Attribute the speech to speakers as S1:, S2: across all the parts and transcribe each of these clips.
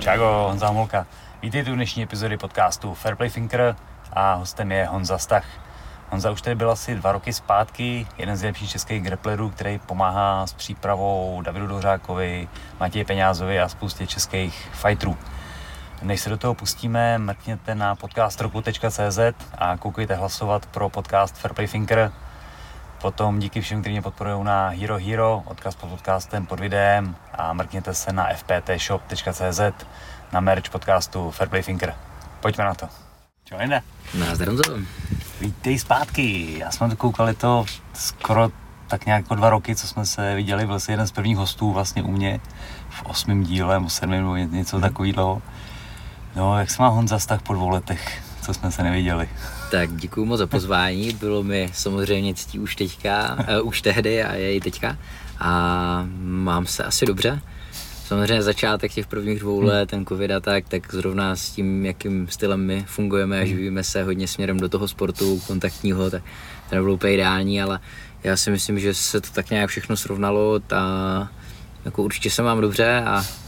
S1: Čago, Honza Homolka. Vítejte u dnešní epizody podcastu Fair Play Thinker a hostem je Honza Stach. Honza už tady byl asi 2 roky zpátky, jeden z nejlepších českých grapplerů, který pomáhá s přípravou Davidu Dohřákovi, Matěji Peňázovi a spoustě českých fighterů. Než se do toho pustíme, mrkněte na podcastroku.cz a koukejte hlasovat pro podcast Fair Play Thinker. Potom díky všem, kteří mě podporují na Hero Hero, odkaz pod podcastem, pod videem a mrkněte se na fptshop.cz na merch podcastu Fair Play Thinker. Pojďme na to. Čau, Linda.
S2: Nazdar, Honzo.
S1: Vítej zpátky. Já jsem to koukal, je to skoro tak nějak 2 roky, co jsme se viděli. Byl jsi jeden z prvních hostů vlastně u mě v 8. díle, nebo 7. nebo něco takového. No, jak se má Honza Stach po 2 letech, co jsme se neviděli?
S2: Tak děkuju moc za pozvání, bylo mi samozřejmě ctí už tehdy a je i teďka. A mám se asi dobře. Samozřejmě začátek těch prvních 2 let, ten covid a tak zrovna s tím, jakým stylem my fungujeme a živíme se hodně směrem do toho sportu kontaktního, tak to nebylo úplně ideální, ale já si myslím, že se to tak nějak všechno srovnalo a jako určitě se mám dobře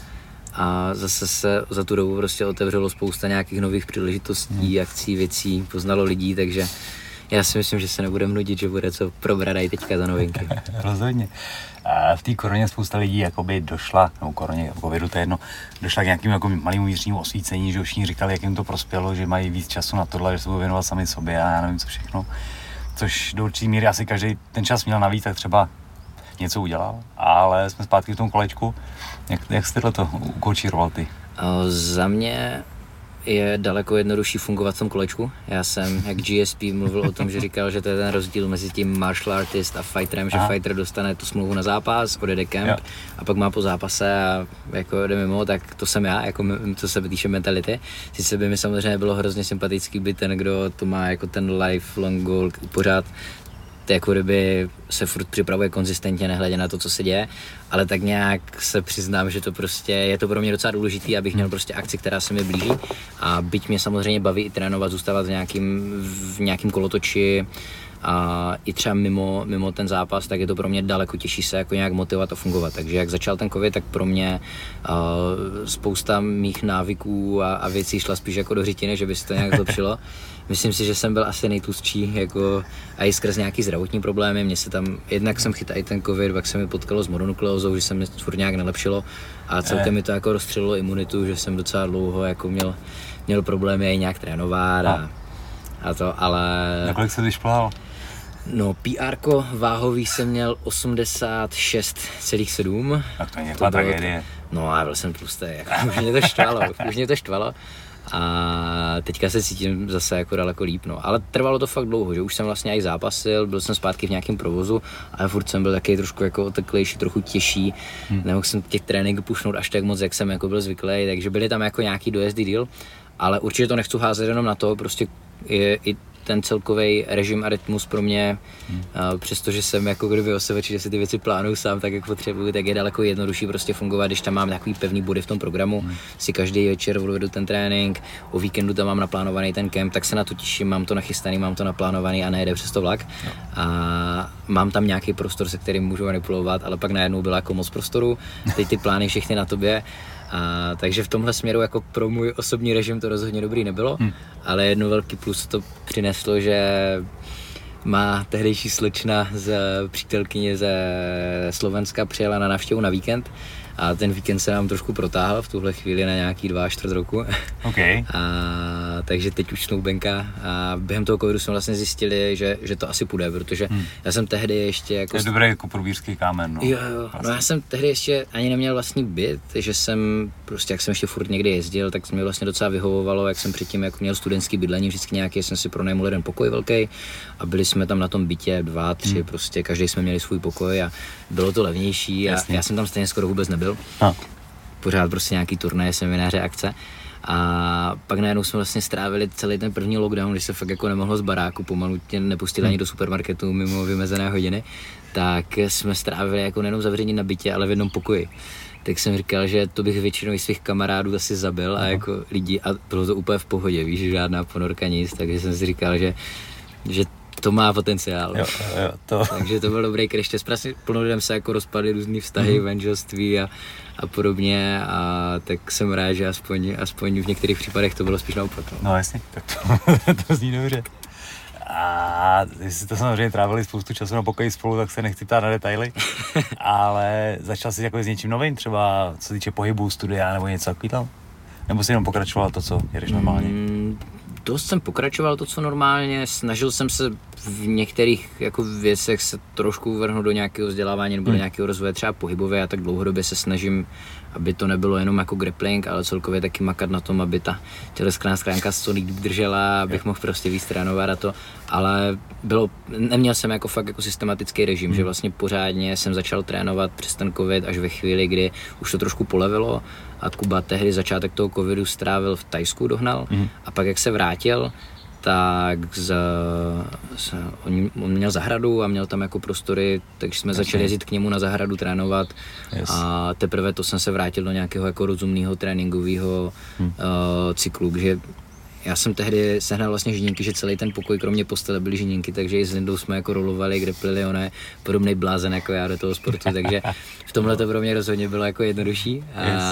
S2: a zase se za tu dobu prostě otevřelo spousta nějakých nových příležitostí, akcí, věcí, poznalo lidí, takže já si myslím, že se nebudeme nudit, že bude co probrat i teďka za novinky.
S1: Rozhodně. A v té koroně spousta lidí jakoby došla, nebo koroně, covidu to je jedno, došla k nějakým jako malému vnitřnímu osvícení, že všichni říkali, jak jim to prospělo, že mají víc času na tohle, že se budou věnovat sami sobě a já nevím co všechno. Což do určitý míry asi každý ten čas měl navíc, tak třeba něco udělal, ale jsme zpátky v tom kolečku. Jak jsi to ukoučíroval ty?
S2: Za mě je daleko jednodušší fungovat v tom kolečku. Já jsem, jak GSP mluvil o tom, že říkal, že to je ten rozdíl mezi tím martial artist a fighterem, že fighter dostane tu smlouvu na zápas, odjede camp a pak má po zápase a jako jde mimo, tak to jsem já, jako co se týče mentality. Sice by mi samozřejmě bylo hrozně sympatický být ten, kdo to má jako ten lifelong goal pořád, jako kdyby se furt připravuje konzistentně, nehledě na to, co se děje, ale tak nějak se přiznám, že to prostě je to pro mě docela důležitý, abych měl prostě akci, která se mi blíží a byť mě samozřejmě baví i trénovat, zůstávat v nějakým kolotoči a i třeba mimo ten zápas, tak je to pro mě daleko těžší se jako nějak motivovat a fungovat. Takže jak začal ten covid, tak pro mě spousta mých návyků a věcí šla spíš jako do řitiny, že by se to nějak zlepšilo. Myslím si, že jsem byl asi nejtlustší, jako a i skrz nějaký zdravotní problémy. Mně se tam, jednak jsem chytal i ten covid, pak se mi potkalo s mononukleózou, že se mi furt nějak nelepšilo a celkem mi to jako rozstřelilo imunitu, že jsem docela dlouho jako měl problémy i nějak trénovat a to, ale...
S1: Na kolik se vyšplhal?
S2: No, PR-ko váhový jsem měl 86,7.
S1: Tak to je nějaká tragédie.
S2: No a byl jsem tlustý, jako, už mě to štvalo. A teďka se cítím zase jako daleko líp, no. Ale trvalo to fakt dlouho, že už jsem vlastně i zápasil, byl jsem zpátky v nějakém provozu, ale furt jsem byl taky trošku jako oteklejší, trochu těžší. Nemohl jsem těch tréninků pušnout až tak moc, jak jsem jako byl zvyklý, takže byly tam jako nějaký dojezdy díl, ale určitě to nechci házet jenom na to, prostě je i ten celkový režim a rytmus pro mě, přestože jsem jako kdyby osobeč, že si ty věci plánuju sám tak, jak potřebuju, tak je daleko jednodušší prostě fungovat, když tam mám takový pevný body v tom programu, si každý večer odvedu ten trénink, o víkendu tam mám naplánovaný ten kemp, tak se na to těším, mám to nachystaný, mám to naplánovaný a nejede přes to vlak. A mám tam nějaký prostor, se kterým můžu manipulovat, ale pak najednou bylo jako moc prostoru, teď ty plány všechny na tobě. Takže v tomhle směru jako pro můj osobní režim to rozhodně dobrý nebylo, ale jedno velký plus to přineslo, že má tehdejší slečna z přítelkyně ze Slovenska přijela na návštěvu na víkend a ten víkend se nám trošku protáhl v tuhle chvíli na nějaký 2,25 roku.
S1: Okay.
S2: Takže teď už snoubenka a během toho covidu jsme vlastně zjistili, že to asi půjde, protože já jsem tehdy ještě jako...
S1: To je dobrý jako průbířský kámen, no.
S2: Jo, vlastně. No já jsem tehdy ještě ani neměl vlastní byt, že jsem prostě, jak jsem ještě furt někdy jezdil, tak mě vlastně docela vyhovovalo, jak jsem předtím jako měl studentský bydlení, vždycky nějaký jsem si pronajmul jeden pokoj velký a byli jsme tam na tom bytě 2, 3, prostě každý jsme měli svůj pokoj a bylo to levnější a já jsem tam stejně skoro vůbec nebyl. Pořád prostě nějaký turnaje, semináře, akce. A pak najednou jsme vlastně strávili celý ten první lockdown, když se fakt jako nemohlo z baráku, pomalu tě nepustili ani do supermarketu mimo vymezené hodiny, tak jsme strávili jako nejenom zavření na bytě, ale v jednom pokoji. Tak jsem říkal, že to bych většinou svých kamarádů asi zabil a jako lidi a bylo to úplně v pohodě, víš, žádná ponorka, nic, takže jsem si říkal, že To má potenciál.
S1: Jo, to.
S2: Takže to byl dobrý crash test. Prostě plno lidem se jako rozpadly různý vztahy, manželství a podobně, a tak jsem rád, že aspoň v některých případech to bylo spíš naopak.
S1: No jasně, tak to zní dobře. A jestli to samozřejmě trávili spoustu času na pokoji spolu, tak se nechci ptát na detaily, ale začal jsi jako s něčím novým, třeba co se týče pohybu, studia nebo něco takového? Nebo jsi jenom pokračoval to, co jedeš normálně?
S2: Dost jsem pokračoval to, co normálně, snažil jsem se v některých jako věcech se trošku vrhnout do nějakého vzdělávání nebo do nějakého rozvoje, třeba pohybové, a tak dlouhodobě se snažím, aby to nebylo jenom jako grappling, ale celkově taky makat na tom, aby ta těleská stránka co líp držela, abych mohl prostě víc trénovat a to, ale neměl jsem jako fakt jako systematický režim, že vlastně pořádně jsem začal trénovat přes ten covid až ve chvíli, kdy už to trošku polevilo a Kuba tehdy začátek toho covidu strávil v Thajsku, dohnal, a pak jak se vrátil, tak on měl zahradu a měl tam jako prostory, takže jsme začali jezdit k němu na zahradu trénovat. A teprve to jsem se vrátil do nějakého jako rozumného tréninkového cyklu, že já jsem tehdy sehnal vlastně žinínky, že celý ten pokoj kromě postele byly žinínky, takže i s Lindou jsme jako rolovali, grapplili, ona je podobný blázen jako já do toho sportu, takže v tomhle to pro mě rozhodně bylo jako jednodušší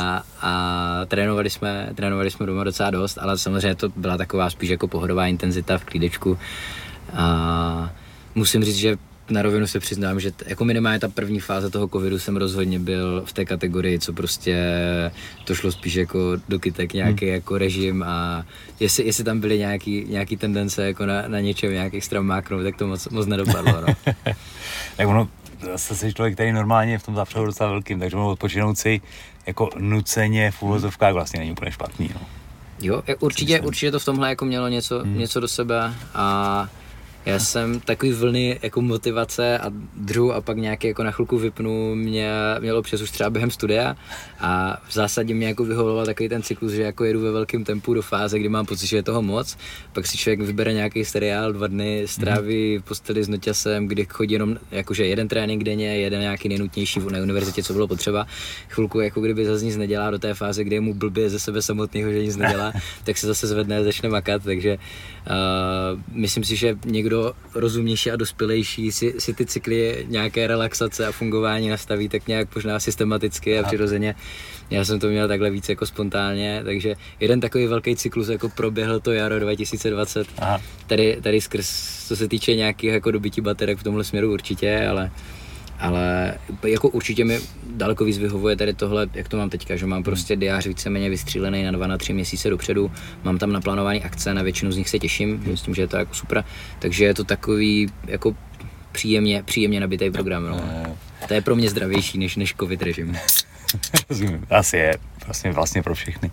S2: a trénovali jsme doma docela dost, ale samozřejmě to byla taková spíš jako pohodová intenzita v klídečku a musím říct, že na rovinu se přiznám, že jako minimálně ta první fáze toho covidu jsem rozhodně byl v té kategorii, co prostě to šlo spíš jako do kytek, nějaký jako režim, a jestli tam byly nějaký tendence jako na něčem nějak extra máknout, tak to moc nedopadlo. No.
S1: Tak ono, zase jsi člověk, který normálně je v tom zápřehu docela velkým, takže ono odpočinout si jako nuceně v úvozovkách vlastně není úplně špatný. No.
S2: Jo, určitě to v tomhle jako mělo něco do sebe a já jsem takový vlny jako motivace a dřu a pak nějaký jako na chvilku vypnu měl občas už třeba během studia a v zásadě mě jako vyhovoval takový ten cyklus, že jako jedu ve velkém tempu do fáze, kdy mám pocit, že je toho moc, pak si člověk vybere nějaký seriál, 2 dny stráví v posteli s noťasem, kdy chodí jenom jakože jeden trénink denně, jeden nějaký nejnutnější na univerzitě, co bylo potřeba, chvilku jako kdyby zase nic nedělá do té fáze, kdy je mu blbě ze sebe samotného, že nic nedělá, tak se zase zvedne a začne makat, takže myslím si, že někdo rozumnější a dospělejší si ty cykly nějaké relaxace a fungování nastaví tak nějak možná systematicky a přirozeně. Já jsem to měl takhle víc jako spontánně, takže jeden takový velký cyklus jako proběhl to jaro 2020. Tady skrz, co se týče nějakých jako dobytí baterek v tomhle směru určitě, ale jako určitě mi daleko víc vyhovuje tady tohle, jak to mám teďka, že mám prostě diář víceméně vystřílený na 2 na 3 měsíce dopředu, mám tam naplánované akce, na většinu z nich se těším, myslím, že je to jako super, takže je to takový jako příjemně nabitý program, no. To je pro mě zdravější než covid režim.
S1: Rozumím, asi je vlastně pro všechny.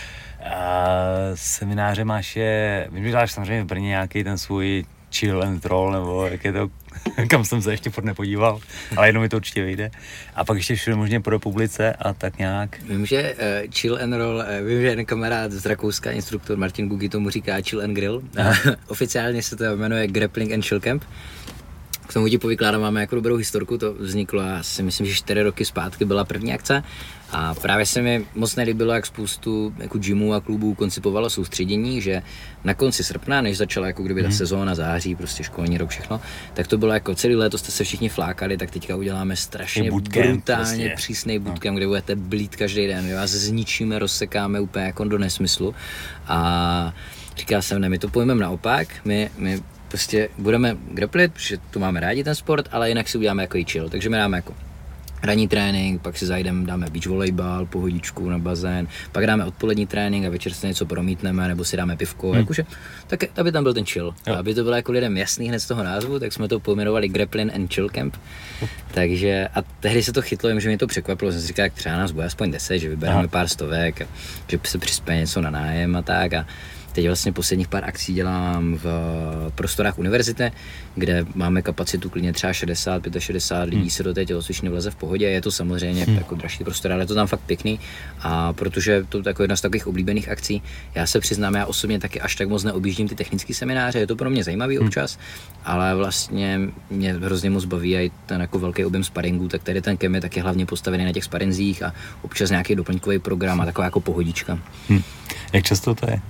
S1: Semináře máš vím, že dáš samozřejmě v Brně nějaký ten svůj chill and roll, nebo jak je to, kam jsem se ještě furt nepodíval, ale jednou mi to určitě vyjde. A pak ještě všude možně po republice a tak nějak.
S2: Vím, že chill and roll, vím, že jeden kamarád z Rakouska, instruktor Martin Gugi, tomu říká chill and grill. Oficiálně se to jmenuje Grappling and Chill Camp. K tomu ti povykládám, máme jako dobrou historku, to vzniklo asi myslím, že 4 roky zpátky byla první akce a právě se mi moc nelíbilo, jak spoustu jako gymů a klubů koncipovalo soustředění, že na konci srpna, než začala jako kdyby ta sezóna, září, prostě školní rok, všechno, tak to bylo jako celý léto jste se všichni flákali, tak teďka uděláme strašně brutálně přísnej bootcamp, kde budete blít každý den, my vás zničíme, rozsekáme úplně jako do nesmyslu a říkal jsem, ne, my to pojmeme naopak, my prostě budeme grapplit, protože tu máme rádi ten sport, ale jinak si uděláme jako chill, takže my dáme jako ranní trénink, pak si zajdeme, dáme beach volejbal, pohodičku na bazén, pak dáme odpolední trénink a večer si něco promítneme, nebo si dáme pivko, jakože, tak aby tam byl ten chill. A aby to bylo jako lidem jasný hned z toho názvu, tak jsme to pojmenovali Grappling and Chill Camp. Takže a tehdy se to chytlo, že mě to překvapilo, jsem si říkal, jak třeba nás bude aspoň 10, že vybereme pár stovek, že se přispěje něco na nájem a tak. A teď vlastně posledních pár akcí dělám v prostorách univerzity, kde máme kapacitu klidně třeba 60-65 lidí se do té tělocvičny vleze v pohodě. Je to samozřejmě jako dražší prostor, ale je to tam fakt pěkný. A protože to je jako jedna z takových oblíbených akcí, já se přiznám, já osobně taky až tak moc neobjíždím ty technické semináře, je to pro mě zajímavý občas, ale vlastně mě hrozně moc baví i ten jako velký objem sparingu, tak tady ten camp je taky hlavně postavený na těch sparinzích a občas nějaký doplňkový program a taková jako pohodička.
S1: Jak často to je?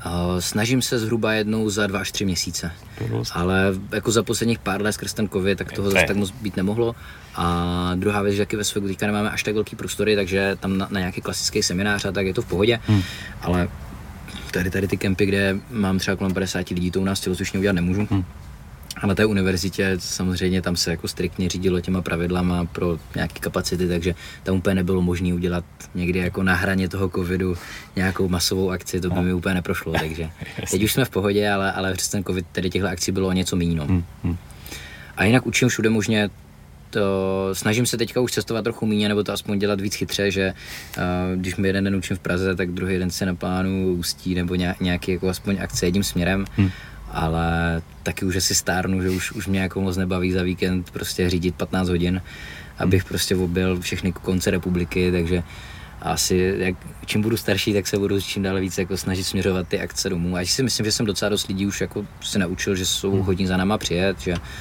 S2: Snažím se zhruba jednou za 2 až 3 měsíce, ale jako za posledních pár let skrz ten covid, tak toho zase tak moc být nemohlo. A druhá věc, že taky ve Sveku teďka nemáme až tak velký prostory, takže tam na nějaký klasický seminář a tak je to v pohodě, ale tady ty kempy, kde mám třeba kolem 50 lidí, to u nás tělocvičně udělat nemůžu. A na té univerzitě samozřejmě tam se jako striktně řídilo těma pravidlama pro nějaké kapacity, takže tam úplně nebylo možné udělat někdy jako na hraně toho covidu nějakou masovou akci, to by mi úplně neprošlo, takže teď už jsme v pohodě, ale přes ten covid tady těchto akcí bylo o něco méně. No. A jinak učím všude možně, snažím se teďka už cestovat trochu méně, nebo to aspoň dělat víc chytře, že když mi jeden den učím v Praze, tak druhý den se naplánu Ústí nebo nějaký jako aspoň akce jedním směrem. Ale taky už asi stárnu, že už mě jako moc nebaví za víkend prostě řídit 15 hodin, abych prostě objel všechny konce republiky, takže asi čím budu starší, tak se budu čím dál víc jako snažit směřovat ty akce domů. A si myslím, že jsem docela dost lidí už jako se naučil, že jsou hodní za náma přijet,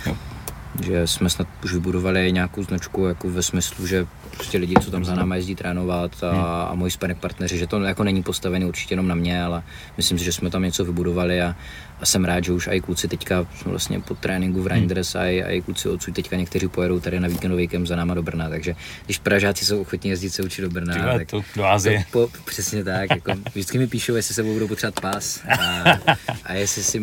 S2: že jsme snad už vybudovali nějakou značku jako ve smyslu, že prostě lidi, co tam za náma jezdí trénovat a moji sparring partneři, že to jako není postavené určitě jenom na mě, ale myslím si, že jsme tam něco vybudovali a jsem rád, že už i kluci teďka vlastně po tréninku v Reinders a i kluci odsud teďka někteří pojedou tady na víkendový kemp za náma do Brna, takže když Pražáci jsou ochotní jezdit se učit do Brna, tak
S1: to do Asie.
S2: Přesně tak, jako vždycky mi píšou, jestli sebou budou potřebovat pás a jestli si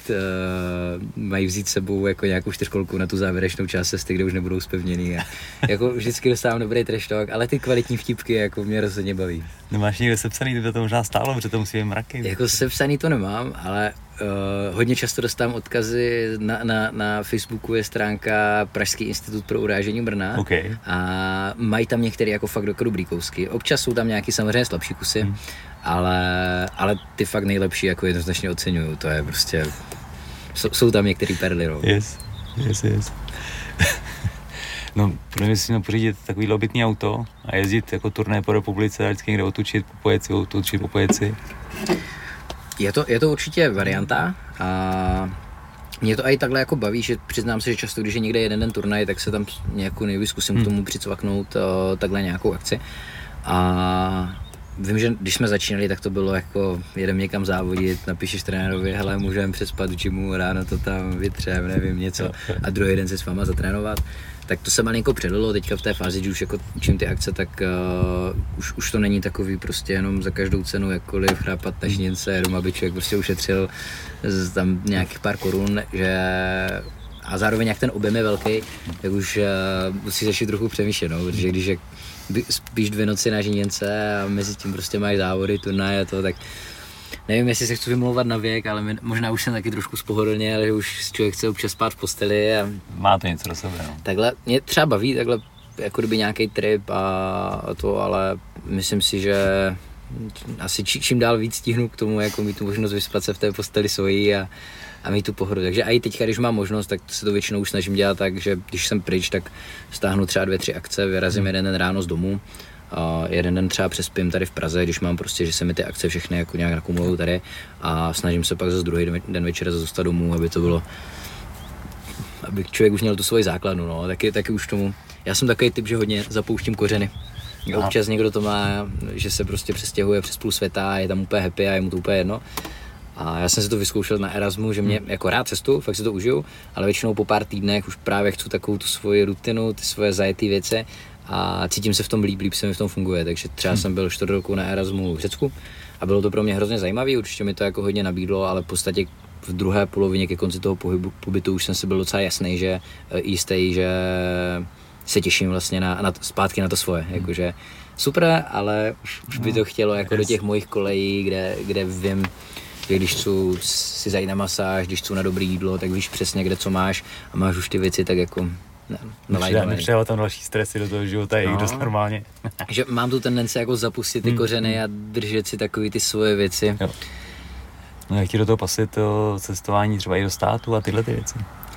S2: mají vzít sebou jako nějakou 4kolku na tu závěrečnou část cesty, kde už nebudou zpevněný a jako vždycky dostávám dobrý trash talk, ale ty kvalitní vtipky jako mě rozhodně baví.
S1: Nemáš někde sepsaný, to by to možná stálo, protože to musí být mraky.
S2: Jako sepsaný to nemám, ale hodně často dostávám odkazy, na Facebooku je stránka Pražský institut pro urážení Brna a mají tam některé jako fakt dobrý kousky. Občas jsou tam nějaký samozřejmě slabší kusy, ale ty fakt nejlepší jako jednoznačně oceňuju, to je prostě, jsou tam některé perly. No.
S1: Yes. No, budeme si pořídit takový obytný auto a jezdit jako turné po republice a vždycky někde otočit po pojeci.
S2: Je to určitě varianta a mě to i takhle jako baví, že přiznám se, že často, když je někde jeden den turnaj, tak se tam nějakou nejvíc zkusím k tomu přicvaknout takhle nějakou akci. A vím, že když jsme začínali, tak to bylo jako jedem někam závodit, napíšeš trenérovi, hele, můžeme přespat v gymu, ráno to tam vytřem, nevím, něco a druhý den se s váma zatrénovat. Tak to se malinko předalo, teďka v té fázi, že už jako učím ty akce, tak už to není takový prostě jenom za každou cenu jakkoliv chrápat na žněnce, jenom aby člověk prostě ušetřil tam nějakých pár korun, že a zároveň jak ten objem je velký, tak už musí začít trochu přemýšlet, no, protože když spíš 2 noci na žněnce a mezi tím prostě máš závody, turnaje a to, tak nevím, jestli se chci vymlouvat na věk, ale možná už jsem taky trošku spohodlně, že už člověk chce občas spát v posteli. A
S1: má to něco do sebe, no.
S2: Takhle, mě třeba baví takhle jako kdyby nějaký trip a to, ale myslím si, že asi čím dál víc stihnu k tomu, jako mít tu možnost vyspat se v té posteli svojí a mít tu pohodu. Takže i teďka, když mám možnost, tak se to většinou už snažím dělat tak, že když jsem pryč, tak stáhnu třeba 2-3 akce, vyrazím jeden den ráno z domu, a jeden den třeba přespím tady v Praze, když mám prostě, že se mi ty akce všechny jako nějak nakumulují tady a snažím se pak zase druhý den večera zůstat domů, aby to bylo, aby člověk už měl tu svoji základnu, no, taky už tomu. Já jsem takový typ, že hodně zapouštím kořeny. Občas někdo to má, že se prostě přestěhuje přes půl světa a je tam úplně happy a je mu to úplně jedno. A já jsem si to vyzkoušel na Erasmu, že mě jako rád cestu, fakt si to užiju, ale většinou po pár týdnech už právě chci takovou tu svoji rutinu, ty svoje zajetý věci a cítím se v tom líp se mi v tom funguje, takže třeba jsem byl 4 roku na Erasmu v Řecku a bylo to pro mě hrozně zajímavé, určitě mi to jako hodně nabídlo, ale v podstatě v druhé polovině ke konci toho pobytu už jsem si byl docela jistý, že se těším vlastně zpátky na to svoje, jakože super, ale už by to chtělo jako do těch mojich kolejí, kde vím, že když chci si zajít na masáž, když chci na dobré jídlo, tak víš přesně, kde co máš a máš už ty věci tak jako
S1: nepřidává tam další stresy do toho života, i dost normálně.
S2: Že mám tu tendenci jako zapustit ty kořeny a držet si takový ty svoje věci.
S1: Jo. No jak ti do toho pasuje to cestování třeba i do státu a tyhle ty věci?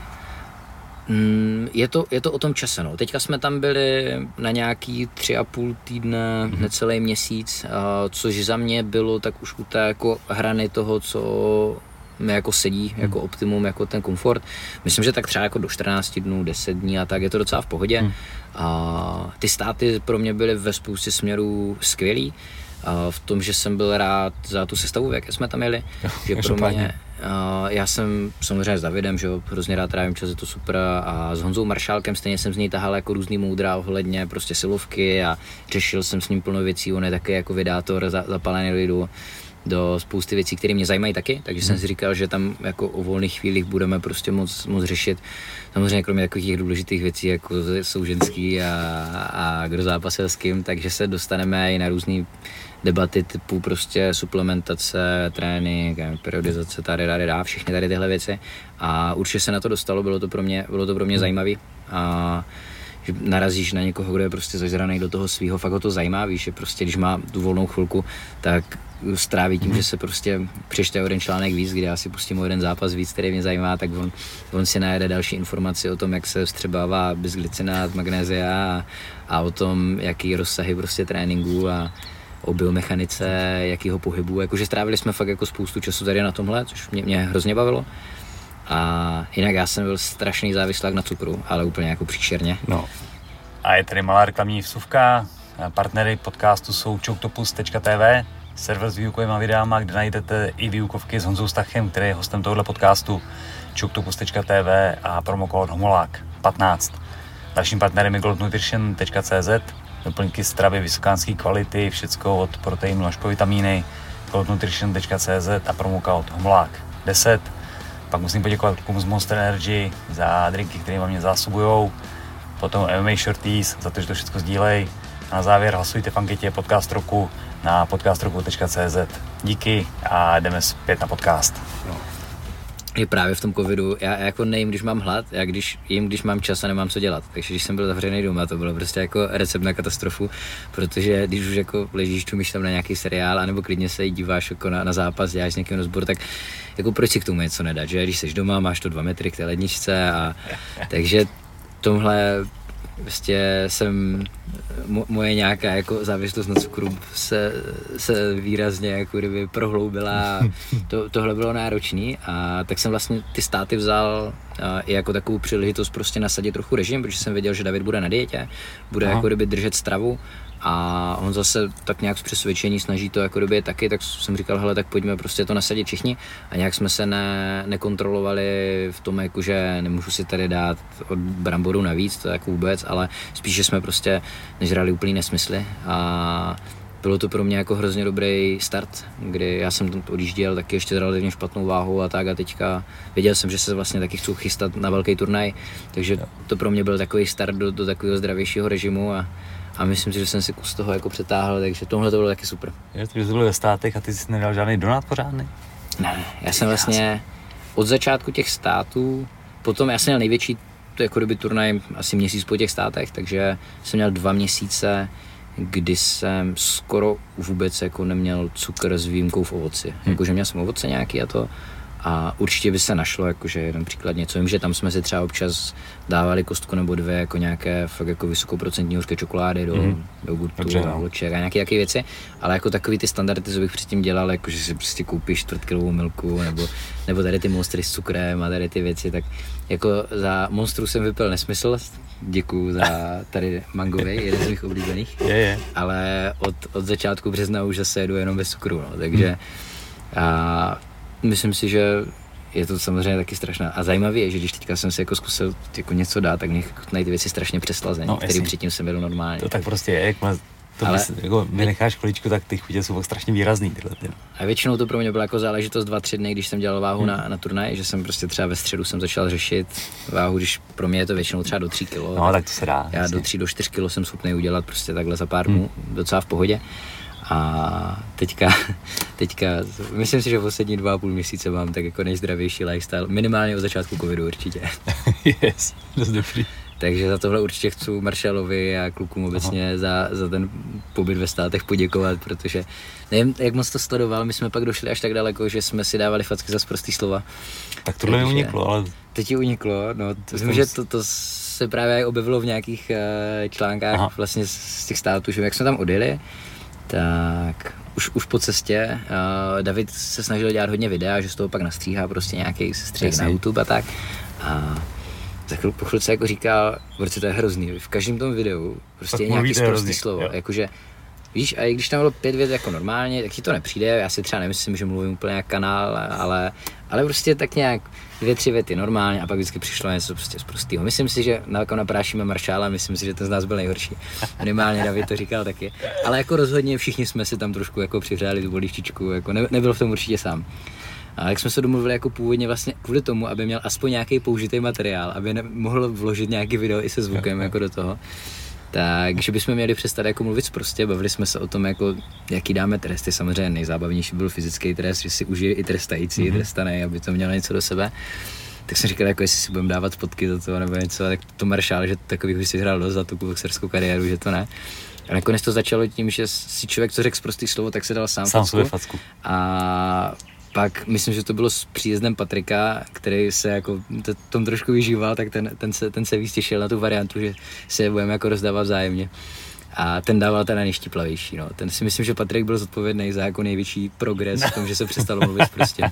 S2: Je to o tom čase, no. Teďka jsme tam byli na nějaký 3,5 týdne, necelý měsíc, což za mě bylo tak už u té jako hrany toho, co mi jako sedí, jako optimum, jako ten komfort. Myslím, že tak třeba jako do 14 dnů, 10 dní a tak je to docela v pohodě. A ty státy pro mě byly ve spoustě směrů skvělý. v tom, že jsem byl rád za tu sestavu, v jaké jsme tam jeli, že pro mě, já jsem samozřejmě s Davidem, že jo, hrozně rád trávím čas, je to super, a s Honzou Maršálkem stejně jsem z něj tahal jako různý moudra ohledně prostě silovky a řešil jsem s ním plno věcí, on je taky jako vydátor zapalený do spousty věcí, které mě zajímají taky, takže jsem si říkal, že tam jako o volných chvílích budeme prostě moc řešit. Samozřejmě kromě takových těch důležitých věcí, jako jsou ženský a kdo zápasil s kým, takže se dostaneme i na různé debaty typu prostě suplementace, trénink, periodizace, tady, všechny tady tyhle věci. A určitě se na to dostalo, bylo to pro mě zajímavé. A že narazíš na někoho, kdo je prostě zažraný do toho svýho, fakt ho to zajímá, víš, že prostě když má tu volnou chvilku, tak stráví tím, že se prostě přečte jeden článek víc, kde já si pustím o jeden zápas víc, který mě zajímá, tak on si najede další informaci o tom, jak se vstřebává bisglycinát, magnézia a o tom, jaký rozsahy prostě tréninku a o biomechanice, jakýho pohybu, jakože strávili jsme fakt jako spoustu času tady na tomhle, což mě hrozně bavilo. A jinak já jsem byl strašný závislák na cukru, ale úplně jako příšerně.
S1: No. A je tady malá reklamní vsuvka. Partnery podcastu jsou choketopus.tv, server s výukovými videama, kde najdete i výukovky s Honzou Stachem, který je hostem tohoto podcastu, choketopus.tv a promokód HOMOLák 15. Dalším partnerem je goldnutrition.cz, doplňky stravy vysokánské kvality, všecko od proteinu až po vitamíny, goldnutrition.cz a promokód HOMOLák 10. Pak musím poděkovat klukům z Monster Energy za drinky, které mě zásobujou, potom MMA Shorties za to, že to všechno sdílej, a na závěr hlasujte v anketě Podcast roku na podcastroku.cz. Díky a jdeme zpět na podcast. No.
S2: Je právě v tom covidu, já jako nejím, když mám hlad, já když mám čas a nemám co dělat, takže když jsem byl zavřený doma, to bylo prostě jako recept na katastrofu, protože když už jako ležíš, čumíš tam na nějaký seriál, anebo klidně se díváš jako na zápas, děláš někým rozbor, tak jako proč si k tomu něco nedat, že když jsi doma, máš to 2 metry k té ledničce a takže tomhle prostě moje nějaká jako závislost na cukru se výrazně jako kdyby prohloubila. Tohle bylo náročný a tak jsem vlastně ty státy vzal i jako takovou příležitost prostě nasadit trochu režim, protože jsem věděl, že David bude na dietě, bude jako kdyby držet stravu a on zase tak nějak z přesvědčení snaží to jako kdyby taky, tak jsem říkal, hele, tak pojďme prostě to nasadit všichni a nějak jsme se nekontrolovali v tom, jakože nemůžu si tady dát od bramboru navíc, to jako vůbec, ale spíš, že jsme prostě nežrali úplný nesmysly a bylo to pro mě jako hrozně dobrý start, kdy já jsem tam odjížděl taky ještě relativně špatnou váhou a tak a teďka věděl jsem, že se vlastně taky chci chystat na velký turnaj, takže to pro mě byl takový start do takového zdravějšího režimu a myslím si, že jsem si kus toho jako přetáhl, takže tohle to bylo taky super.
S1: Je to, že jsi byl ve státech a ty jsi nedal žádný donát pořádný?
S2: Ne, já jsem vlastně od začátku těch států, potom já jsem měl největší jako kdyby turnaj asi měsíc po těch státech, takže jsem měl 2 měsíce, kdy jsem skoro vůbec jako neměl cukr s výjimkou v ovoci. Jakože měl jsem ovoce nějaký a to. A určitě by se našlo, jakože jeden příklad něco. Vím, že tam jsme si třeba občas dávali kostku nebo 2 jako nějaké fakt jako vysokoprocentní hořké čokolády do jogurtu, vloček a nějaké věci. Ale jako takový ty standardy, co bych předtím dělal, jakože si prostě koupíš 4kilovou milku nebo tady ty monstry s cukrem a tady ty věci, tak jako za monstru jsem vypil nesmysl. Děkuju za tady mangovej, jeden z mých oblíbených. Ale od začátku března už zase jedu jenom bez cukru, no, takže myslím si, že je to samozřejmě taky strašná. A zajímavé je, že když teďka jsem si jako zkusil jako něco dát, tak mě chutnají ty věci strašně přeslazený, který předtím jsem byl normálně.
S1: To tak prostě je, jako vynecháš chviličku, tak ty chutě jsou strašně výrazný tyhle.
S2: A většinou to pro mě byla jako záležitost 2-3 dny, když jsem dělal váhu na turnaj, že jsem prostě třeba ve středu jsem začal řešit váhu, když pro mě je to většinou třeba do 3 kg.
S1: No, tak to se dá.
S2: Já do 3 do 4 kg jsem schopný udělat prostě takhle za pár dnů, docela v pohodě. A teďka, myslím si, že poslední 2,5 měsíce mám tak jako nejzdravější lifestyle, minimálně od začátku covidu určitě.
S1: Yes, dost dobrý.
S2: Takže za tohle určitě chci Maršalovi a klukům obecně za ten pobyt ve státech poděkovat, protože nevím, jak moc to sledoval, my jsme pak došli až tak daleko, že jsme si dávali facky za sprostý slova.
S1: Tak tohle mi uniklo, ale...
S2: Teď ti uniklo, no, myslím, že to se právě objevilo v nějakých článkách vlastně z těch států, že jak jsme tam odjeli, tak už po cestě David se snažil dělat hodně videa, že z toho pak nastříhá prostě nějaký sestřih na YouTube a tak. A za po chvilce jako říkal, protože to je hrozný, v každém tom videu prostě je nějaký sprostý slovo, jakože Víš, a i když tam bylo 5 vět jako normálně, tak ti to nepřijde, já si třeba nemyslím, že mluvím úplně jak kanál, ale prostě tak nějak 2-3 věty normálně a pak vždycky přišlo něco prostě z prostýho. Myslím si, že naprášíme Maršála, myslím si, že ten z nás byl nejhorší. Minimálně David to říkal taky. Ale jako rozhodně všichni jsme si tam trošku jako přihřáli tu polívčičku, jako nebyl v tom určitě sám. A jak jsme se domluvili jako původně vlastně kvůli tomu, aby měl aspoň nějaký použitý materiál, aby mohl vložit nějaký video i se zvukem jako do toho. Takže bychom měli přestat jako mluvit prostě, bavili jsme se o tom, jako, jaký dáme tresty, samozřejmě nejzábavnější byl fyzický trest, že si užije i trestající, trestaný, aby to mělo něco do sebe. Tak jsem říkal, jako jestli si budeme dávat fotky do toho nebo něco, tak to Maršál, že takových by si hrál dost za tu boxerskou kariéru, že to ne. A nakonec to začalo tím, že si člověk, co řekl z prostých slovo, tak se dal sám facku. A pak myslím, že to bylo s příjezdem Patrika, který se jako tom trošku vyžíval, tak ten se víc těšil na tu variantu, že se budeme jako rozdávat vzájemně. A ten dával teda nejštíplavější, no. Ten si myslím, že Patrik byl zodpovědný za jako největší progres v tom, že se přestalo mluvit prostě.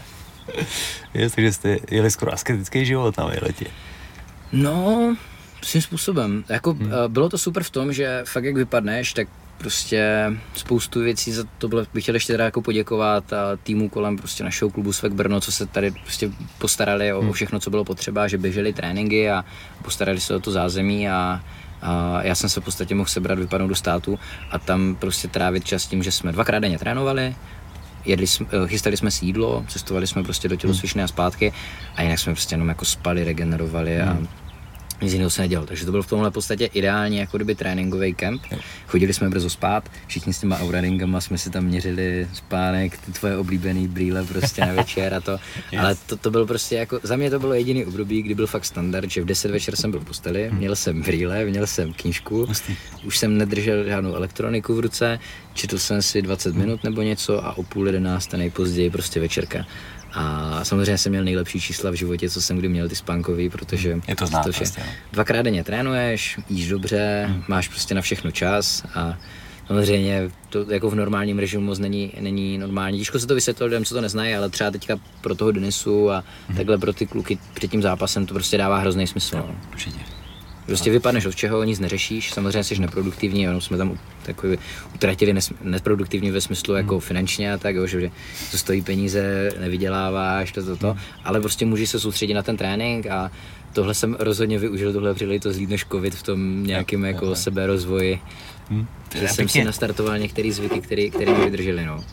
S1: Takže jste jeli skoro asketický život na výletě.
S2: No, svým způsobem. Jako, bylo to super v tom, že fakt jak vypadneš, tak prostě spoustu věcí za to bych chtěl ještě teda jako poděkovat a týmu kolem prostě našeho klubu Svek Brno, co se tady prostě postarali o všechno, co bylo potřeba, že běžely tréninky a postarali se o to zázemí a já jsem se v podstatě mohl sebrat, vypadnout do státu a tam prostě trávit čas tím, že jsme 2krát denně trénovali, chystali jsme si jídlo, cestovali jsme prostě do tělocvičny a zpátky a jinak jsme prostě jenom jako spali, regenerovali a nic jiného se nedělalo, takže to byl v tomhle podstatě ideální jako kdyby tréninkový kemp. Chodili jsme brzo spát, všichni s těma Auraringama jsme si tam měřili spánek, ty tvoje oblíbený brýle prostě na večer a to, ale to bylo prostě jako, za mě to bylo jediný období, kdy byl fakt standard, že v 10 večer jsem byl v posteli, měl jsem brýle, měl jsem knížku, už jsem nedržel žádnou elektroniku v ruce, četl jsem si 20 minut nebo něco a o 10:30 nejpozději prostě večerka. A samozřejmě jsem měl nejlepší čísla v životě, co jsem kdy měl, ty spánkový, protože
S1: je to znát vlastně.
S2: 2krát denně trénuješ, jíš dobře, máš prostě na všechno čas a samozřejmě to jako v normálním režimu moc není normální. Těžko se to vysvětlilo lidem, co to neznají, ale třeba teďka pro toho Denisu a takhle pro ty kluky před tím zápasem to prostě dává hrozný smysl. No.
S1: Určitě.
S2: Prostě vypadneš od čeho, nic neřešíš, samozřejmě jsi neproduktivní, jenom jsme tam takový utratili neproduktivní ve smyslu jako finančně a tak, jo, že to stojí peníze, nevyděláváš, to, ale prostě můžeš se soustředit na ten trénink a tohle jsem rozhodně využil, tohle příležitost líp než covid v tom nějakém jako seberozvoji, že jsem si nastartoval některé zvyky, které mě vydržely, no.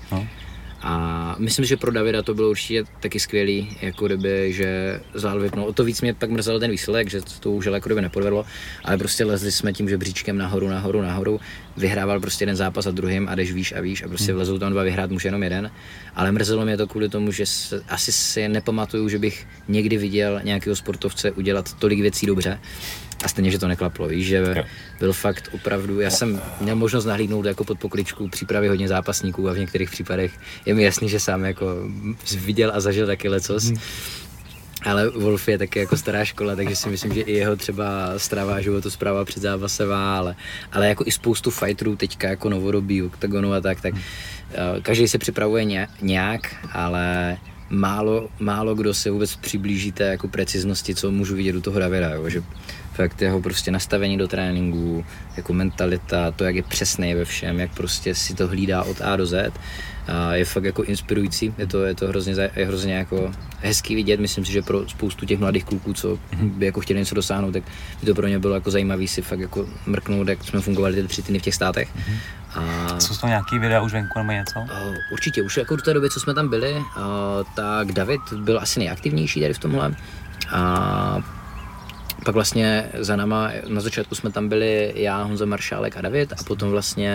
S2: A myslím, že pro Davida to bylo určitě taky skvělý, jako kdyby, že zvládl vypnout. O to víc mě pak mrzelo ten výsledek, že to už jako kdyby nepodvedlo, ale prostě lezli jsme tím žebříčkem nahoru, vyhrával prostě jeden zápas za druhým a jdeš výš a prostě vlezou tam 2, vyhrát může jenom jeden, ale mrzelo mě to kvůli tomu, že asi si nepamatuju, že bych někdy viděl nějakého sportovce udělat tolik věcí dobře. A stejně, že to neklaplo, víš, že byl fakt opravdu, já jsem měl možnost nahlídnout jako pod pokličku přípravy hodně zápasníků a v některých případech je mi jasný, že sám jako viděl a zažil taky lecos. Ale Wolf je taky jako stará škola, takže si myslím, že i jeho třeba strava, životospráva před zápasová, ale jako i spoustu fighterů teďka jako novodobí, oktagonu a tak každý se připravuje nějak, ale málo kdo se vůbec přiblíží té jako preciznosti, co můžu vidět u toho Davida, jo, že fakt jeho prostě nastavení do tréninku, jako mentalita, to, jak je přesný ve všem, jak prostě si to hlídá od A do Z, a je fakt jako inspirující, je to hrozně jako hezký vidět, myslím si, že pro spoustu těch mladých kluků, co by jako chtěli něco dosáhnout, tak by to pro ně bylo jako zajímavý si fakt jako mrknout, jak jsme fungovali ty 3 týdny v těch státech.
S1: A jsou to nějaký videa už venku nebo něco?
S2: Určitě, už jako do té doby, co jsme tam byli, tak David byl asi nejaktivnější tady v tomhle. A pak vlastně za náma, na začátku jsme tam byli já, Honza Maršálek a David a potom vlastně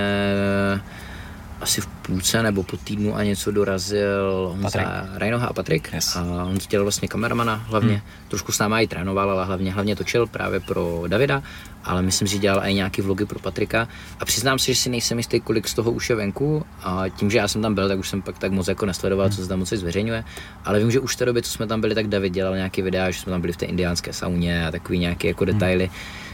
S2: asi v půlce nebo po týdnu a něco dorazil Honza Rajnoha a Patrik. Yes. A on chtěl vlastně kameramana hlavně, trošku s náma i trénoval, ale hlavně točil právě pro Davida, ale myslím, že dělal i nějaký vlogy pro Patrika a přiznám se, že si nejsem jistý, kolik z toho už je venku a tím, že já jsem tam byl, tak už jsem pak tak moc jako nesledoval, co se tam moc zveřejňuje, ale vím, že už v té době, co jsme tam byli, tak David dělal nějaký videa, že jsme tam byli v té indiánské sauně a takový nějaké jako detaily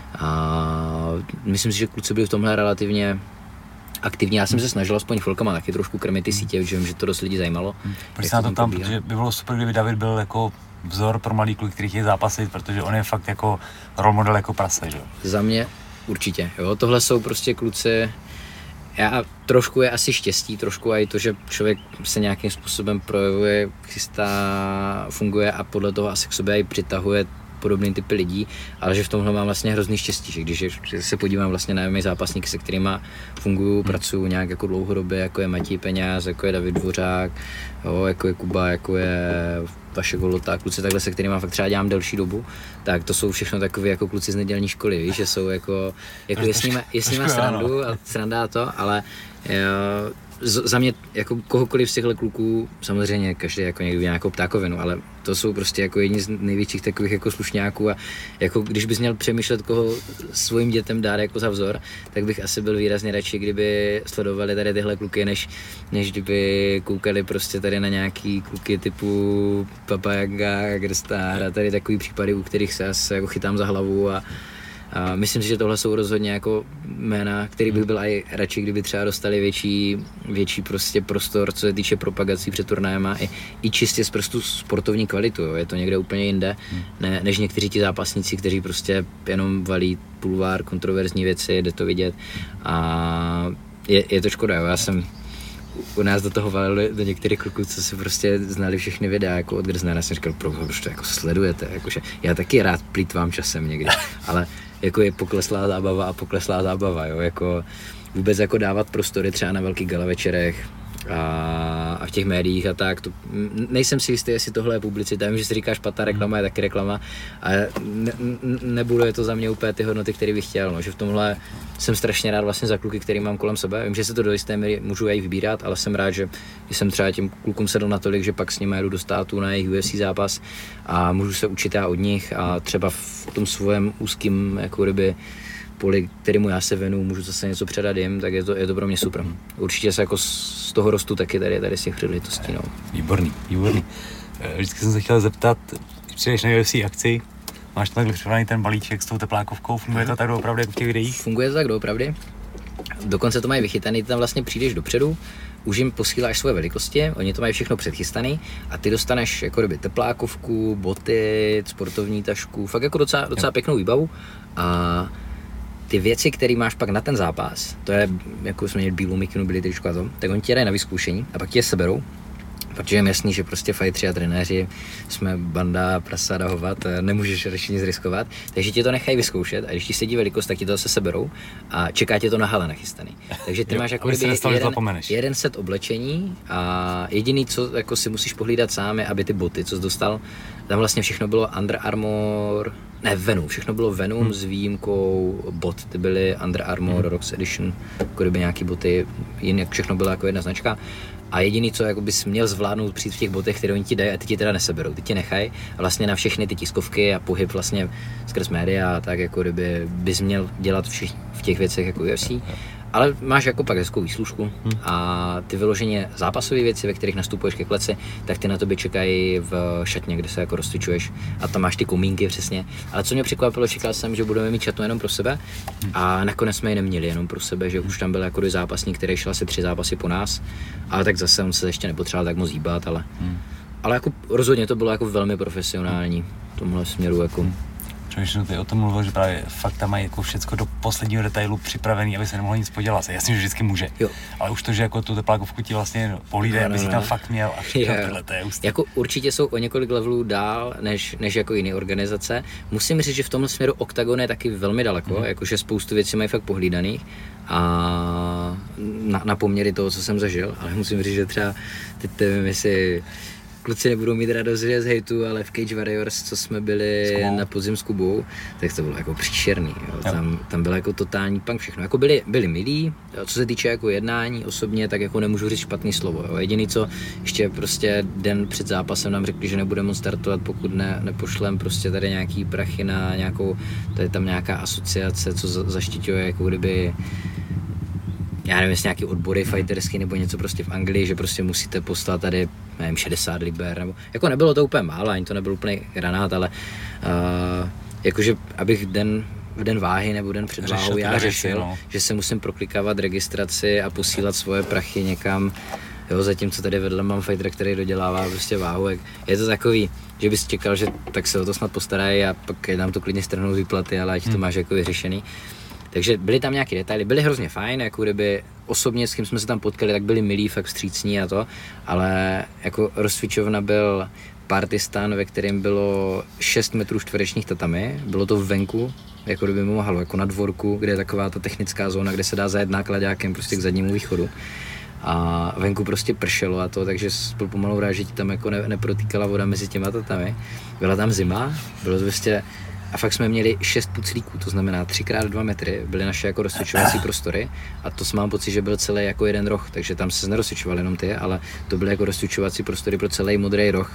S2: a myslím si, že kluci byli v tomhle relativně aktivní. Já jsem se snažil aspoň chvilkama taky trošku krmit ty sítě, že vím, že to dost lidí zajímalo.
S1: Proč se na to tam, protože by bylo super, kdyby David byl jako vzor pro mladý kluk, který chtějí zápasit, protože on je fakt jako role model jako prase, že?
S2: Za mě určitě, jo. Tohle jsou prostě kluci, Já trošku je asi štěstí, trošku i to, že člověk se nějakým způsobem projevuje, chystá, funguje a podle toho asi k sobě i přitahuje podobný typy lidí, ale že v tomhle mám vlastně hrozný štěstí, že když se podívám vlastně na mé zápasníky, se kterými funguju, pracuju nějak jako dlouhodobě, jako je Matěj Peňáz, jako je David Dvořák, jo, jako je Kuba, jako je Vašek Holota, kluci takhle, se kterými fakt třeba dělám delší dobu, tak to jsou všechno takový jako kluci z nedělní školy, víš, že jsou jako je s nima srandu a srandá to, ale za mě jako kohokoliv z těchto kluků, samozřejmě každý jako někdo nějakou ptákovinu, ale to jsou prostě jako jedni z největších takových jako slušňáků a jako když bys měl přemýšlet, koho svým dětem dát jako za vzor, tak bych asi byl výrazně radši, kdyby sledovali tady tyhle kluky, než kdyby koukali prostě tady na nějaký kluky typu Papajaga, Gerstar a tady takový případy, u kterých se asi jako chytám za hlavu a myslím si, že tohle jsou rozhodně jako jména, který bych byl i radši, kdyby třeba dostali větší prostě prostor, co se týče propagací před turnajem a i čistě z prostu sportovní kvalitu, jo. Je to někde úplně jinde, než někteří ti zápasníci, kteří prostě jenom valí bulvár, kontroverzní věci, jde to vidět a je to škoda, jo. Já jsem u nás do toho valili do některých kluků, co si prostě znali všechny videa jako od Grznera, jsem říkal, proč to jako sledujete, jakože já taky rád plýtvám časem někdy, ale jako je pokleslá zábava, jo, jako vůbec jako dávat prostory třeba na velkých gala večerech a v těch médiích a tak, to, nejsem si jistý, jestli tohle je publicita, vím, že si říkáš špatná reklama je taky reklama a nebuduje to za mě úplně ty hodnoty, které bych chtěl, no, že v tomhle jsem strašně rád vlastně za kluky, který mám kolem sebe, vím, že se to do jisté míry můžu i vybírat, ale jsem rád, že jsem třeba těm klukům sedl natolik, že pak s nimi jedu do státu na jejich UFC zápas a můžu se učit já od nich a třeba v tom svém úzkým jako kdyby poli, kterému já se věnuju, můžu zase něco předat jim, tak je to pro mě super. Určitě se jako z toho rostu taky tady z těch příležitostí. No.
S1: Výborný. Vždycky jsem se chtěl zeptat, když přijdeš na UFC akci, máš tam takhle připravený ten balíček s tou teplákovkou, funguje to tak doopravdy jako v těch videích?
S2: Funguje to tak doopravdy. Dokonce to mají vychytaný, ty tam vlastně přijdeš dopředu, už jim posíláš svoje velikosti, oni to mají všechno předchystaný a ty dostaneš jako kdyby teplákovku, boty, sportovní tašku, fakt jako docela pěknou výbavu a ty věci, které máš pak na ten zápas, to je, jako jsme měli bílou mikinu, byli tričku a to, tak oni tě dají na vyzkoušení a pak tě je seberou, protože je jasný, že prostě fightři a trenéři jsme banda, prasada, hovat, nemůžeš radši nic riskovat, takže ti to nechají vyzkoušet a když ti sedí velikost, tak ti to zase seberou a čeká tě to na hale nachystaný. Takže ty máš jako jeden set oblečení a jediný, co jako si musíš pohlídat sám, je, aby ty boty, co jsi dostal, tam vlastně všechno bylo Under Armour, Venom, všechno bylo Venom s výjimkou bot, ty byly Under Armour Rocks Edition, jako kdyby nějaký boty, jinak všechno bylo jako jedna značka. A jediný, co jako bys měl zvládnout přijít v těch botech, které oni ti dají a ty ti teda neseberou, ty ti nechají a vlastně na všechny ty tiskovky a pohyb vlastně skrz média, tak jako kdyby bys měl dělat v těch věcech jako UFC. Ale máš jako pak hezkou výslužku a ty vyloženě zápasové věci, ve kterých nastupuješ ke kleci, tak ty na tobě čekají v šatně, kde se jako rozcvičuješ a tam máš ty komínky přesně. Ale co mě překvapilo, čekal jsem, že budeme mít šatnu jenom pro sebe a nakonec jsme ji neměli jenom pro sebe, že už tam byl jako zápasník, který šel asi 3 zápasy po nás, ale tak zase on se ještě nepotřeboval tak moc hýbat, ale jako rozhodně to bylo jako velmi profesionální v tomhle směru jako.
S1: Člověk, ty o tom mluvil, že právě fakt tam mají jako všecko do posledního detailu připravený, aby se nemohlo nic podělat. Jasně, že vždycky může,
S2: jo.
S1: Ale už to, že jako tu teplákovku ti vlastně pohlídají, aby si tam fakt měl a všechno tohle, to je ústý.
S2: Jako určitě jsou o několik levelů dál, než jako jiné organizace. Musím říct, že v tomhle směru Octagon je taky velmi daleko, jakože spoustu věcí mají fakt pohlídaných a na poměry toho, co jsem zažil, ale musím říct, že třeba teď nevím, jestli kluci nebudou mít radost z hejtu, ale v Cage Warriors, co jsme byli na podzim s Kubou, tak to bylo jako příšerný. Jo. Tam bylo jako totální punk všechno. Jako byli milí, co se týče jako jednání osobně, tak jako nemůžu říct špatný slovo. Jo. Jediný, co ještě prostě den před zápasem nám řekli, že nebudeme moc startovat, pokud nepošlem prostě tady nějaký prachy na nějakou, tady tam nějaká asociace, co zaštiťuje jako kdyby já nevím, jestli nějaký odbory fighterský nebo něco prostě v Anglii, že prostě musíte poslat tady, nevím, 60 liber, nebo jako nebylo to úplně málo, ani to nebyl úplný granát, ale jakože abych v den váhy nebo den před váhou já řešil, že se musím proklikávat registraci a posílat svoje prachy někam, jo, zatímco tady vedle mám fightera, který dodělává prostě váhu, je to takový, že bys čekal, že tak se o to snad postarají a pak nám to klidně strhnou z výplaty, ale ať to máš jako vyřešený. Takže byly tam nějaké detaily, byly hrozně fajn, jako kdyby osobně, s kým jsme se tam potkali, tak byli milí, fakt vstřícní a to, ale jako rozcvičovna byl partystan, ve kterém bylo 6 metrů čtverečních tatami, bylo to venku, jako kdyby mu mohlo, jako na dvorku, kde je taková ta technická zóna, kde se dá zajet nákladákem prostě k zadnímu východu. A venku prostě pršelo a to, takže byl pomalu rád, že ti tam jako neprotýkala voda mezi těma tatami. Byla tam zima, bylo to prostě, a fakt jsme měli 6 puclíků, to znamená 3x2 metry, byly naše jako rozcvičovací prostory a to mám pocit, že byl celý jako jeden roh, takže tam se nerozcvičoval jenom ty, ale to byly jako rozcvičovací prostory pro celý modrý roh.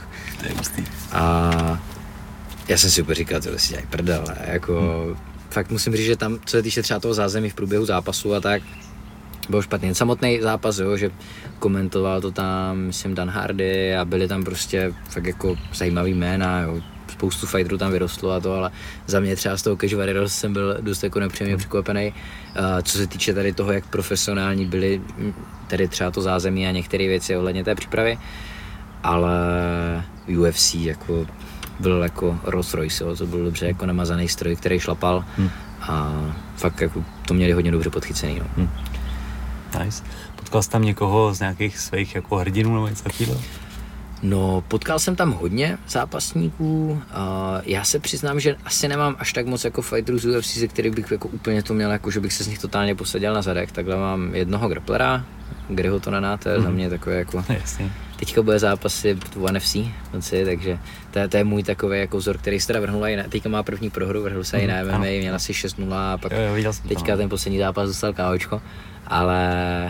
S2: A já jsem si úplně říkal, to si dělají prdel, jako fakt musím říct, že tam, co se týče třeba toho zázemí v průběhu zápasu a tak, byl špatný. Samotný zápas, jo, že komentoval to tam, myslím, Dan Hardy a byli tam prostě fakt jako zajímavý jména, jo. Spoustu fighterů tam vyrostlo a to, ale za mě třeba z toho Cage Warriors jsem byl dost jako nepříjemně překvapený. Co se týče tady toho, jak profesionální byli tady třeba to zázemí a některé věci ohledně té přípravy, ale UFC jako byl jako Rolls Royce, jo, to byl dobře jako namazaný stroj, který šlapal a fakt jako to měli hodně dobře podchycený. No.
S1: Nice. Potkal jsi tam někoho z nějakých svých jako hrdinů nebo něco takového?
S2: No, potkal jsem tam hodně zápasníků. Já se přiznám, že asi nemám až tak moc jako fighterů z UFC, ze kterých bych jako úplně to měl, jako že bych se z nich totálně posadil na zadek. Takhle mám jednoho grapplera, Garyho Tonana, to je za mě takové jako...
S1: Jasně.
S2: Teďka bude zápasy v One FC, takže to je můj takový jako vzor, který se teda vrhnul i na, teďka má první prohru, vrhl se i na MMA, měl asi 6-0 a pak teďka ten poslední zápas dostal KOčko. Ale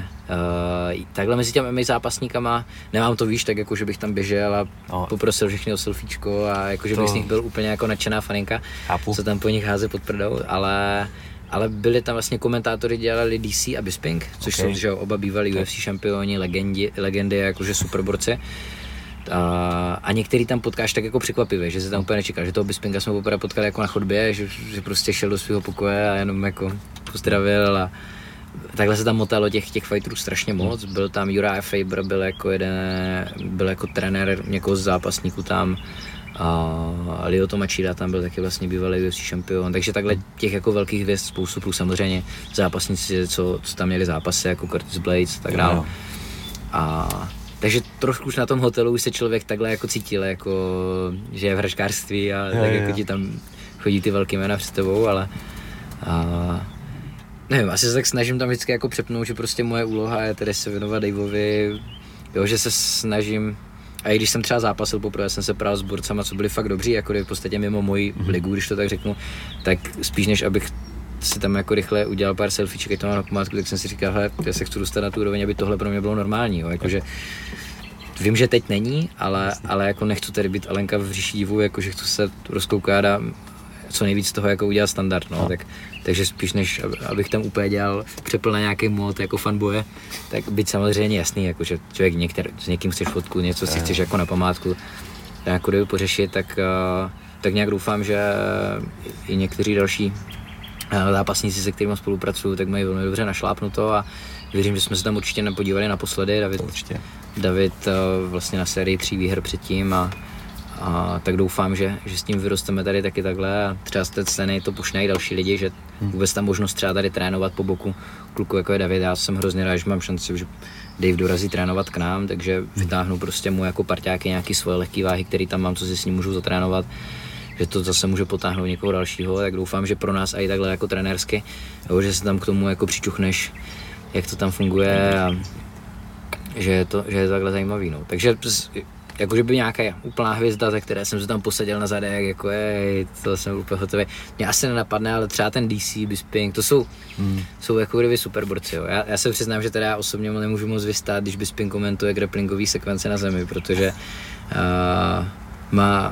S2: takhle mezi těmi zápasníkama nemám to, víš, tak jako, že bych tam běžel a poprosil všechny o selfiečko a jako, že bych z nich byl úplně jako nadšená faninka, co tam po nich háze pod prdou, ale byli tam vlastně komentátory, dělali DC a Bisping, což jsou že oba bývalí UFC šampioni, legendy jakože superborci. A některý tam potkáš tak jako překvapivě, že se tam úplně nečekal, že toho Bispinga jsme poprvé potkali jako na chodbě, že prostě šel do svého pokoje a jenom jako pozdravil a takhle se tam motalo těch fighterů strašně moc. Byl tam Uriah Faber, byl jako trenér někoho z zápasníků tam. A Lyoto Machida tam byl taky vlastně bývalý UFC šampion, takže takhle těch jako velkých hvězd spoustu, plus samozřejmě zápasníci, co tam měli zápasy, jako Curtis Blades a tak dále. A takže trošku už na tom hotelu už se člověk takhle jako cítil, jako, že je v hračkářství a tak jako ti tam chodí ty velký jména před tebou, ale nevím, asi se tak snažím tam vždycky jako přepnout, že prostě moje úloha je tedy se věnovat Daveovi, jo, že se snažím. A i když jsem třeba zápasil poprvé, jsem se prál s borcama, co byli fakt dobří, jako v podstatě mimo moji ligu, když to tak řeknu, tak spíš než abych si tam jako rychle udělal pár selfieček, ať to mám na památku, tak jsem si říkal, hele, já se chci dostat na tu úroveň, aby tohle pro mě bylo normální, jo, jakože vím, že teď není, ale jako nechci tady být Alenka v říši divu, jakože chci se rozkoukat a co nejvíc z toho jako udělat standard, no. Takže spíš než abych tam úplně dělal přepl na nějaký mod jako fanboje, tak být samozřejmě jasný, jako že člověk s někým chceš fotku, něco si chceš jako na památku jako kdyby pořešit, tak nějak doufám, že i někteří další zápasníci, se kterými spolupracuju, tak mají velmi dobře našlápnuto a věřím, že jsme se tam určitě nepodívali naposledy. David vlastně na sérii 3 výher předtím a tak doufám, že s tím vyrosteme tady taky takhle a třeba z té scény to pušnají další lidi, že vůbec tam možnost třeba tady trénovat po boku kluku jako je David. Já jsem hrozně rád, že mám šanci, že Dave dorazí trénovat k nám, takže vytáhnu prostě mu jako parťáky nějaký svoje lehké váhy, který tam mám, co si s ním můžu zatrénovat, že to zase může potáhnout někoho dalšího, tak doufám, že pro nás i takhle jako trenérsky, jo, že se tam k tomu jako přičuchneš, jak to tam funguje a že je to takhle zajímavý, no. Takže jakože by nějaká úplná hvězda, za které jsem se tam posadil na zadek, jako to jsem úplně hotový. Mě asi nenapadne, ale třeba ten DC, Bisping, to jsou jako kdyby superborci, jo. Já se přiznám, že teda já osobně nemůžu moc vystát, když Bisping komentuje grapplingový sekvence na zemi, protože má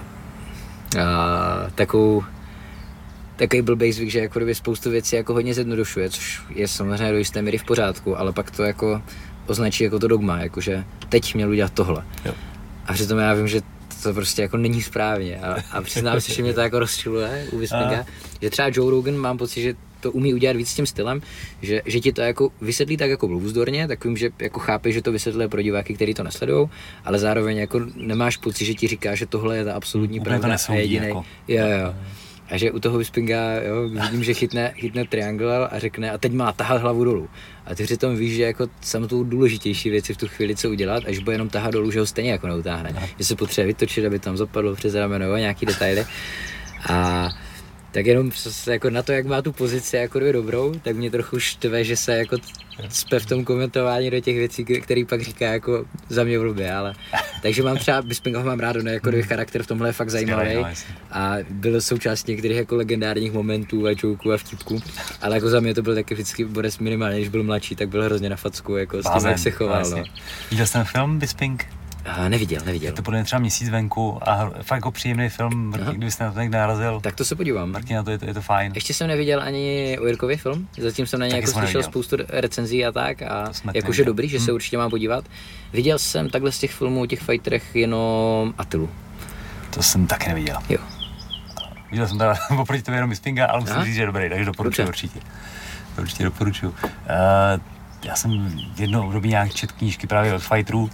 S2: takový blbej zvyk, že jako kdyby spoustu věcí jako hodně zjednodušuje, což je samozřejmě do jisté míry v pořádku, ale pak to jako označí jako to dogma, jakože teď měl udělat tohle. Jo. A přitom já vím, že to prostě jako není správně a přiznám si, že mě to jako rozčiluje u Bispinga, že třeba Joe Rogan mám pocit, že to umí udělat víc s tím stylem, že ti to jako vysvětlí tak jako blůvzdorně, takovým, že jako chápeš, že to vysvětluje pro diváky, kteří to nesledujou, ale zároveň jako nemáš pocit, že ti říká, že tohle je ta absolutní pravda a jedinej. Jako. Jo. A že u toho Bispinga, jo, vidím, že chytne triangle a řekne a teď má tahat hlavu dolů. A ty přitom víš, že jako samou důležitější věci v tu chvíli co udělat, až bude jenom tahat dolů, že ho stejně jako neutáhne. No. Že se potřebuje vytočit, aby tam zapadlo přes rameno, nějaký detaily. A tak jenom jako na to, jak má tu pozici jako dobrou, tak mě trochu štve, že se jako cpe v tom komentování do těch věcí, který pak říká jako za mě blbě, ale takže mám třeba, Bispinga mám rád, jako charakter v tomhle je fakt zajímavý a byl součástí některých jako legendárních momentů a joků a vtipků, ale jako za mě to byl taky vždycky Boris minimálně, když byl mladší, tak byl hrozně na facku, jako s tím, jak se choval. No.
S1: Viděl jsem film Bisping?
S2: Neviděl.
S1: Je to podle mě třeba měsíc venku a fakt jako příjemný film, kdybyste na to někde narazil.
S2: Tak to se podívám.
S1: Martina, je to fajn.
S2: Ještě jsem neviděl ani o Jirkovi film, zatím jsem na něj jako slyšel spoustu recenzí a tak a jakože dobrý, že se určitě mám podívat. Viděl jsem takhle z těch filmů o těch fighterech jenom Attilu.
S1: To jsem taky neviděl.
S2: Jo.
S1: Viděl jsem teda oproti tomu jenom Bispinga, ale musím říct, že je dobrý, takže doporučuji určitě. To určitě doporučuji. Já jsem jednou období nějak četl knížky právě od fighterů.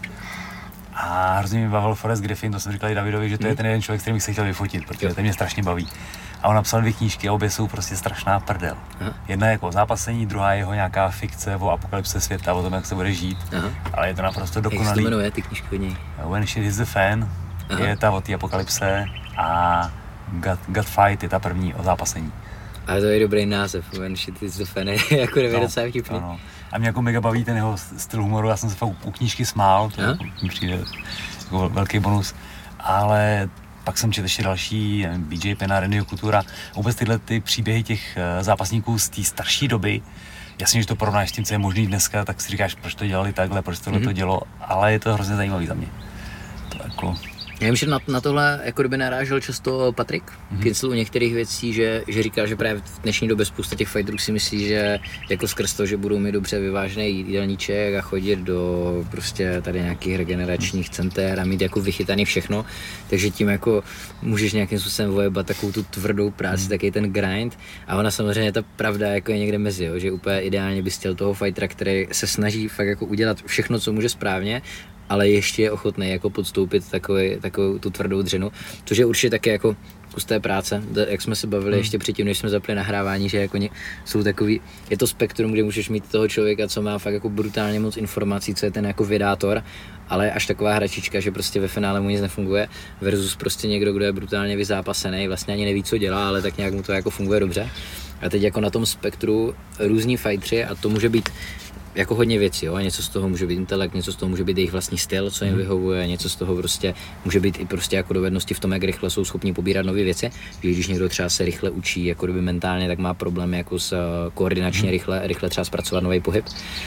S1: A hrozně mi bavil Forrest Griffin, to jsem říkal i Davidovi, že to je ten jeden člověk, s kterým bych se chtěl vyfotit, protože ten mě strašně baví. A on napsal 2 knížky a obě jsou prostě strašná prdel. Aha. Jedna je jako o zápasení, druhá je jeho nějaká fikce o apokalypse světa, o tom, jak se bude žít. Aha. Ale je to naprosto dokonalý. Jak
S2: se to jmenuje, ty knížky od něj?
S1: When Shit Hits the Fan je ta o té apokalypse a God Fight je ta první o zápasení.
S2: Ale to je dobrý název, When Shit Hits the Fan je jako docela vtipný.
S1: A mě jako mega baví ten jeho styl humoru, já jsem se fakt u knížky smál, to mi přijde jako velký bonus, ale pak jsem četl ještě další, BJ Penn, Randyho Coutura, vůbec tyhle ty příběhy těch zápasníků z té starší doby, jasně, že to porovnáš s tím, co je možný dneska, tak si říkáš, proč to dělali takhle, proč tohle to dělo, ale je to hrozně zajímavý za mě. To jako...
S2: Já vím, že na tohle jako kdyby narážel často Patrik Kincl u některých věcí, že říká, že právě v dnešní době spousta těch fighterů si myslí, že jako skrz to, že budou mít dobře vyvážený jídelníček a chodit do prostě tady nějakých regeneračních center a mít jako vychytaný všechno, takže tím jako můžeš nějakým způsobem vojebat takovou tu tvrdou práci, taky ten grind a ona samozřejmě ta pravda jako je někde mezi, jo, že úplně ideálně bys chtěl toho fightera, který se snaží fakt jako udělat všechno, co může správně, ale ještě je ochotný jako podstoupit takovou tu tvrdou dřinu, což je určitě taky jako kus té práce, jak jsme se bavili ještě předtím, než jsme zapli nahrávání, že jako jsou takový, je to spektrum, kde můžeš mít toho člověka, co má fakt jako brutálně moc informací, co je ten jako vědátor, ale až taková hračička, že prostě ve finále mu nic nefunguje, versus prostě někdo, kdo je brutálně vyzápasený, vlastně ani neví, co dělá, ale tak nějak mu to jako funguje dobře. A teď jako na tom spektru různí fightři a to může být jako hodně věcí, jo? Něco z toho může být intelekt, něco z toho může být jejich vlastní styl, co jim vyhovuje, něco z toho prostě může být i prostě jako dovednosti v tom, jak rychle jsou schopni pobírat nové věci. Když někdo třeba se rychle učí, jako kdyby mentálně, tak má problémy jako s koordinačně rychle třeba zpracovat nový pohyb.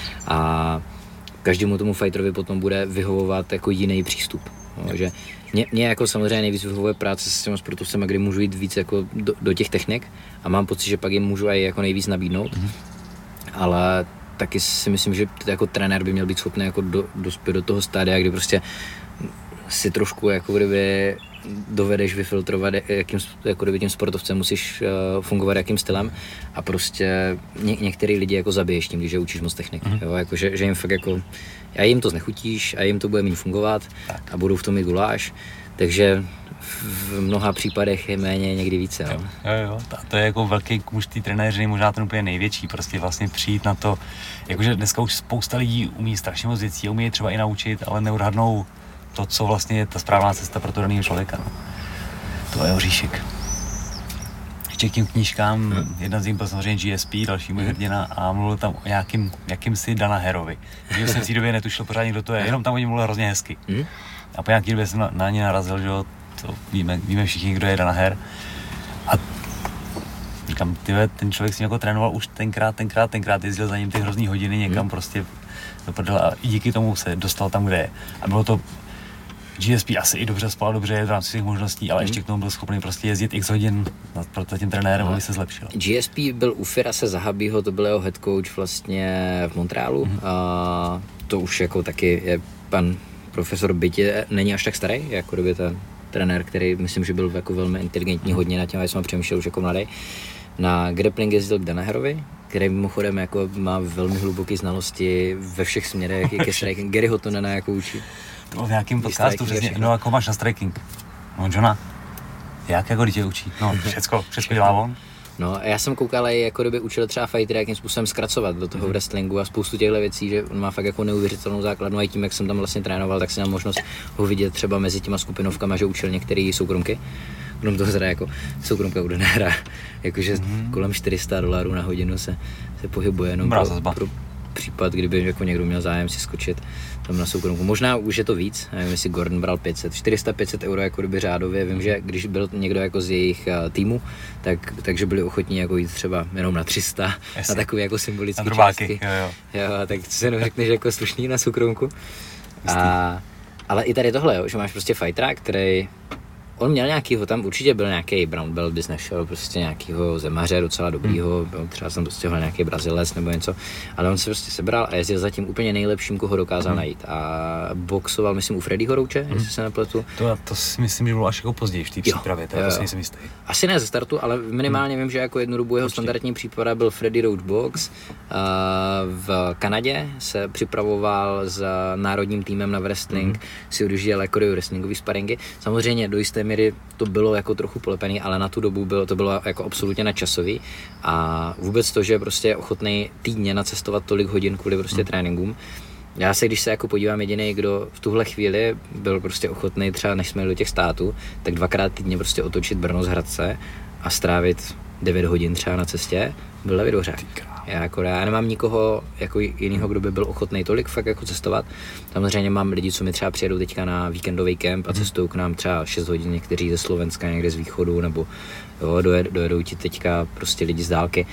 S2: A každému tomu fighterovi potom bude vyhovovat jako jiný přístup. Jo? Že mě jako samozřejmě nejvíc vyhovuje práce s těma sportovcema, kdy můžu jít víc jako do těch technik a mám pocit, že pak jim můžu i jako nejvíc nabídnout. Ale taky si myslím, že jako trenér by měl být schopný jako dospět do toho stádia, kdy prostě si trošku jako kdyby dovedeš vyfiltrovat, jakým jako kdyby tím sportovcem musíš fungovat, jakým stylem a prostě některý lidi jako zabiješ tím, když je učíš moc technik, jo, jako, že jim fakt jako, a jim to znechutíš a jim to bude méně fungovat a budou v tom mít guláš, takže v mnoha případech je méně, někdy více.
S1: Jo. To je jako velký muž té trenéři, možná ten úplně největší, prostě vlastně přijít na to, jakože dneska už spousta lidí umí strašně moc věcí, umí je třeba i naučit, ale neodhadnou to, co vlastně je ta správná cesta pro to daného člověka. No. To je oříšek. Ještě k těm knížkám, jedna z nich byl samozřejmě GSP, další můj hrdina a mluvil tam o jakýmsi Danaherovi. Já jsem v té době netušil pořádně, kdo to je, jenom tam o něm mluvil hrozně hezky. A po nějaký době jsem na ně narazil, že jo, to víme všichni, kdo je Danaher. A říkám, ten člověk si jako trénoval už tenkrát jezdil za ním ty hrozný hodiny někam prostě do prdele a i díky tomu se dostal tam, kde je. A bylo to GSP asi i dobře spal, dobře v rámci svých možností, ale ještě k tomu byl schopný prostě jezdit x hodin pro tím trenérem, aby se zlepšil.
S2: GSP byl u Firase Zahabího, to byl jeho head coach vlastně v Montrealu a to už jako taky je pan profesor Bytě, není až tak starý, jako kdyby ten trenér, který myslím, že byl jako velmi inteligentní, hodně na těm, já jsem přemýšlel už jako mladý. Na grappling jezdil k Danaherovi, který mimochodem jako má velmi hluboké znalosti ve všech směrech, i ke striking. Gary Hottonena jako učí.
S1: To bylo v nějakém podcastu přesně, no jako máš na striking. No Johna. Jak jako dítě učí? No, všecko dělá on.
S2: No, já jsem koukal, jako kdyby učil třeba fightery, jakým způsobem zkracovat do toho wrestlingu a spoustu těchto věcí, že on má fakt jako neuvěřitelnou základnu a i tím, jak jsem tam vlastně trénoval, tak jsem měl možnost ho vidět třeba mezi těma skupinovkama, že učil některé soukromky. Krom toho teda jako soukromka bude nehra, jakože kolem $400 na hodinu se pohybuje jenom pro případ, kdyby jako někdo měl zájem si skočit tam na soukromku. Možná už je to víc, nevím, jestli Gordon bral 400-500 euro jako kdyby řádově. Vím, že když byl někdo jako z jejich týmu, takže byli ochotní jako jít třeba jenom na 300, na takový jako symbolický částky. Jo, tak co se řekneš jako slušný na soukromku. Ale i tady tohle, jo, že máš prostě fightera, který on měl nějakýho, tam určitě byl nějaký brown belt, bys našel prostě nějakýho zemaře docela dobrýho, třeba jsem dostěhoval nějaký Brazilec nebo něco, ale on se prostě sebral a jezdil za tím úplně nejlepším, koho dokázal najít. A boxoval, myslím, u Freddyho Roache, jestli se nepletu.
S1: To si myslím, že bylo až jako později v té přípravě, to nejsem jistý.
S2: Asi ne ze startu, ale minimálně vím, že jako jednu dobu jeho standardní příprava byl Freddy Roach Box. V Kanadě se připravoval s národním týmem na wrestling, si odjížděl jako wrestlingový sparingy. Samozřejmě do jisté míry to bylo jako trochu polepený, ale na tu dobu to bylo jako absolutně nadčasový a vůbec to, že prostě je ochotný týdně nacestovat tolik hodin kvůli prostě tréninkům. Já se, když se jako podívám, jediný, kdo v tuhle chvíli byl prostě ochotný třeba, než jsme jeli do těch států, tak 2krát týdně prostě otočit Brno z Hradce a strávit 9 hodin třeba na cestě, byl David Hořák. Já nemám nikoho jako jinýho, kdo by byl ochotný tolik fakt jako cestovat. Samozřejmě mám lidi, co mi třeba přijedou teďka na víkendový kemp a cestují k nám třeba 6 hodin, někteří ze Slovenska, někde z východu, nebo jo, dojedou ti teďka prostě lidi z dálky.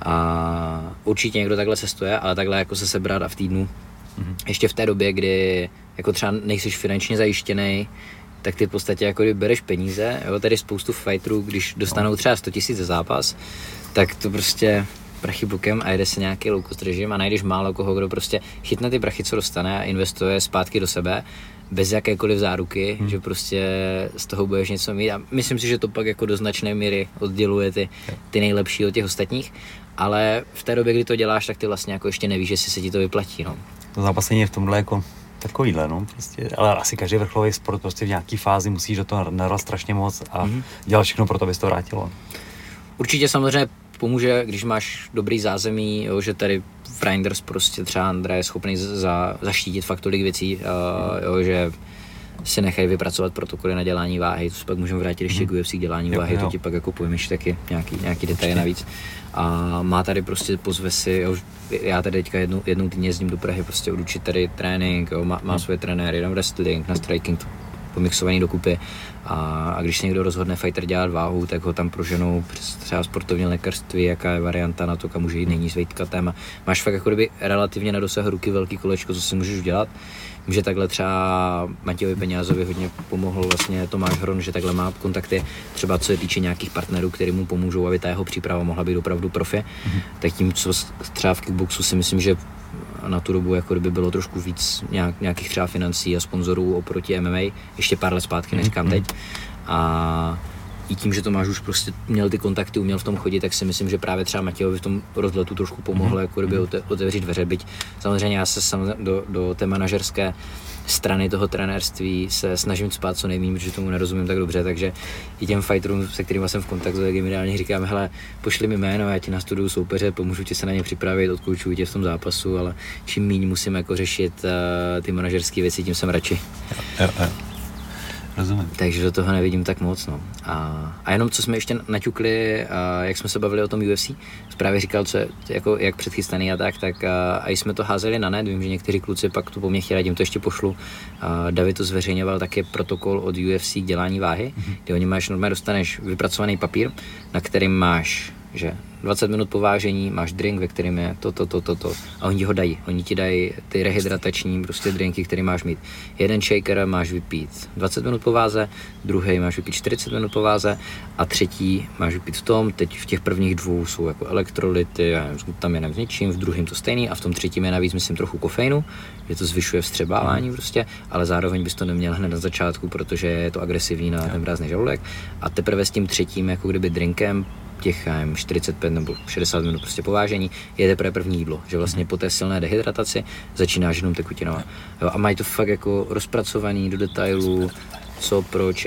S2: A určitě někdo takhle cestuje, ale takhle jako se sebrat a v týdnu, ještě v té době, kdy jako třeba nejsiš finančně zajištěný, tak ty v podstatě jako když bereš peníze, jo, tady spoustu fighterů, když dostanou třeba 100 000 za zápas, tak to prostě prachy bokem a jede se nějaký low cost režim a najdeš málo koho, kdo prostě chytne ty prachy, co dostane a investuje zpátky do sebe, bez jakékoliv záruky, že prostě z toho budeš něco mít a myslím si, že to pak jako do značné míry odděluje ty nejlepší od těch ostatních, ale v té době, kdy to děláš, tak ty vlastně jako ještě nevíš, jestli se ti to vyplatí, no.
S1: To zápasení je v tomhle jako takovýhle, no, prostě, ale asi každý vrcholový sport prostě v nějaký fázi musíš do toho narat strašně moc a dělat všechno pro to, aby se to vrátilo.
S2: Určitě samozřejmě pomůže, když máš dobrý zázemí, jo, že tady v Reinders prostě třeba Andra je schopný zaštítit fakt tolik věcí, jo, že si nechají vypracovat protokoly na dělání váhy, to se pak můžeme vrátit ještě k UFC dělání váhy, to ti pak jako pojmeš taky nějaký detaily navíc. A má tady prostě, pozve si, jo, já tady teďka jednou týdně jezdím do Prahy prostě odučit tady trénink, jo, má svoje trenéry na wrestling, na striking, pomixovaný dokupy a když se někdo rozhodne fighter dělat váhu, tak ho tam proženou přes třeba sportovní lékařství, jaká je varianta na to, kam může jít nejní s weightcutem a máš fakt jako kdyby relativně na dosah ruky velký kolečko, co si můžeš udělat. Že takhle třeba Matějovi Peňázovi hodně pomohl vlastně Tomáš Hron, že takhle má kontakty, třeba co se týče nějakých partnerů, kteří mu pomůžou, aby ta jeho příprava mohla být opravdu profi. Tak tím, co třeba v kickboxu si myslím, že na tu dobu jako kdyby bylo trošku víc nějakých třeba financí a sponzorů oproti MMA, ještě pár let zpátky, neříkám teď. A i tím, že Tomáš už prostě měl ty kontakty, uměl v tom chodit, tak si myslím, že právě třeba Matějovi v tom rozletu trošku pomohlo jako kdyby otevřít dveře, byť samozřejmě já se do té manažerské strany toho trenérství se snažím spát co nejméně, protože tomu nerozumím tak dobře, takže i těm fighterům, se kterými jsem v kontaktu, tak jim ideálně říkám, hele, pošli mi jméno, já ti nastuduju soupeře, pomůžu ti se na ně připravit, odkoučuju tě v tom zápasu, ale čím méně musím jako řešit ty manažerské věci, tím jsem radši.
S1: Jo. Rozumím.
S2: Takže do toho nevidím tak moc, no. A jenom co jsme ještě naťukli, jak jsme se bavili o tom UFC, právě říkal, co je jako jak předchystaný a tak a jsme to házeli na net, vím, že někteří kluci pak to po mně chtěli, jim to ještě pošlu. David to zveřejňoval taky protokol od UFC k dělání váhy, kde oni máš normálně dostaneš vypracovaný papír, na kterým máš, že 20 minut po vážení máš drink, ve kterém je to a oni ti ho dají. Oni ti dají ty rehydratační prostě drinky, které máš mít. Jeden shaker máš vypít 20 minut po váze, druhý máš vypít 40 minut po váze a třetí máš vypít v tom. Teď v těch prvních dvou jsou jako elektrolyty, tam je s ničím, v druhém to stejný a v tom třetím je navíc myslím trochu kofeinu, že to zvyšuje vstřebávání prostě, ale zároveň bys to neměl hned na začátku, protože je to agresivní na ten prázdný žaludek a teprve s tím třetím jako kdyby drinkem těch 45 nebo 60 minut prostě po vážení je teprve první jídlo, že vlastně po té silné dehydrataci začínáš jenom tekutinama. Jo, a mají to fakt jako rozpracovaný do detailů, co, proč, jak.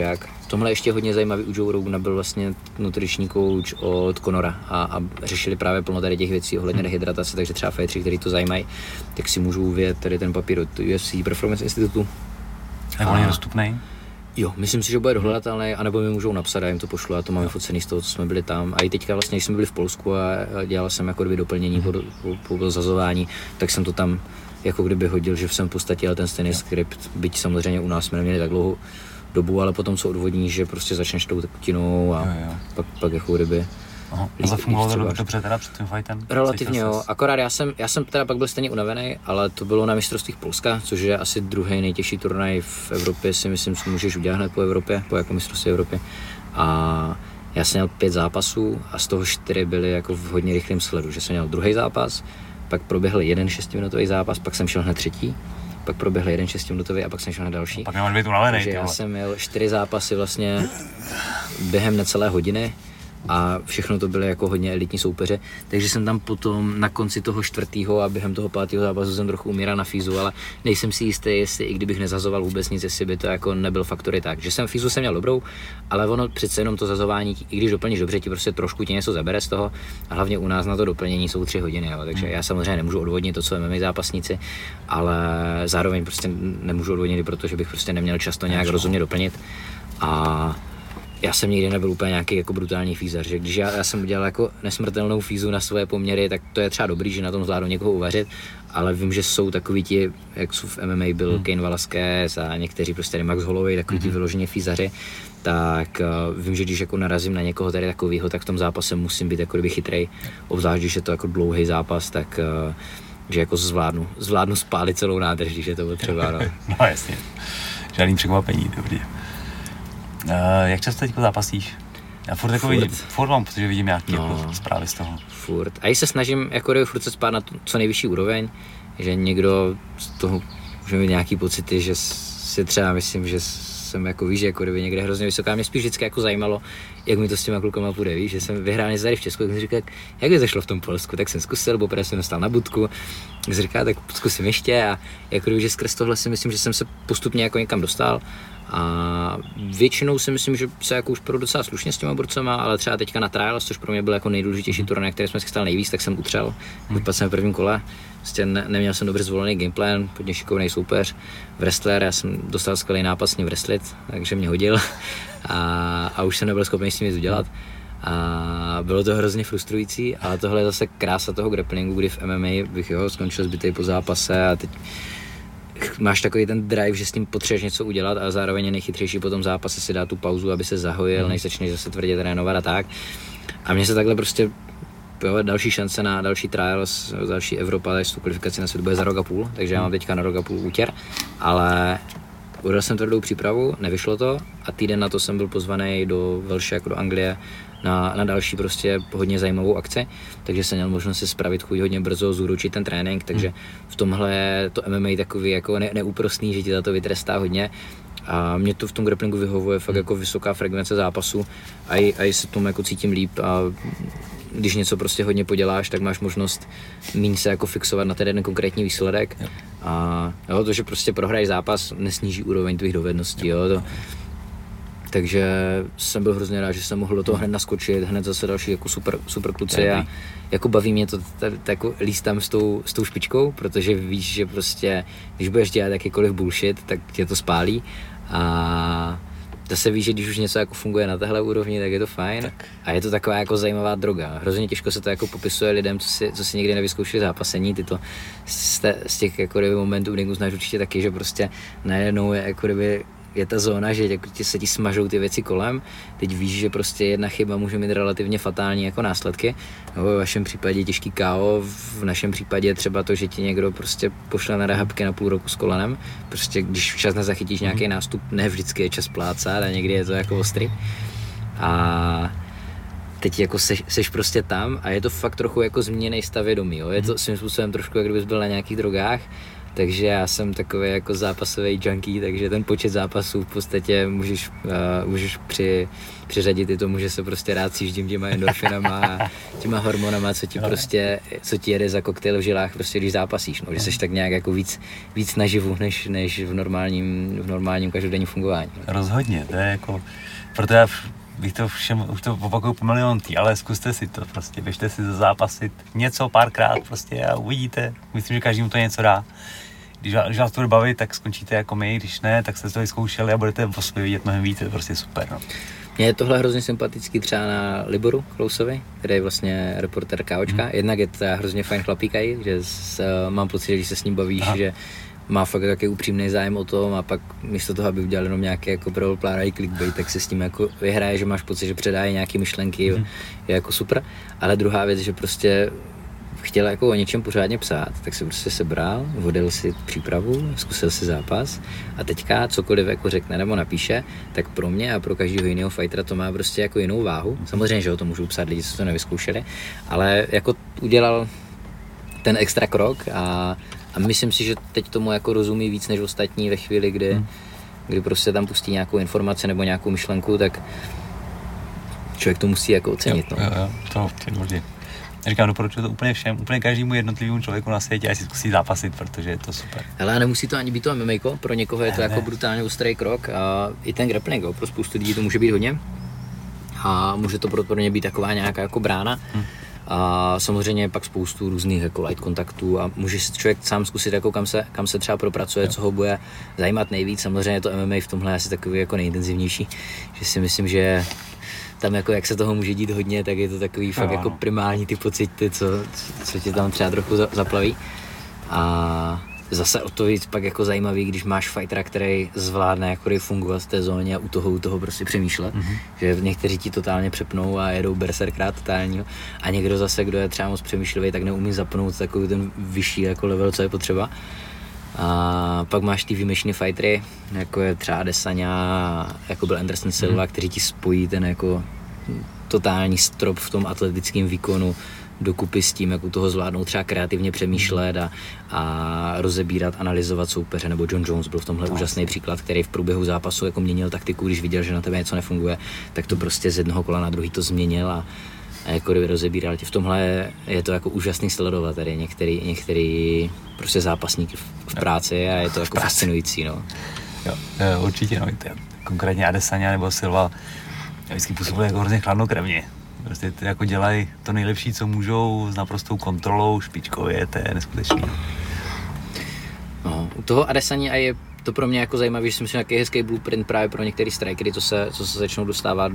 S2: tomhle ještě hodně zajímavý u Joe Rogana byl vlastně nutriční coach od Conora a řešili právě plno tady těch věcí ohledně dehydratace, takže třeba fightři, kteří to zajímají, tak si můžou vyjet tady ten papír od UFC Performance Institutu.
S1: Tak on je dostupný?
S2: Jo, myslím si, že bude dohledatelný, anebo mi můžou napsat a jim to pošlu, já to mám focený z toho, co jsme byli tam. A i teďka vlastně, když jsme byli v Polsku a dělal jsem jako kdyby doplnění po zazování, tak jsem to tam jako kdyby hodil, že jsem v podstatě jel ten stejný skript, byť samozřejmě u nás jsme neměli tak dlouhou dobu, ale potom co odvodní, že prostě začneš tou tekutinou a pak jako kdyby...
S1: Aha. A zafungovalo to dobře teda před tím fightem?
S2: Relativně jo, akorát já jsem teda pak byl stejně unavený, ale to bylo na mistrovstvích Polska, což je asi druhý nejtěžší turnaj v Evropě, si myslím, že můžeš udělat hned po Evropě, po jako mistrovství Evropy. A já jsem měl 5 zápasů a z toho 4 byly jako v hodně rychlém sledu, že jsem měl druhý zápas, pak proběhl jeden 6minutový zápas, pak jsem šel hned třetí, pak proběhl jeden 6minutový a pak jsem šel na další.
S1: Pak nemám být unavený.
S2: Takže já jsem měl 4 zápasy vlastně během necelé hodiny a všechno to byly jako hodně elitní soupeře, takže jsem tam potom na konci toho 4. a během toho 5. zápasu jsem trochu umíral na fízu, ale nejsem si jistý, jestli i kdybych nezazoval vůbec nic, jestli by to jako nebyl faktory tak, že jsem fízu jsem měl dobrou, ale ono přece jenom to zazování, i když doplníš dobře, ti prostě trošku ti něco zabere z toho a hlavně u nás na to doplnění jsou 3 hodiny, jo, takže já samozřejmě nemůžu odvodnit to, co MMA zápasníci, ale zároveň prostě nemůžu odvodnit, protože bych prostě neměl čas to nějak rozumně doplnit a já jsem nikdy nebyl úplně nějaký jako brutální fízař, že když já jsem udělal jako nesmrtelnou fízu na svoje poměry, tak to je třeba dobrý, že na tom zvládnu někoho uvařit, ale vím, že jsou takový ti, jak jsou v MMA byl Cain Velasquez a někteří prostě Max Holloway, takový ti vyloženě fízaři, tak vím, že když jako narazím na někoho tady takovýho, tak v tom zápase musím být jako kdyby chytrej, obzvlášť, když je to jako dlouhý zápas, tak že jako zvládnu spálit celou nádrž, když je to potřeba.
S1: No jasně, žádný překvapení, dobrý. Jak často teď zápasíš? Já furt mám, protože vidím nějaké jako zprávy z toho.
S2: Furt. A i se snažím jako furt se spát na co nejvyšší úroveň, že někdo z toho může mít nějaký pocity, že si třeba myslím, že jsem jako víš, jako kdyby někde hrozně vysoká. Mě spíš vždycky jako zajímalo, jak mi to s těma klukama půjde, víš, že jsem vyhrál něco tady v Česku, tak jsem říkal, jak by to šlo v tom Polsku, tak jsem zkusil, bo právě jsem dostal na budku, tak jsem říkal, tak zkusím ještě a jako kdyby, že skrz tohle si myslím, že jsem se postupně jako někam dostal. A většinou si myslím, že se jako už půjdu docela slušně s těma borcema, ale třeba teďka na trials, což pro mě byl jako nejdůležitější turnaj, který jsme si chystali nejvíc, tak jsem utřel. Vypadl jsem v prvním kole, prostě neměl jsem dobře zvolený gameplan, hodně šikovný soupeř, wrestler, já jsem dostal skvělý nápad s ním wrestlit, takže mě hodil a už jsem nebyl schopný s ním nic udělat. A bylo to hrozně frustrující, ale tohle je zase krása toho grapplingu, kdy v MMA bych skončil zbytej po zápase a teď máš takový ten drive, že s tím potřebuješ něco udělat, ale zároveň je nejchytřejší po tom zápase si dát tu pauzu, aby se zahojil, než začneš zase tvrdě trénovat a tak. A mně se takhle prostě další šance na další trials, další Evropa, takže tu kvalifikaci na svět bude za rok a půl, takže já mám teďka na rok a půl útěr, ale udělal jsem tvrdou přípravu, nevyšlo to a týden na to jsem byl pozvaný do Velše, jako do Anglie, na další prostě hodně zajímavou akci, takže jsem měl možnost si spravit chuť hodně brzo, zúročit ten trénink, takže v tomhle je to MMA takový jako neúprostný, že ti za to vytrestá hodně a mě to v tom grapplingu vyhovuje fakt jako vysoká frekvence zápasu a se tomu jako cítím líp a když něco prostě hodně poděláš, tak máš možnost míň se jako fixovat na ten jeden konkrétní výsledek a jo, to, že prostě prohraješ zápas, nesníží úroveň tvých dovedností, jo, to, takže jsem byl hrozně rád, že jsem mohl do toho hned naskočit, hned zase další jako super kluci a jako baví mě to jako líst tam s tou špičkou, protože víš, že prostě, když budeš dělat jakýkoliv bullshit, tak tě to spálí a zase víš, že když už něco jako funguje na téhle úrovni, tak je to fajn tak. A je to taková jako zajímavá droga. Hrozně těžko se to jako popisuje lidem, co si někdy nevyzkoušeli zápasení, ty to z těch jako kdyby momentů, kdy uznáš určitě taky, že prostě najednou je jako kdyby je ta zóna, že se ti smažou ty věci kolem, teď víš, že prostě jedna chyba může mít relativně fatální jako následky. No, ve vašem případě těžký KO, v našem případě třeba to, že ti někdo prostě pošle na rehabky na půl roku s kolenem. Prostě když včas nezachytíš nějaký nástup, ne vždycky je čas plácat a někdy je to jako ostrý. A teď jako seš prostě tam a je to fakt trochu jako změněný stav vědomí, jo? Je to svým způsobem trošku, jak kdybys byl na nějakých drogách takže já jsem takový jako zápasový junkie, takže ten počet zápasů v podstatě můžeš přiřadit i tomu, že se prostě rád sjíždím těma endorfinama a těma hormonama, co ti jede za koktejl v žilách, prostě když zápasíš, no, že seš tak nějak jako víc naživu, než v normálním každodenním fungování.
S1: Rozhodně, to je jako, proto já bych to všem, už to opakuju po miliontý, ale zkuste si to prostě, běžte si zazápasit něco párkrát prostě a uvidíte, myslím, že každému to něco dá. Když vás to bude bavit, tak skončíte jako my, když ne, tak jste to vyzkoušeli a budete po sobě vidět mnohem víc, to je prostě super. No.
S2: Mně je tohle hrozně sympatický třeba na Liboru Klousovi, který je vlastně reportér KOčka. Jednak je to hrozně fajn chlapík, že mám pocit, že když se s ním bavíš, že má fakt takový upřímný zájem o tom a pak místo toho, aby udělal jenom nějaký jako plánový clickbait, tak se s tím jako vyhraje, že máš pocit, že předájí nějaké myšlenky, je jako super. Ale druhá věc, že prostě chtěl jako o něčem pořádně psát, tak se prostě sebral, vodil si přípravu, zkusil si zápas a teďka cokoliv jako řekne nebo napíše, tak pro mě a pro každého jiného fightera to má prostě jako jinou váhu. Samozřejmě, že o to můžou psát lidi, co to nevyzkoušeli, ale jako udělal ten extra krok a myslím si, že teď tomu jako rozumí víc než ostatní ve chvíli, kdy prostě tam pustí nějakou informaci nebo nějakou myšlenku, tak člověk to musí jako ocenit.
S1: Jo, to je důležité. Říkám, doporučuji to úplně všem, úplně každému jednotlivému člověku na světě, ať si zkusí zápasit, protože je to super.
S2: Ale nemusí to ani být to MMA, pro někoho je to jako brutálně ostrý krok a i ten grappling, pro spoustu lidí to může být hodně a může to pro ně být taková nějaká jako brána. A samozřejmě pak spoustu různých jako light kontaktů a může si člověk sám zkusit, jako kam se třeba propracuje, co ho bude zajímat nejvíc. Samozřejmě to MMA v tomhle je asi takový jako nejintenzivnější, že si myslím, že tam jako jak se toho může dít hodně, tak je to takový fakt jako primální ty pocity, co tě tam třeba trochu zaplaví. A zase o to víc pak jako zajímavý, když máš fightera, který zvládne jako fungovat v té zóně a u toho prostě přemýšlet, že někteří ti totálně přepnou a jedou berserkrát totálního a někdo zase, kdo je třeba moc přemýšlivý, tak neumí zapnout takový ten vyšší jako level, co je potřeba. A pak máš ty výjimečné fightery, jako je třeba Adesanya, jako byl Anderson Silva, kteří ti spojí ten jako totální strop v tom atletickém výkonu dokupy s tím, jak u toho zvládnou třeba kreativně přemýšlet a rozebírat, analyzovat soupeře, nebo John Jones byl v tomhle úžasný příklad, který v průběhu zápasu jako měnil taktiku, když viděl, že na tebe něco nefunguje, tak to prostě z jednoho kola na druhý to změnil a jako rozebíral tě. V tomhle je to jako úžasný sledovat tady některý prostě zápasníky v práci a je to jako fascinující, no.
S1: Jo, určitě, no, konkrétně Adesanya nebo Silva vždycky působili jako hrozně chladnokrevně. Prostě jako dělají to nejlepší, co můžou, s naprostou kontrolou, špičkově, to je neskutečný.
S2: No, u toho Adesanya je to pro mě jako zajímavé, že si myslím, že nějaký hezký blueprint právě pro některé strikery, co se začnou dostávat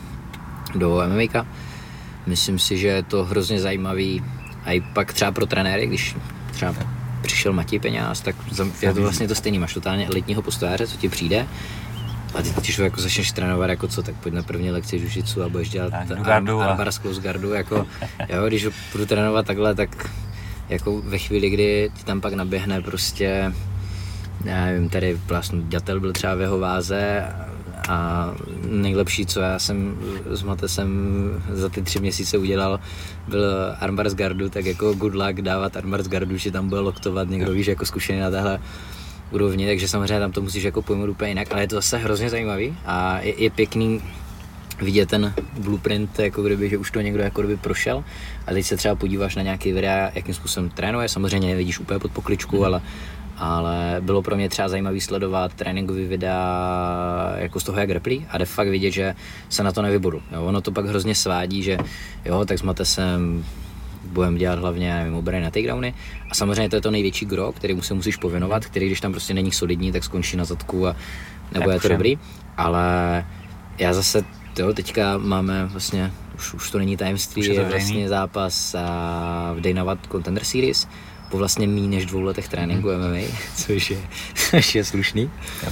S2: do MMA. Myslím si, že je to hrozně zajímavý a i pak třeba pro trenéry, když třeba přišel Matěj Peňáz, tak je to vlastně to stejný, máš totálně elitního postojáře, co ti přijde a ty když jako začneš trénovat jako co, tak pojď na první lekci jiu-jitsu a budeš dělat armbar z close guardu, jako jo, když ho budu trénovat takhle, tak jako ve chvíli, kdy ti tam pak naběhne prostě, já nevím, tady vlastně Ďatel byl třeba v jeho váze a nejlepší, co já jsem s Matesem za ty 3 měsíce udělal, byl armbar z gardu, tak jako good luck dávat armbar z gardu, že tam bude loktovat někdo, víš, jako zkušený na téhle úrovni, takže samozřejmě tam to musíš jako pojmout úplně jinak, ale je to zase hrozně zajímavý a je pěkný vidět ten blueprint, jako kdyby, že už to někdo jako kdyby prošel a teď se třeba podíváš na nějaký videa, jakým způsobem trénuje, samozřejmě nevidíš úplně pod pokličku, ale bylo pro mě třeba zajímavý sledovat tréninkový videa jako z toho, jak grapplí a de fakt vidět, že se na to nevybudl. Ono to pak hrozně svádí, že jo, tak s Matesem budeme dělat hlavně, nevím, obrany na takedowny a samozřejmě to je to největší gro, který se musíš pověnovat, který když tam prostě není solidní, tak skončí na zadku a nebo je to dobrý, ale já zase teďka máme vlastně, už to není tajemství, je vlastně zápas v Dana White Contender Series po vlastně méně než 2 letech tréninku MMA, což je slušný.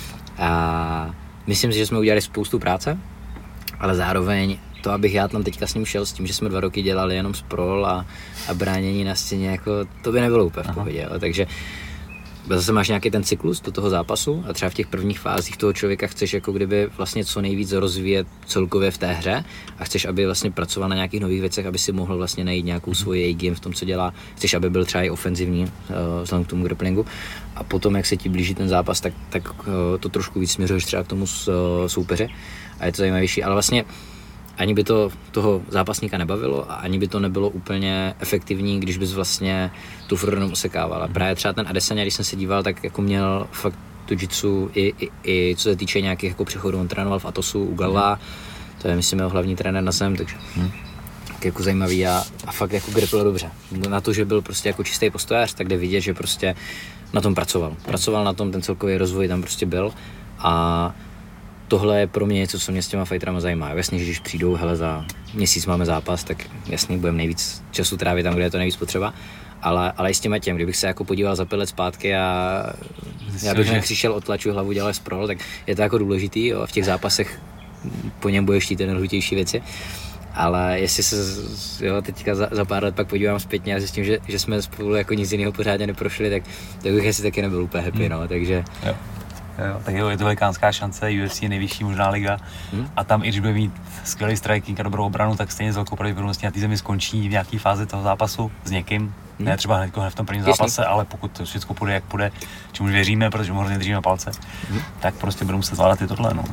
S2: A myslím si, že jsme udělali spoustu práce, ale zároveň to, abych já tam teďka s ním šel, s tím, že jsme 2 roky dělali jenom sprawl a bránění na stěně, jako to by nebylo úplně v pohodě. Takže zase máš nějaký ten cyklus do toho zápasu a třeba v těch prvních fázích toho člověka chceš jako kdyby vlastně co nejvíc rozvíjet celkově v té hře a chceš, aby vlastně pracoval na nějakých nových věcech, aby si mohl vlastně najít nějakou svoji game v tom, co dělá. Chceš, aby byl třeba i ofenzivní vzhledem k tomu grapplingu a potom, jak se ti blíží ten zápas, tak to trošku víc směřuješ třeba k tomu soupeři a je to zajímavější, ale vlastně ani by to toho zápasníka nebavilo a ani by to nebylo úplně efektivní, když bys vlastně tu furt jenom osekával. A právě třeba ten Adesanya, když jsem se díval, tak jako měl fakt jiu-jitsu i co se týče nějakých jako přechodů. On trénoval v Atosu u Galla, to je myslím jeho hlavní trenér na zem, takže jako zajímavý a fakt jako grapple dobře. Na to, že byl prostě jako čistý postojář, tak jde vidět, že prostě na tom pracoval. Pracoval na tom, ten celkový rozvoj tam prostě byl a tohle je pro mě něco, co mě s těma fighterama zajímá. Jasně, že když přijdou, hele, za měsíc máme zápas, tak jasně budeme nejvíc času trávit tam, kde je to nejvíc potřeba. Ale i s těma kdybych se jako podíval za 5 let zpátky a já bych nekřišel, otlačil hlavu, dělal sprawl, tak je to jako důležitý, jo, a v těch zápasech po něm budeš chtít ty nejdůležitější věci. Ale jestli se teďka za pár let pak podívám zpětně a zjistím, že jsme spolu jako nic jiného pořádně neprošli, tak bych asi taky nebyl úplně happy, no, takže...
S1: Jo, tak jo, je to velikánská šance, UFC je nejvyšší možná liga a tam i když bude mít skvělý striking a dobrou obranu, tak stejně s velkou pravděpodobností na té zemi skončí v nějaké fázi toho zápasu s někým. Ne třeba hned v tom prvním zápase, ale pokud to všechno půjde, jak půjde, čemu věříme, protože mu hrozně držíme palce, tak prostě budeme muset zvládat i tohle. No.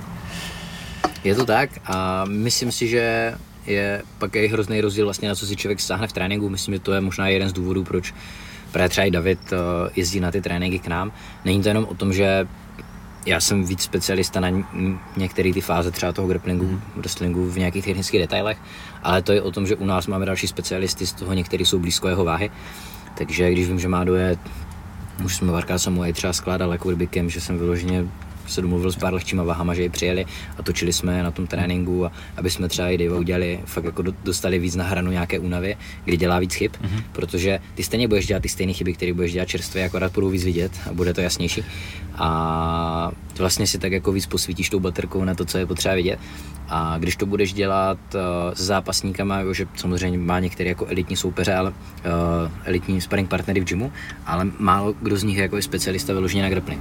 S2: Je to tak a myslím si, že je pak i hrozný rozdíl vlastně na co si člověk sáhne v tréninku. Myslím, že to je možná jeden z důvodů, proč právě třeba i David jezdí na ty tréninky k nám. Není to jenom o tom, že já jsem víc specialista na některé ty fáze třeba toho grapplingu, wrestlingu v nějakých technických detailech, ale to je o tom, že u nás máme další specialisty, z toho někteří jsou blízko jeho váhy. Takže když vím, že má dojet, už jsme párkrát jsem mu i třeba skládal jako rybikem, že jsem vyloženě se domluvil s pár lehčíma váhama, že ji přijeli a točili jsme na tom tréninku, a aby jsme třeba i Dave udělali, fakt jako dostali víc na hranu nějaké únavy, kdy dělá víc chyb, protože ty stejně budeš dělat ty stejné chyby, které budeš dělat čerstvě, akorát budou víc vidět a bude to jasnější. A vlastně si tak jako víc posvítíš tou baterkou na to, co je potřeba vidět. A když to budeš dělat s zápasníkama, že samozřejmě má některé jako elitní soupeře, ale elitní sparring partnery v gymu, ale málo kdo z nich je jako specialista vyloženě na grappling.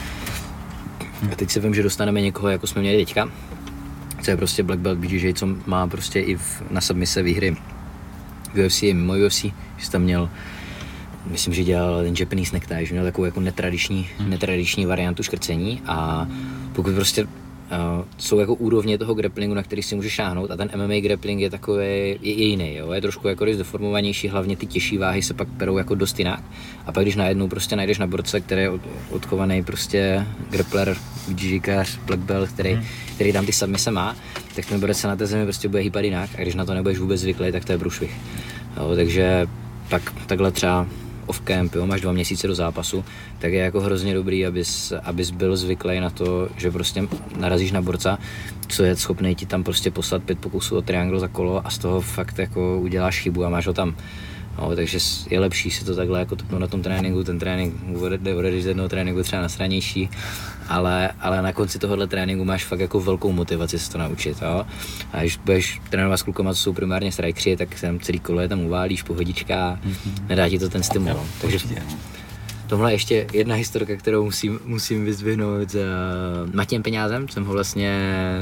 S2: A teď si vím, že dostaneme někoho, jako jsme měli teďka, co je prostě Black Belt BJJ, co má prostě i na submise výhry v UFC i mimo UFC, že tam měl, myslím, že dělal ten Japanese necktie, že měl takovou jako netradiční variantu škrcení a pokud prostě jsou jako úrovně toho grapplingu, na který si můžeš šáhnout a ten MMA grappling je takový, je jiný, jo? Je trošku jako deformovanější, hlavně ty těžší váhy se pak perou jako dost jinak a pak když najednou prostě najdeš na borce, který je odchovaný prostě grappler, BJJkář, black belt, který tam ty submise má, tak ten borec se na té zemi prostě bude hýbat jinak a když na to nebudeš vůbec zvyklý, tak to je průšvih. Jo? Takže takhle třeba off-camp, jo, máš 2 měsíce do zápasu, tak je jako hrozně dobrý, abys byl zvyklý na to, že prostě narazíš na borca, co je schopný ti tam prostě poslat 5 pokusů o triangle za kolo a z toho fakt jako uděláš chybu a máš ho tam. No, takže je lepší si to takhle jako topnout na tom tréninku, ten trénink odejde z jednoho tréninku třeba nasranější, ale na konci tohohle tréninku máš fakt jako velkou motivaci se to naučit, jo. A když budeš trénovat s klukama, co jsou primárně strikeři, tak tam celý kolo je tam uválíš, pohodička, nedá ti to ten stimul. Jo, takže tohle je ještě jedna historka, kterou musím vyzdvihnout s Matějem Peňázem, jsem ho vlastně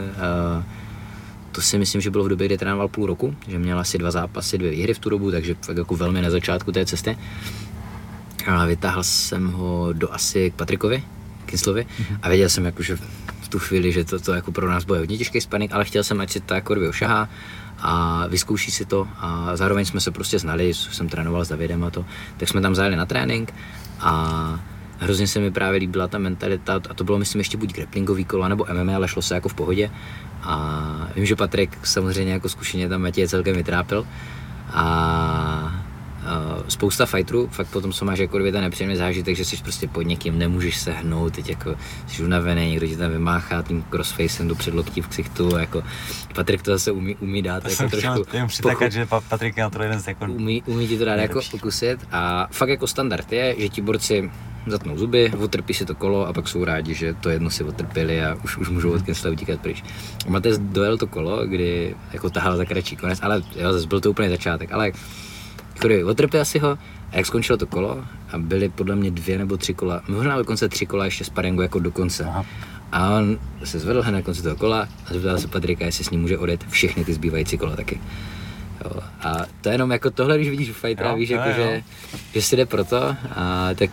S2: to si myslím, že bylo v době, kdy trénoval půl roku, že měl asi 2 zápasy, 2 výhry v tu dobu, takže fakt jako velmi na začátku té cesty. A vytáhl jsem ho do asi k Patrikovi Kinslovi a věděl jsem jako, že v tu chvíli, že to jako pro nás bude hodně těžký sparring, ale chtěl jsem, ať si to jako ošahá a vyzkouší si to a zároveň jsme se prostě znali, jsem trénoval s Davidem a to, tak jsme tam zajeli na trénink a hrozně se mi právě líbila ta mentalita a to bylo myslím ještě buď grapplingový kolo nebo MMA, ale šlo se jako v pohodě a vím, že Patrik samozřejmě jako zkušeně tam Matěj celkem vytrápil a spousta fighterů, fakt potom co máš jako ten nepříjemný zážitek, že jsi prostě pod někým, nemůžeš se hnout, teď jako jsi unavený, někdo ti tam vymáchá tím crossfacem do předloktí v ksichtu, jako Patrik to zase umí dát jako trošku
S1: přitakat, že Patrik je na to jeden z jako
S2: umí ti to dát jako pokusit a fakt jako standard je, že ti borci zatnou zuby, otrpí si to kolo a pak jsou rádi, že to jedno si otrpěli a už můžou od Kinsla utíkat pryč. Matej dojel to kolo, kdy jako tahal za kratší konec, ale jo, zase byl to úplně začátek, ale otrpěl si ho a jak skončilo to kolo a byly podle mě 2 nebo 3 kola, možná dokonce 3 kola ještě sparingu jako do konce. Aha. A on se zvedl hned na konci toho kola a zeptal se Patrika, jestli s ním může odjet všechny ty zbývající kola taky. Jo. A to jenom jako tohle, když vidíš u fightera, víš, jako, že si jde pro to a tak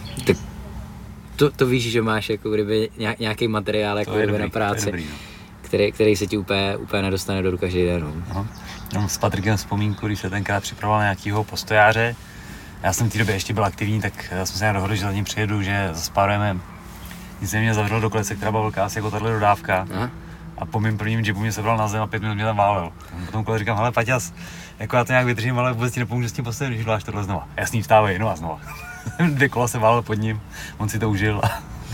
S2: to víš, že máš jako kdyby nějaký materiál jako na práci, který se ti úplně nedostane do ruky každý den.
S1: No. Mám s Patrikem vzpomínku, když se tenkrát připravoval nějakýho postojáře. Já jsem v té době ještě byl aktivní, tak jsme se nějak dohodli, že za ním přijedu, že zaspárujeme. Nic mě zavřel do klece, která byla velká asi jako tahle dodávka. Aha. A po mým prvním jibu mě sebral na zem a 5 minut mě tam válel. Potom kole říkám, hele Paťas, jako já to nějak vydržím, ale vůbec ti nepomůžu s tím postavit, když děláš tohle znova. Jasný, vstávej, no a znova. 2 kola se válel pod ním, on si to užil.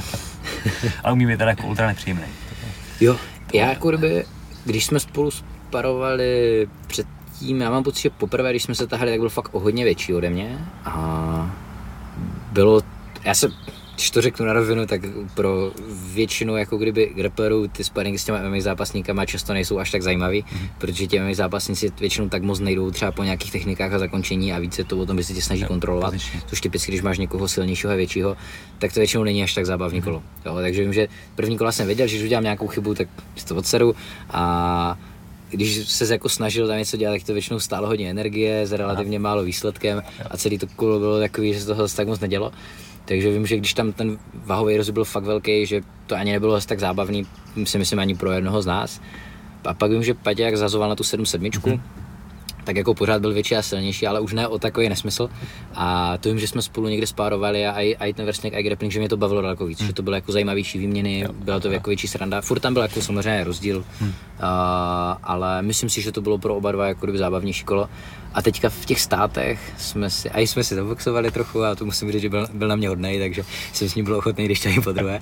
S1: Ale umí mě teda jako ultra nepříjemný.
S2: Jo, já jako když jsme spolu sparovali předtím, já mám pocit, že poprvé, když jsme se tahali, tak byl fakt o hodně větší ode mě. A bylo, když to řeknu na rovinu, tak pro většinu jako kdyby grapplerů ty sparingy s těma MMA zápasníkama často nejsou až tak zajímavý, protože ti MMA zápasníci většinou tak moc nejdou třeba po nějakých technikách a zakončení a více to o tom, že se tě snaží kontrolovat, což typicky, když máš někoho silnějšího a většího, tak to většinou není až tak zábavný kolo. Jo, takže vím, že první kola jsem věděl, že když udělám nějakou chybu, tak si to odsedu a když se jako snažil tam něco dělat, tak to většinou stálo hodně energie s relativně málo výsledkem a celý to kolo bylo takový, že se toho tak moc nedělo. Takže vím, že když tam ten váhový rozdíl byl fakt velký, že to ani nebylo asi tak zábavný, si myslím ani pro jednoho z nás. A pak vím, že Paťa jak zazoval na tu 7-7, tak jako pořád byl větší a silnější, ale už ne o takový nesmysl. A to vím, že jsme spolu někde spárovali a i ten vrstník, i grappling, že mě to bavilo daleko víc, že to bylo jako zajímavější výměny, byla to jako větší sranda. Furt tam byl jako samozřejmě rozdíl, ale myslím si, že to bylo pro oba dva jako kdyby zábavnější kolo. A teďka v těch státech jsme si zaboxovali trochu a to musím říct, že byl na mě hodnej, takže jsem s ním byl ochotný, když to po druhé.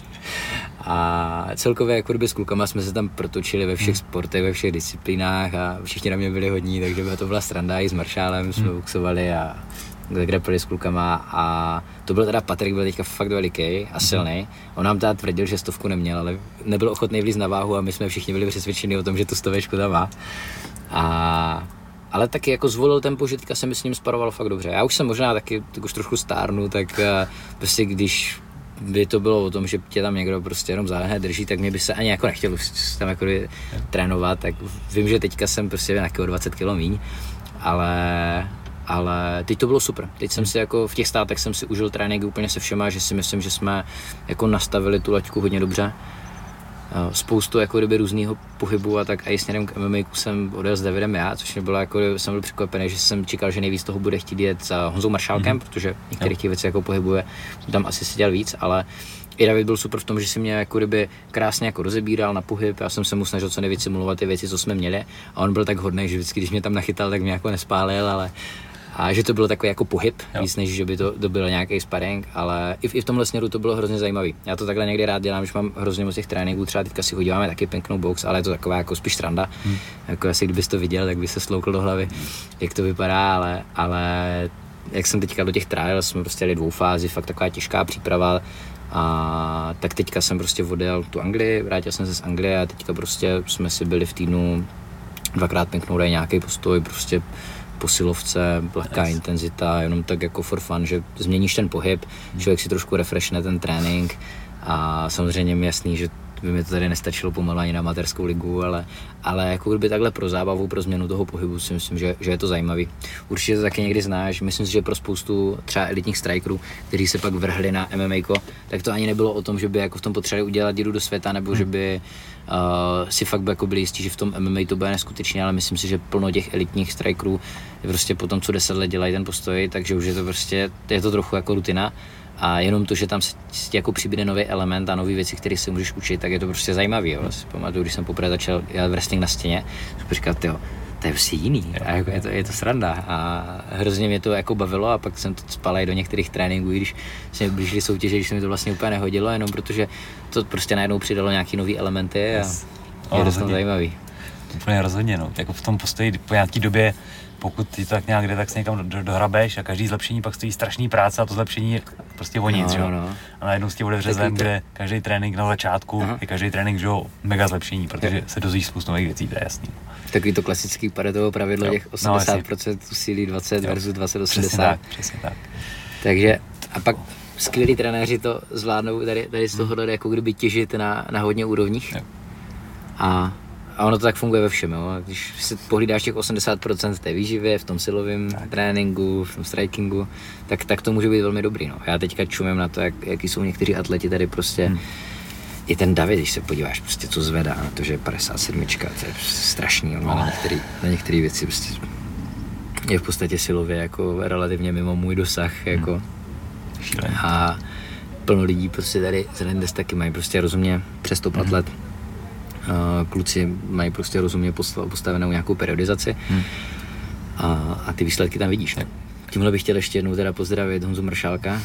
S2: A celkově jako kdyby s klukama jsme se tam protočili ve všech sportech, ve všech disciplínách a všichni na mě byli hodní, takže to byla sranda, i s Maršálem jsme boxovali a grappli s klukama a to byl teda Patrik, byl teďka fakt veliký a silný. On nám teda tvrdil, že 100 neměl, ale nebyl ochotný vlízt na váhu a my jsme všichni byli přesvědčeni o tom, že tu 100 tam má. Ale taky jako zvolil tempo, že teďka se mi s ním sparoval fakt dobře. Já už jsem možná taky už trošku stárnu, tak prostě když by to bylo o tom, že tě tam někdo prostě jenom záhne drží, tak mě by se ani jako nechtělo tam jako trénovat, tak vím, že teďka jsem prostě nějakého 20 kg míň, ale teď to bylo super. Teď jsem si jako v těch státech jsem si užil trénink úplně se všema, že si myslím, že jsme jako nastavili tu laťku hodně dobře. Spoustu jako kdyby různýho pohybu a tak a i směrem k MMA jsem odjel s Davidem já, což mě bylo jako, jsem byl překvapený, že jsem čekal, že nejvíc toho bude chtít jet s Honzou Maršálkem, protože některých těch věcí jako pohybuje, tam asi si dělal víc, ale i David byl super v tom, že si mě jako kdyby krásně jako rozebíral na pohyb, já jsem se mu snažil co nejvíc simulovat ty věci, co jsme měli a on byl tak hodný, že vždycky, když mě tam nachytal, tak mě jako nespálil, ale a že to bylo takový jako pohyb, víc než že by to byl nějaký sparring, ale i v tomhle směru to bylo hrozně zajímavý. Já to takhle někdy rád dělám, že mám hrozně moc těch tréninků, třeba teďka si hodíváme taky pěknou box, ale je to taková jako spíš sranda. Jako asi kdybys to viděl, tak by se sloukl do hlavy, jak to vypadá, ale jak jsem teďka do těch trial, jsme prostě jeli 2 fázi, fakt taková těžká příprava. A tak teďka jsem prostě odjel tu Anglii, vrátil jsem se z Anglie a teďka prostě jsme si byli v týdnu 2krát pěknou dají nějaký postoj, prostě posilovce, lehká intenzita, jenom tak jako for fun, že změníš ten pohyb, člověk si trošku refreshne ten trénink a samozřejmě mi jasný, že by mi to tady nestačilo pomalu ani na amatérskou ligu, ale jako kdyby takhle pro zábavu, pro změnu toho pohybu si myslím, že je to zajímavý. Určitě to taky někdy znáš, myslím si, že pro spoustu třeba elitních strikerů, kteří se pak vrhli na MMA, tak to ani nebylo o tom, že by jako v tom potřebovali udělat díru do světa, nebo že by si fakt jako byli jistí, že v tom MMA to bude neskutečně, ale myslím si, že plno těch elitních strikerů je prostě po tom, co 10 let dělají ten postoj, takže už je to prostě, je to trochu jako rutina. A jenom to, že tam se jako přibude nový element a nový věci, které si můžeš učit, tak je to prostě zajímavý. Jo. Si pamatuju, když jsem poprvé začal dělat wrestling na stěně, jsem říkal, tyjo, to je prostě jiný, a jako je to sranda a hrozně mě to jako bavilo a pak jsem to spal i do některých tréninků, i když se mi blížily soutěže, když se mi to vlastně úplně nehodilo, jenom protože to prostě najednou přidalo nějaký nový elementy a je to zajímavý.
S1: Úplně rozhodně, no. Jako v tom postoji po nějaký době, pokud ti to tak nějak jde, tak se někam dohrabeš a každý zlepšení pak stojí strašný práce a to zlepšení je prostě o nic, jo. A najednou s tím bude vřezem, kde každý trénink na začátku je každý trénink, že jo, mega zlepšení, protože se dozvíš spoustu nových věcí, to je jasný.
S2: Takový to klasický Paretovo pravidlo, těch 80% úsilí 20 versus 20-80.
S1: Přesně tak.
S2: Takže a pak skvělí trenéři to zvládnou tady z tohohle jako kdyby těžit na hodně úrovních.
S1: Jo.
S2: A ono to tak funguje ve všem, jo. Když si pohlídáš těch 80% v té výživě, v tom silovém tréninku, v tom strikingu, tak to může být velmi dobrý, no. Já teďka čumím na to, jaký jsou někteří atleti tady prostě. I ten David, když se podíváš, prostě co zvedá, na to, že je 57, to je prostě strašný, on má na některé věci prostě je v podstatě silově jako relativně mimo můj dosah, jako. A plno lidí prostě tady z taky mají prostě rozumně přes 100 let. Kluci mají prostě rozumně postavenou nějakou periodizaci a ty výsledky tam vidíš. Ne? Tímhle bych chtěl ještě jednou teda pozdravit Honzu Mršálka,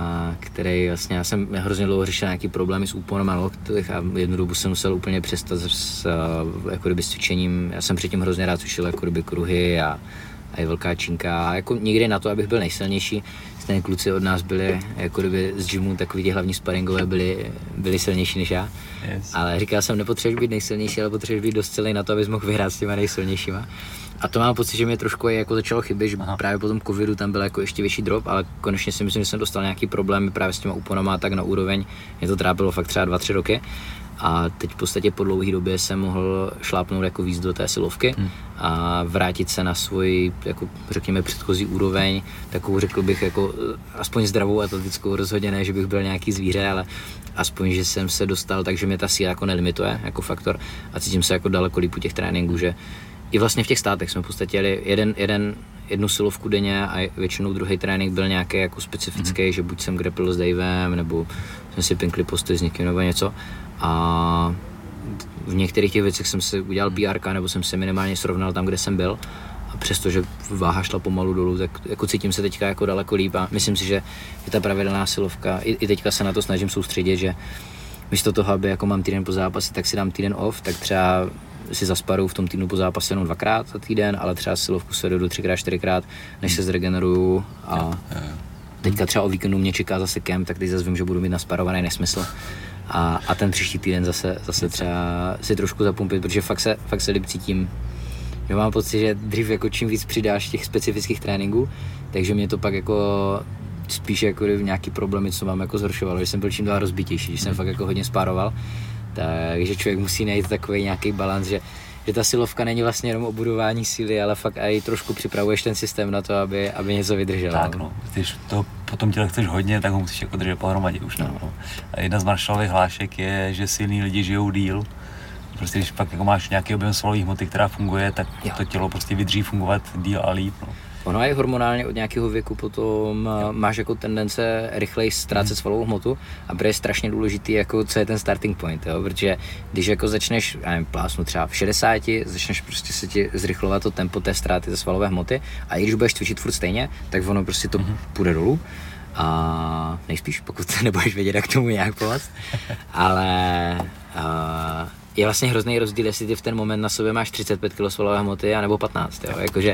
S2: který vlastně, já jsem hrozně dlouho řešil nějaký problémy s úponem a loktech a jednu dobu jsem musel úplně přestat jako s cvičením. Já jsem předtím hrozně rád cvičil jako kruhy a i velká činka a jako nikdy na to, abych byl nejsilnější. Stejně kluci od nás byli jako kdyby z gymu, takový ti hlavní sparingové byli silnější než já. Yes. Ale říkal jsem, nepotřebuješ být nejsilnější, ale potřebuješ být dost silný na to, abys mohl vyhrát s těma nejsilnějšíma. A to mám pocit, že mě trošku jako začalo chybět, že právě po tom covidu tam byl jako ještě větší drop, ale konečně si myslím, že jsem dostal nějaký problémy právě s těma úponama tak na úroveň. Mě to trápilo fakt třeba 2-3 roky. A teď v podstatě po dlouhé době jsem mohl šlápnout jako víc do té silovky a vrátit se na svoji, jako řekněme, předchozí úroveň, takovou řekl bych jako aspoň zdravou atletickou, rozhodně ne, že bych byl nějaký zvíře, ale aspoň, že jsem se dostal, takže mě ta síla jako nelimituje jako faktor a cítím se jako daleko líp u těch tréninků, že i vlastně v těch státech jsme v podstatě jeli jednu silovku denně a většinou druhý trénink byl nějaký jako specifický, že buď jsem grapple s Davem, nebo jsem si pinkli posty s někým nebo něco. A v některých těch věcech jsem si udělal PR, nebo jsem se minimálně srovnal tam, kde jsem byl. A přestože váha šla pomalu dolů, tak jako cítím se teďka jako daleko líp a myslím si, že je ta pravidelná silovka, i teďka se na to snažím soustředit, že místo toho, aby jako mám týden po zápase, tak si dám týden off, tak třeba si zasparuju v tom týdnu po zápase jenom 2krát za týden, ale třeba silovku se jdu 3x, 4krát, než se zregeneruju a teďka třeba o víkendu mě čeká zase kemp, tak teď zase vím, že budu mít nasparovaný nesmysl. A ten příští týden zase třeba si trošku zapumpit, protože fakt se líp cítím. Já mám pocit, že dřív jako čím víc přidáš těch specifických tréninků, takže mě to pak jako spíš jako nějaký problémy, co mám jako zhoršovalo, že jsem byl čím dál rozbitější, že jsem fakt jako hodně spároval. Takže člověk musí najít takový nějaký balans, že ta silovka není vlastně jenom o budování síly, ale fakt i trošku připravuješ ten systém na to, aby něco vydržel.
S1: Tak no, když to potom těle chceš hodně, tak ho musíš jako držet pohromadě už. No. A jedna z Marshallových hlášek je, že silní lidi žijou díl. Prostě když pak jako máš nějaký objem svalové hmoty, která funguje, tak to tělo prostě vydrží fungovat díl a líp. No.
S2: Ono je hormonálně od nějakého věku potom máš jako tendence rychleji ztrácet svalovou hmotu a je strašně důležitý, jako co je ten starting point, jo? Protože když jako začneš, já nevím, plásnu třeba v 60, začneš prostě se ti zrychlovat to tempo té ztráty ze svalové hmoty a i když budeš cvičit furt stejně, tak ono prostě to půjde dolů a nejspíš, pokud nebudeš vědět, jak tomu nějak pomoct, ale je vlastně hrozný rozdíl, jestli ty v ten moment na sobě máš 35 kg svalové hmoty anebo 15, jo? Jakože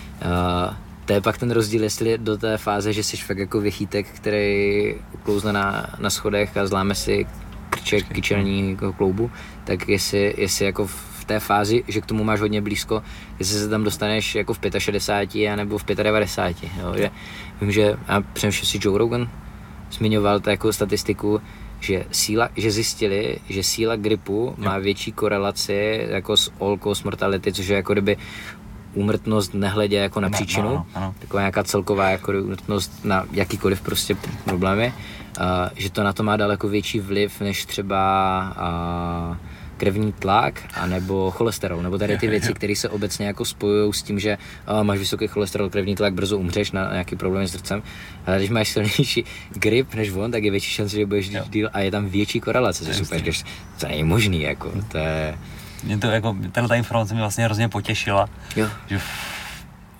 S2: to je pak ten rozdíl, jestli do té fáze, že jsi fakt jako věchýtek, který klouzne na schodech a zláme si krček kyčelní kloubu, tak jestli jako v té fázi, že k tomu máš hodně blízko, jestli se tam dostaneš jako v 65 anebo v 95. Jo? Že vím, že a přemýšlím si Joe Rogan zmiňoval to jako statistiku, že zjistili, že síla gripu má větší korelaci jako s all cause mortality, což je jako kdyby úmrtnost nehledě jako na příčinu, ano. Taková nějaká celková jako úmrtnost na jakýkoliv prostě problémy, že to na to má daleko větší vliv než třeba krevní tlak anebo cholesterol, nebo tady ty věci, které se obecně jako spojují s tím, že máš vysoký cholesterol, krevní tlak, brzo umřeš na nějaký problém s srdcem, ale když máš silnější grip než on, tak je větší šance, že budeš díl a je tam větší korelace, což super, že to není možný, jako, to je...
S1: Mě to jako, tato informace mě vlastně hrozně potěšila,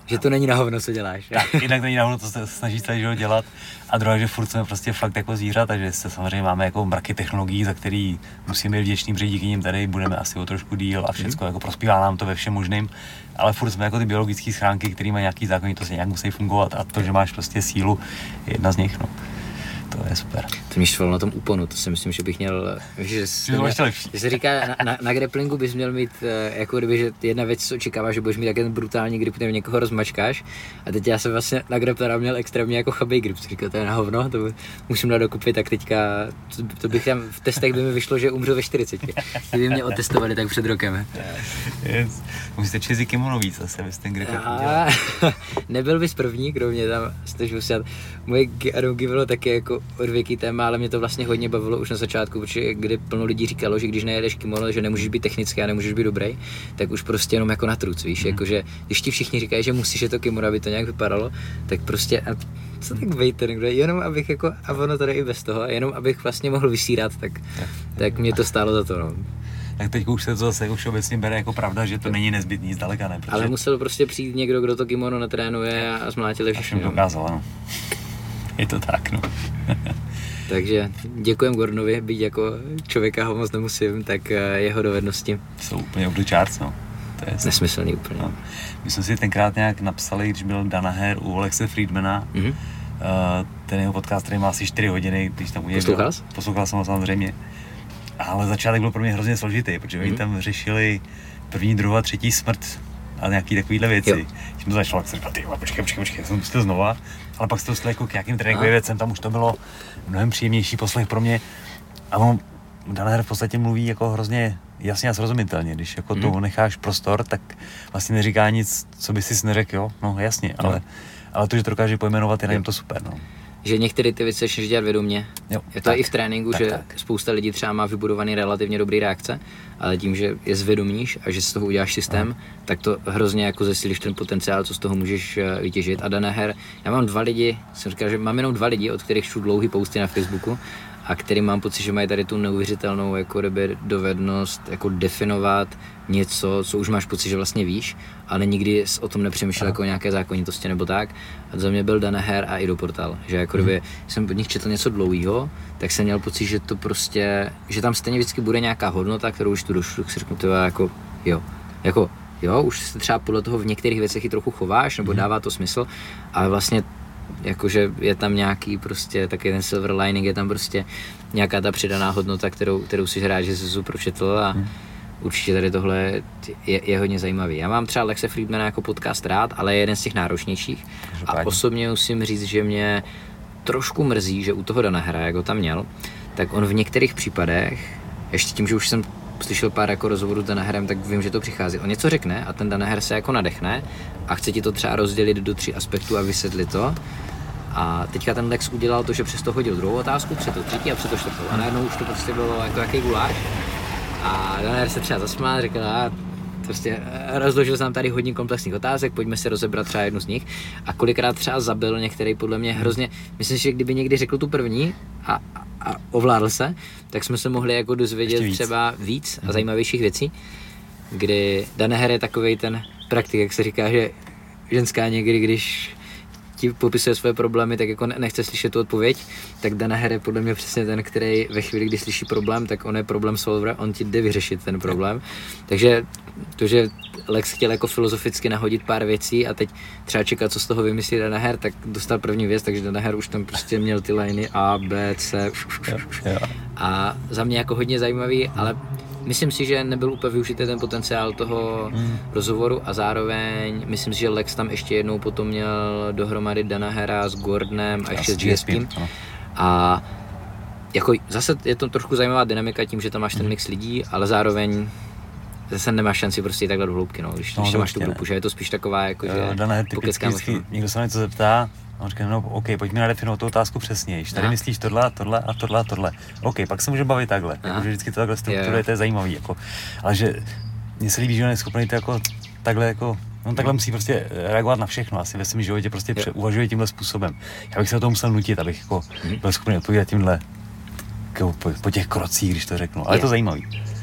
S2: Že to není na hovno, co děláš.
S1: Tak, jinak není na hovno, to se snaží celý život dělat. A druhá, že furt jsme prostě fakt jako zvířata, takže se samozřejmě máme jako mraky technologií, za který musíme být vděční, protože díky nim tady budeme asi o trošku díl a všecko jako prospívá nám to ve všem možným. Ale furt jsme jako ty biologické schránky, které mají nějaký zákonitosti, nějak musí fungovat a to, že máš prostě sílu, je jedna z nich, no. To je super.
S2: To mě štvalo na tom úponu, to si myslím, že bych měl, že se říká, na grapplingu bys měl mít, jako kdyby, že jedna věc, co očekáváš, že budeš mít takový brutální grip, kde někoho rozmačkáš a teď já jsem vlastně na grapplera měl extrémně jako chabý grip, říkal, to je na hovno, to musím dát dokupy, tak teďka, to bych tam v testech by mi vyšlo, že umřu ve 40, kdyby mě otestovali tak před rokem.
S1: Yes. Musíte číst kimono víc, asi bys ten grip udělal.
S2: Nebyl bys první, kdo mě tam snažil si dát. Moje Adogi bylo taky jako odvěký téma, ale mě to vlastně hodně bavilo už na začátku, protože kdy plno lidí říkalo, že když nejedeš kimono, že nemůžeš být technický a nemůžeš být dobrý, tak už prostě jenom jako na truc, víš, jakože když ti všichni říkají, že musíš je to kimono, aby to nějak vypadalo, tak prostě a co tak vejte někde, jenom abych jako, a ono tady i bez toho, jenom abych vlastně mohl vysírat, tak mě to stálo za to, no.
S1: Tak teď už se to zase jako všeobecně bere jako pravda, že to není nezbytný, zdaleka ne.
S2: Ale musel prostě přijít někdo, kdo to kimono netrénuje a zmlátili všechno.
S1: A všem dokázal, ano. Je to tak, no.
S2: Takže děkujem Gordonovi, byť jako člověka ho moc nemusím, tak jeho dovednosti
S1: jsou úplně up the charts, no. To je
S2: nesmyslný úplně. No.
S1: My jsme si tenkrát nějak napsali, když byl Danaher u Alexe Friedmana, ten jeho podcast, který má asi 4 hodiny, když tam udělal. Poslouchal jsem ho samozřejmě. Ale začátek byl pro mě hrozně složitý, protože oni tam řešili první, druhá, třetí smrt a nějaký takovýhle věci. Když to začalo, tak jsem říkal, počkej, jsem pustil znova, ale pak se to stalo jako k nějakým tréninkovým věcem, tam už to bylo mnohem příjemnější poslech pro mě. A on, Danaher v podstatě mluví jako hrozně jasně a srozumitelně, když jako to necháš prostor, tak vlastně neříká nic, co by si neřekl, jo, no jasně, ale to, že to dokáže pojmenovat, je na něm to super, no.
S2: Že některé ty věci začneš dělat vědomě. Jo, je to tak, i v tréninku, tak, že spousta lidí třeba má vybudovaný relativně dobrý reakce, ale tím, že je zvědomíš a že z toho uděláš systém, tak to hrozně jako zesílíš ten potenciál, co z toho můžeš vytěžit. A Danaher, já mám 2 lidi, jsem říkal, že mám jenom 2 lidi, od kterých čtu dlouhý posty na Facebooku a který mám pocit, že mají tady tu neuvěřitelnou jako dovednost jako definovat něco, co už máš pocit, že vlastně víš, ale nikdy o tom nepřemýšlel jako nějaké zákonitosti nebo tak. A za mě byl Danaher a Ido Portal, že jako kdyby jsem od nich četl něco dlouhého, tak jsem měl pocit, že to prostě, že tam stejně vždycky bude nějaká hodnota, kterou už tu došlu, tak si řeknu, jo, už se třeba podle toho v některých věcech i trochu chováš, nebo dává to smysl, ale vlastně jakože je tam nějaký prostě taky ten silver lining, je tam prostě nějaká ta přidaná hodnota, kterou si rád, že jsi to pročetl a určitě tady tohle je hodně zajímavý. Já mám třeba Lexe Friedmana jako podcast rád, ale je jeden z těch náročnějších a osobně musím říct, že mě trošku mrzí, že u toho Danahera, jak ho tam měl, tak on v některých případech, ještě tím, že už jsem slyšel pár jako rozhovorů s Danaherem, tak vím, že to přichází. On něco řekne a ten Danaher se jako nadechne a chce ti to třeba rozdělit do 3 aspektů a vysvětlit to. A teďka ten Lex udělal to, že přesto hodil druhou otázku, přesto třetí a přesto čtvrtou. A najednou už to prostě bylo jako jaký guláš. A Danaher se třeba zasmál, řekl, prostě rozložil jsem tady hodně komplexních otázek, pojďme si rozebrat třeba jednu z nich. A kolikrát třeba zabil některý podle mě hrozně, myslím si, že kdyby někdy řekl tu první a ovládl se, tak jsme se mohli jako dozvědět třeba víc a zajímavějších věcí, kdy Danaher je takovej ten praktik, jak se říká, že ženská někdy, když ti popisuje své problémy, tak jako nechce slyšet tu odpověď, tak Danaher je podle mě přesně ten, který ve chvíli, kdy slyší problém, tak on je problém solver, on ti jde vyřešit ten problém. Takže to, že Lex chtěl jako filozoficky nahodit pár věcí a teď třeba čekat, co z toho vymyslí Danaher, tak dostal první věc, takže Danaher už tam prostě měl ty liney A, B, C a za mě jako hodně zajímavý, ale myslím si, že nebyl úplně využitý ten potenciál toho rozhovoru a zároveň myslím si, že Lex tam ještě jednou potom měl dohromady Danahera s Gordonem a ještě s GSPem. A jako zase je to trošku zajímavá dynamika tím, že tam máš ten mix lidí, ale zároveň zase nemáš šanci prostě takhle do hloubky, no, když máš tu grupu, že je to spíš taková jako, že
S1: Danaher typicky, někdo se na něco zeptá, a on říká, no OK, pojďme nadefinovat tu otázku přesněji. Tady myslíš tohle a tohle a tohle a tohle. OK, pak se může bavit takhle. Jako, že vždycky to takhle strukturuje, to je zajímavý. Jako. Ale že mně se líbí, že on je schopný to jako takhle jako, on takhle musí prostě reagovat na všechno. Asi ve svém životě prostě uvažuje tímhle způsobem. Já bych se o to musel nutit, abych jako byl schopný odpovídat tímhle po těch krocích, když to řeknu. Ale je to zajímavý.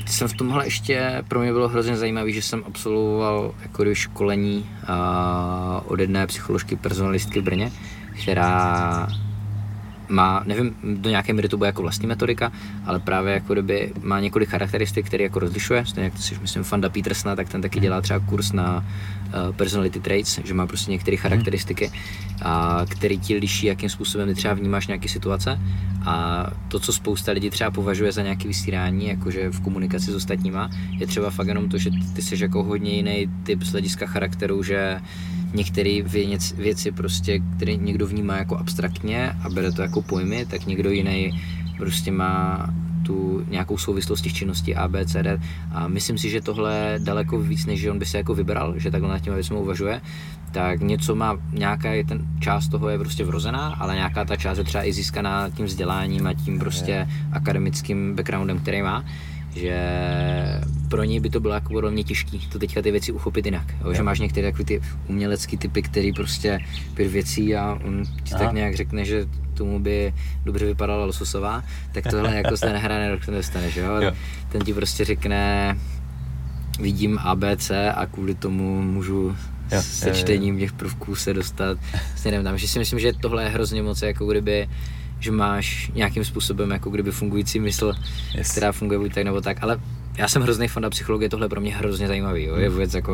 S2: jsem v tomhle ještě, pro mě bylo hrozně zajímavé, že jsem absolvoval jako školení od jedné psycholožky personalistky v Brně, která má, nevím, do nějaké míry to bude jako vlastní metodika, ale právě jako kdyby má několik charakteristik, které jako rozlišuje. Stejně jak to si myslím Fanda Petersona, tak ten taky dělá třeba kurz na personality traits, že má prostě některé charakteristiky, které ti liší, jakým způsobem ty třeba vnímáš nějaké situace. A to, co spousta lidí třeba považuje za nějaké vysírání, jakože v komunikaci s ostatníma, je třeba fakt jenom to, že ty jsi jako hodně jiný typ z hlediska charakteru, že některé věci prostě, které někdo vnímá jako abstraktně a bere to jako pojmy, tak někdo jiný prostě má tu nějakou souvislost těch činností A, B, C, D. A myslím si, že tohle je daleko víc, než že on by se jako vybral, že takhle nad těma věcmi uvažuje, tak něco má, nějaká je ten část toho je prostě vrozená, ale nějaká ta část je třeba i získaná tím vzděláním a tím prostě akademickým backgroundem, který má, že pro něj by to bylo jako velmi těžký to teďka ty věci uchopit jinak, jo? Že máš některé takový ty umělecký typy, který prostě 5 věcí a on ti tak nějak řekne, že tomu by dobře vypadala lososová, tak tohle jako se nehraje, nedostane, že jo? Ten ti prostě řekne, vidím ABC a kvůli tomu můžu se čtením těch prvků se dostat směrem tam, že si myslím, že tohle je hrozně moc jako kdyby, že máš nějakým způsobem jako kdyby fungující mysl, která funguje buď tak nebo tak, ale já jsem hrozný fanda psychologie, tohle je pro mě hrozně zajímavý, jo? Je vůbec jako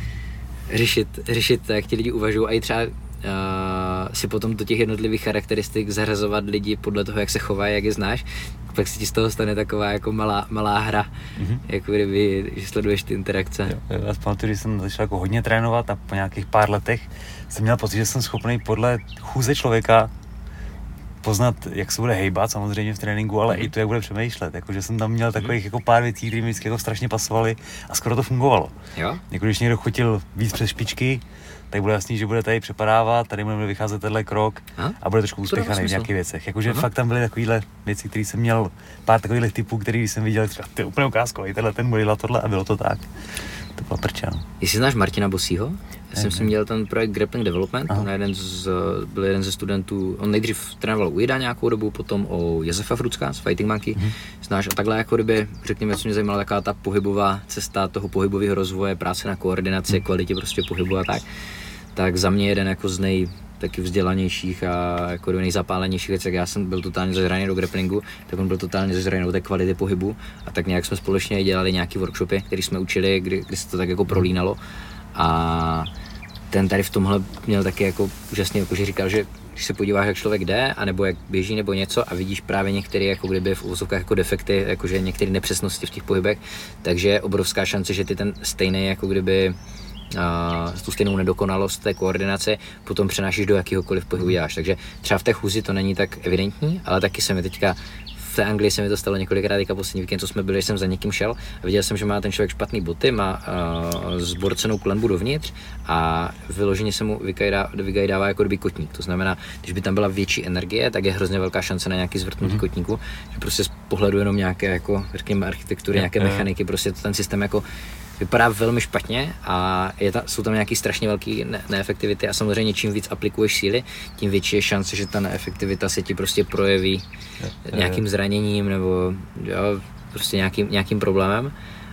S2: řešit, jak ti lidi uvažují a i třeba si potom do těch jednotlivých charakteristik zařazovat lidi podle toho, jak se chovají, jak je znáš, pak se ti z toho stane taková jako malá hra, jako kdyby, že sleduješ ty interakce.
S1: Jo, já pamatuju, když jsem začal jako hodně trénovat a po nějakých pár letech jsem měl pocit, že jsem schopný podle chůze člověka poznat, jak se bude hejbat samozřejmě v tréninku, ale i to, jak bude přemýšlet. Jakože jsem tam měl takových jako pár věcí, které mi vždycky jako strašně pasovaly a skoro to fungovalo.
S2: Jo?
S1: Jako když někdo chotil víc přes špičky, tak bude jasný, že bude tady přepadávat, tady bude vycházet tenhle krok a bude trošku uspěchaný v nějakých věcech. Jakože fakt tam byly takovýhle věci, které jsem měl, pár takových typů, který jsem viděl, třeba ty úplně ukázkový, ten model tohle a bylo to tak. To byla prča.
S2: Jestli znáš Martina Bosího? Já jsem si měl ten projekt Grappling Development, on byl jeden ze studentů, on nejdřív trénoval u Ida nějakou dobu, potom o Josefa Frucka z Fighting Monkey, znáš a takhle jako kdyby, řekněme, co mě zajímala, taková ta pohybová cesta toho pohybového rozvoje, práce na koordinaci, kvalitě prostě pohybu a tak za mě jeden jako z taky vzdělanějších a jako nejzapálenějších věcí, jak já jsem byl totálně zažraný do grapplingu, tak on byl totálně zažraný do té kvality pohybu a tak nějak jsme společně dělali nějaký workshopy, které jsme učili, kdy se to tak jako prolínalo a ten tady v tomhle měl taky jako úžasně, jako že říkal, že když se podíváš, jak člověk jde, anebo jak běží nebo něco a vidíš právě některé jako kdyby v uvozovkách jako defekty, jakože některé nepřesnosti v těch pohybech, takže je obrovská šance, že ty ten stejný jako kdyby tu stejnou nedokonalost té koordinace potom přenášíš do jakéhokoliv pohybu děláš. Takže třeba v té chůzi to není tak evidentní, ale taky se mi teďka v té Anglii se mi to stalo několikrát, teďka poslední víkend, co jsme byli, jsem za někým šel a viděl jsem, že má ten člověk špatný boty, má zborcenou klenbu dovnitř a vyloženě se mu vygajdává jako kdyby kotník. To znamená, když by tam byla větší energie, tak je hrozně velká šance na nějaký zvrtnutí kotníku, že prostě z pohledu jenom nějaké jako řekněme architektury, nějaké mechaniky, prostě ten systém jako vypadá velmi špatně a jsou tam nějaké strašně velké neefektivity a samozřejmě čím víc aplikuješ síly, tím větší je šance, že ta neefektivita se ti prostě projeví nějakým zraněním nebo jo, prostě nějakým problémem.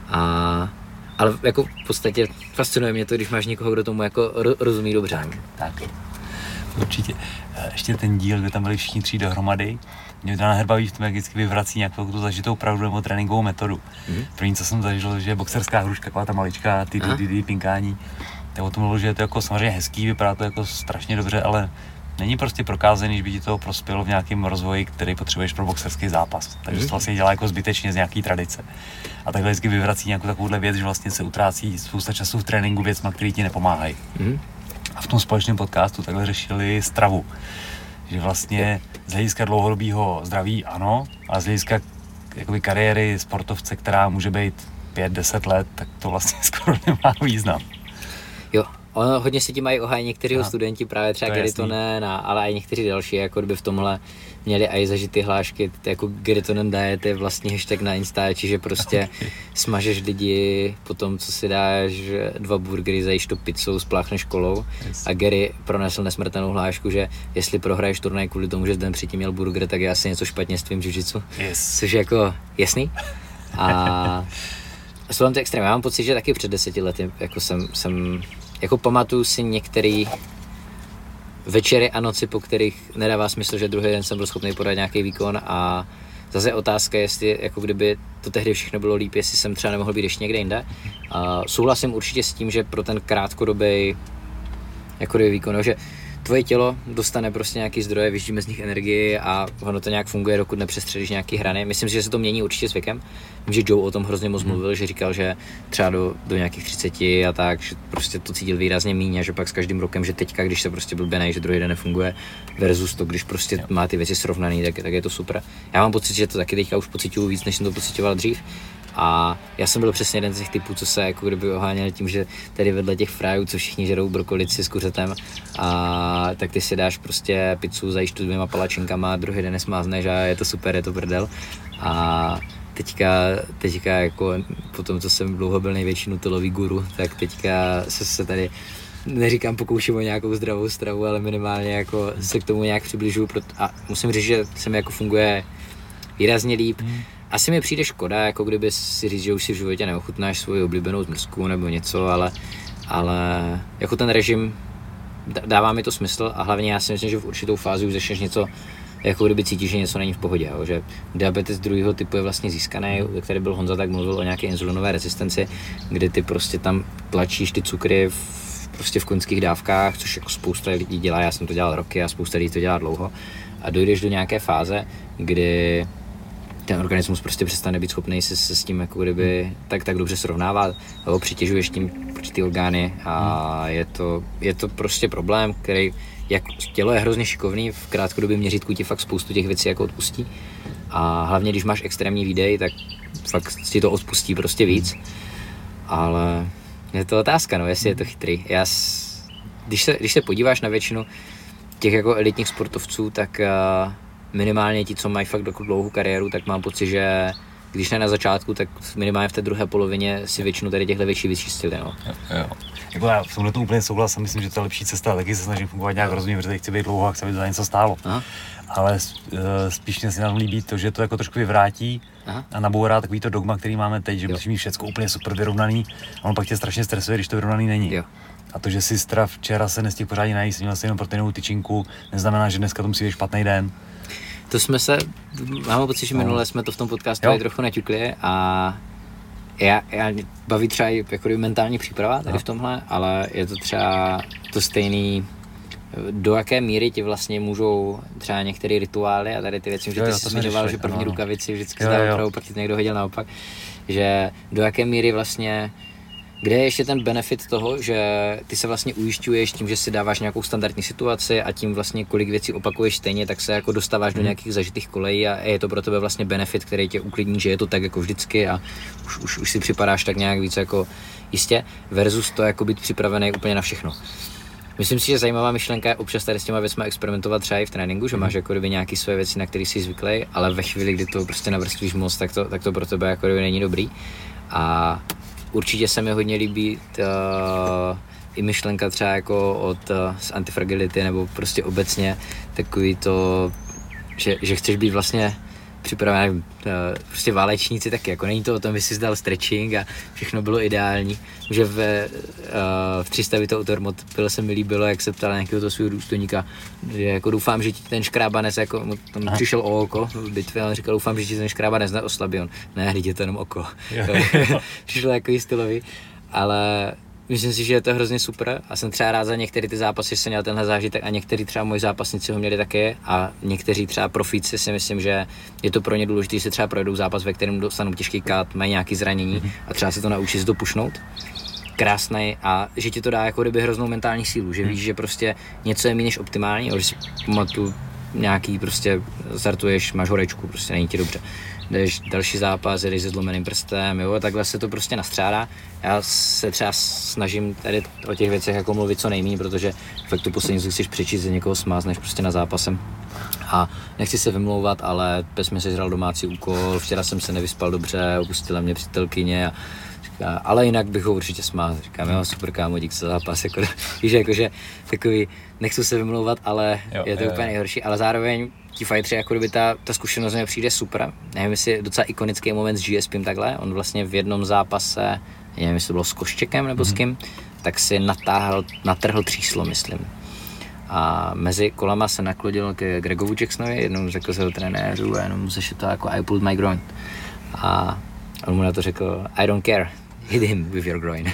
S2: Ale jako v podstatě fascinuje mě to, když máš někoho, kdo tomu jako rozumí dobře.
S1: Tak, určitě. Ještě ten díl, kde tam byli všichni 3 dohromady, mě to nahrbaví v tom, jak vždycky vyvrací nějakou tu zažitou pravdu nebo tréninkovou metodu. První, co jsem zažil, že je boxerská hruška, taková ta maličká, pinkání. Tak o tom mluvil, že je to jako samozřejmě hezký, vypadá to jako strašně dobře, ale není prostě prokázaný, že by ti to prospělo v nějakém rozvoji, který potřebuješ pro boxerský zápas. Takže to vlastně dělá jako zbytečně z nějaký tradice. A takhle vždycky vyvrací nějakou takovouhle věc, že vlastně se utrácí spousta času v tréninku věcma, které ti nepomáhají. A v tom společném podcastu takhle řešili stravu. Že vlastně z hlediska dlouhodobého zdraví ano, a z hlediska jakoby kariéry sportovce, která může být 5-10 let, tak to vlastně skoro nemá význam.
S2: Jo, ono hodně se tím mají ohájit někteří studenti, právě třeba Gary Tonen, ale i někteří další, jako kdyby v tomhle měli i zažitý hlášky, jako Gary Tonen diet je vlastně hashtag na Instači, že prostě smažeš lidi po tom, co si dáš 2 burgery, zajíš to pizzou, spláchneš kolou a Gary pronesl nesmrtelnou hlášku, že jestli prohraješ turnaj kvůli tomu, že den předtím měl burger, tak je asi něco špatně s tvým jiu-jitsu, což je jako jasný. A jsou tam ty extrémy. Já mám pocit, že taky před 10 lety jako jsem jako pamatuju si některé večery a noci, po kterých nedává smysl, že druhý den jsem byl schopný podat nějaký výkon a zase otázka, jestli jako kdyby to tehdy všechno bylo líp, jestli jsem třeba nemohl být ještě někde jinde. Souhlasím určitě s tím, že pro ten krátkodobý jako výkon, že tvoje tělo dostane prostě nějaký zdroje, vyždíme z nich energii a ono to nějak funguje, dokud nepřestřelíš nějaký hrany. Myslím si, že se to mění určitě s věkem. Vím, že Joe o tom hrozně moc mluvil, že říkal, že třeba do nějakých 30 a tak, že prostě to cítil výrazně míň a že pak s každým rokem, že teďka, když se prostě blbě že druhý den nefunguje versus to, když prostě má ty věci srovnaný, tak je to super. Já mám pocit, že to taky teďka už pociťuju víc, než jsem to pocitoval dřív. A já jsem byl přesně jeden z těch typů, co se jako kdyby oháněl tím, že tady vedle těch frajů, co všichni žerou brokolici s kuřetem, a tak ty si dáš prostě pizzu, zajíš tu 2 palačinkama, druhý den nesmázneš a je to super, je to prdel. A teďka jako po tom, co jsem dlouho byl největší nutelový guru, tak teďka se tady neříkám pokouším o nějakou zdravou stravu, ale minimálně jako se k tomu nějak přibližuju a musím říct, že se mi jako funguje výrazně líp. Asi mi přijde škoda, jako kdyby si říct, že už si v životě neochutnáš svoji oblíbenou zmrzku nebo něco, ale jako ten režim dává mi to smysl a hlavně já si myslím, že v určitou fázi už začneš něco, jako kdyby cítíš, že něco není v pohodě, jo? Že diabetes druhého typu je vlastně získaný, který byl Honza, tak mluvil o nějaké inzulinové rezistenci, kdy ty prostě tam tlačíš ty cukry prostě v koňských dávkách, což jako spousta lidí dělá, já jsem to dělal roky a spousta lidí to dělá dlouho a dojdeš do nějaké fáze, kdy ten organismus prostě přestane být schopný se s tím jako kdyby tak dobře srovnávat, nebo přitěžuješ tím ty orgány a je to prostě problém, který jak tělo je hrozně šikovný, v krátkodobém měřítku ti fakt spoustu těch věcí jako odpustí a hlavně když máš extrémní výdej, tak fakt ti to odpustí prostě víc, ale je to otázka, no, jestli je to chytrý. Když se podíváš na většinu těch jako elitních sportovců, tak minimálně ti, co mají fakt dlouhou kariéru, tak mám pocit, že když ne na začátku, tak minimálně v té druhé polovině si většinu tady těchto věcí vyčistili, no.
S1: Jo. Jako já v tomhle to úplně souhlasím, myslím, že to je lepší cesta, taky se snažím fungovat nějak rozumně, protože chci být dlouho a chci, aby to za něco stálo. Aha. Ale spíš mě si nám líbí to, že to jako trošku vyvrátí. Aha. A nabourá takový to dogma, který máme teď, že musí mít všecko úplně super vyrovnaný a on pak tě strašně stresuje, když to vyrovnaný není. Jo. A to, že si včera se nestihl pořádně najíst, měl si jenom proteinovou tyčinku, neznamená, že dneska to musí být špatný den.
S2: To mám pocit, že minule jsme to v tom podcastu trochu naťukli a já baví třeba jako mentální příprava tady v tomhle, ale je to třeba to stejný, do jaké míry ti vlastně můžou třeba některé rituály a tady ty věci, že ty jsi zmiňoval, že první rukavici vždycky zdá opravdu, pak ti někdo hodil naopak, že do jaké míry vlastně, kde je ještě ten benefit toho, že ty se vlastně ujišťuješ tím, že si dáváš nějakou standardní situaci a tím vlastně kolik věcí opakuješ stejně, tak se jako dostáváš do nějakých zažitých kolejí a je to pro tebe vlastně benefit, který tě uklidní, že je to tak jako vždycky a už si připadáš tak nějak víc jako jistě versus to jako být připravený úplně na všechno. Myslím si, že zajímavá myšlenka je občas tady s těma věcmi experimentovat třeba i v tréninku, že máš jako kdyby nějaké své věci, na které jsi zvyklý, ale ve chvíli, kdy to prostě navrstvíš moc, tak to pro tebe jako kdyby není dobrý. A určitě se mi hodně líbí i myšlenka třeba jako z antifragility nebo prostě obecně takový to, že chceš být vlastně připravený, prostě válečníci taky, jako není to o tom, že jsi zdal stretching a všechno bylo ideální, že v 300 to Tormod se mi líbilo, jak se ptal na nějakého toho svého důstojníka, že jako doufám, že ti ten škrábanec, jako tam přišel o oko v bitvě, ale říkal, doufám, že ti ten škrábanec neoslabí, on, ne, hlídě je to jenom oko. Přišlo jako stylový, ale myslím si, že je to hrozně super a jsem třeba rád za některé ty zápasy, že jsem měl tenhle zážitek a některý třeba moji zápasníci ho měli taky a někteří třeba profíci si myslím, že je to pro ně důležité, že si třeba projedou zápas, ve kterém dostanou těžký cut, mají nějaké zranění a třeba se to naučí si to pušnout. Krásnej a že ti to dá jako kdyby hroznou mentální sílu, že víš, že prostě něco je méně než optimální, že si pamatuju nějaký prostě startuješ, máš horečku, prostě není ti dobře. Jdeš další zápas, jedeš se zlomeným prstem, jo, a takhle se to prostě nastřádá. Já se třeba snažím tady o těch věcech jako mluvit co nejméně, protože fakt tu poslední, co chceš přečíst, že někoho smázneš prostě na zápasem. A nechci se vymlouvat, ale pes mi sežral domácí úkol, včera jsem se nevyspal dobře, opustila mě přítelkyně a Ale jinak bych ho určitě smál, říkám, jo, super kámo, dík za zápas, jakože takový, nechci se vymlouvat, ale je to úplně nejhorší, ale zároveň ti fightři, jako kdyby ta zkušenost mi přijde super, nevím, jestli docela ikonický moment s GSPem takhle, on vlastně v jednom zápase, nevím, jestli to bylo s Koščekem nebo s kým, tak si natrhl tříslo, myslím. A mezi kolama se naklonil ke Gregovu Jacksonovi, jednou řekl se do trenéru a jenom se to jako I pulled my groin. A on mu na to řekl, I don't care, hit him with your groin.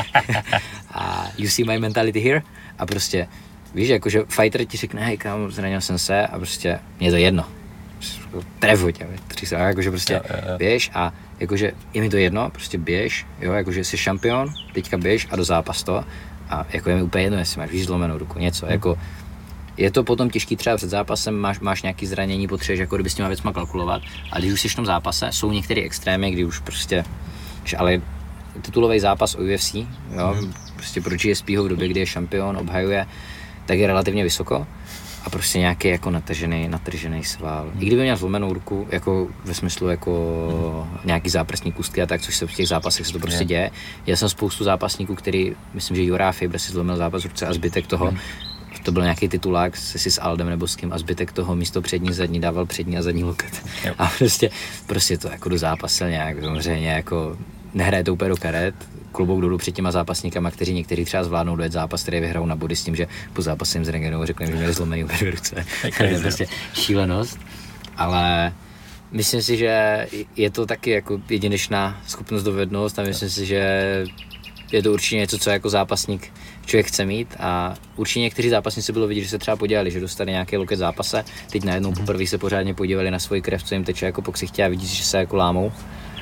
S2: A you see my mentality here? A prostě, víš, jakože fighter ti řekne, hej kámo, zranil jsem se a prostě, mě to jedno. Trefu tě, jakože prostě běž a jakože je mi to jedno, prostě běž, jo, jakože jsi šampion, teďka běž a do zápas to. A jako je mi úplně jedno, jestli máš víš zlomenou ruku, něco, jako je to potom těžký třeba před zápasem, máš nějaký zranění, potřebuješ jako kdyby s těma věcma kalkulovat, a když už jsi v tom zápase, jsou některé extrémy, kdy už prostě, ale titulový zápas o UFC, jo, prostě pro GSPho v době, kdy je šampion, obhajuje, tak je relativně vysoko a prostě nějaký jako natržený sval. I kdyby měl zlomenou ruku, jako ve smyslu jako nějaký záprsní kůstky a tak, což se v těch zápasech se to prostě děje. Já jsem spoustu zápasníků, který, myslím, že Jurá Faber si zlomil zápas v ruce a zbytek toho, to byl nějaký titulák s Aldem nebo s kým a zbytek toho místo přední zadní dával přední a zadní loket. A prostě to jako dozápasil nějak, samozřejmě jako nehraje to úplně do karet, klobouk dolů před těma zápasníkama, někteří třeba zvládnou dojet zápas, který vyhrajou na body s tím, že po zápase jim zregenerovou řekli, že měli zlomený obě ruce. To je prostě šílenost, ale myslím si, že je to taky jako jedinečná schopnost, dovednost a myslím si, že je to určitě něco, co jako zápasník člověk chce mít a určitě někteří zápasníci bylo vidět, že se třeba podělali, že dostali nějaký loket zápase, teď najednou poprvé se pořádně podívali na svoji krev, co jim teče jako po ksichtě a vidí, že se jako lámou.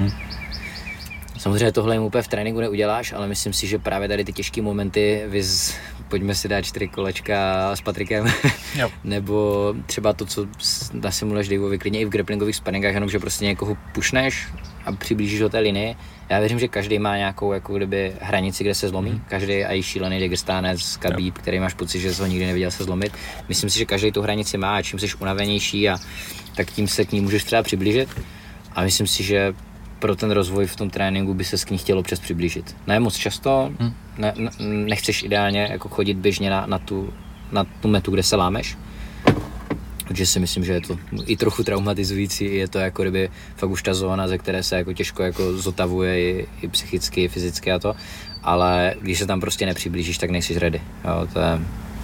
S2: Samozřejmě tohle jim úplně v tréninku neuděláš, ale myslím si, že právě tady ty těžké momenty, pojďme si dát 4 kolečka s Patrikem, nebo třeba to, co nasimuluješ Daveovi klidně i v grapplingových sparingách, jenom že prostě někoho pušneš a přiblížíš do té linie. Já věřím, že každý má nějakou jako kdyby hranici, kde se zlomí. Každý a i šílený Dagestánec, Khabib, který máš pocit, že jsi ho nikdy neviděl se zlomit. Myslím si, že každý tu hranici má a čím jsi unavenější a tak tím se k ní můžeš třeba přiblížit. A myslím si, že pro ten rozvoj v tom tréninku by se k ní chtělo přes přiblížit. Ne moc často, nechceš ideálně jako chodit běžně na tu metu, kde se lámeš. Takže si myslím, že je to i trochu traumatizující, je to jako kdyby fakt už ta zóna, ze které se jako těžko jako zotavuje i psychicky, i fyzicky a to, ale když se tam prostě nepřiblížíš, tak nejsi ready. Jo, to je...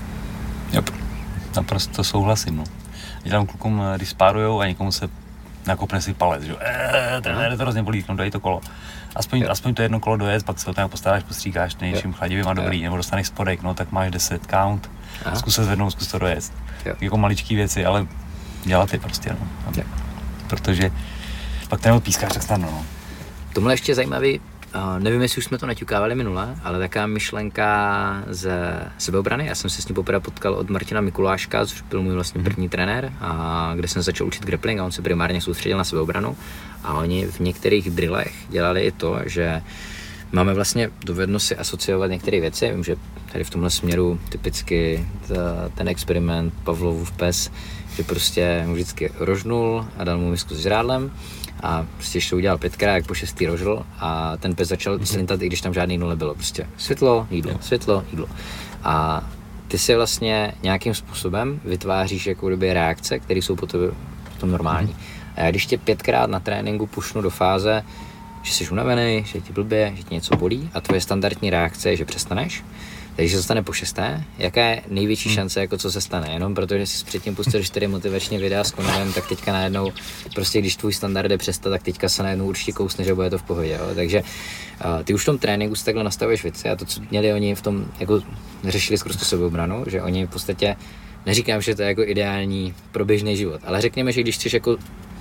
S1: Naprosto souhlasím, no. Dělám klukům, když spárujou a někomu se nakopne si palec, že trenér to hrozně bolí, no dej to kolo. Aspoň to jedno kolo dojet, pak se to tam postaráš, postříkáš něčím chladivým a dobrý, nebo dostaneš spodek, no tak máš 10 count, zkus se zvednout, zkus to dojet. Jako maličký věci, ale dělat je prostě, no. Protože pak ten odpískáš tak snadno, no.
S2: Tomhle ještě zajímavý, nevím, jestli už jsme to naťukávali minule, ale taká myšlenka ze sebeobrany. Já jsem se s ním poprvé potkal od Martina Mikuláška, což byl můj vlastně první trenér, a kde jsem začal učit grappling a on se primárně soustředil na sebeobranu. A oni v některých drillech dělali i to, že máme vlastně dovednost si asociovat některé věci. Vím, že tady v tomhle směru typicky ten experiment Pavlovův pes, že prostě mu vždycky rožnul a dal mu misku s žrádlem a prostě ještě udělal 5krát, jak po 6. rožl a ten pes začal slintat, i když tam žádný nule bylo. Prostě světlo, jídlo, světlo, jídlo. A ty si vlastně nějakým způsobem vytváříš jako kdyby reakce, které jsou potom normální. A já když tě 5krát na tréninku pušnu do fáze, že jsi unavený, že ti blbě, že ti něco bolí a tvoje standardní reakce je, že přestaneš, takže se stane po 6. Jaká je největší šance, jako co se stane? Jenom protože jsi předtím pustil 4 motivační videa s Conorem, tak teďka najednou, prostě když tvůj standard je přestat, tak teďka se najednou určitě kousne, že bude to v pohodě. Jo? Takže ty už v tom tréninku si takhle nastavuješ věci a to, co měli oni v tom, jako řešili skrz tu sebeobranu, že oni v podstatě, neříkám, že to je jako ideální pro běžný život, ale řekněme, že když chceš jako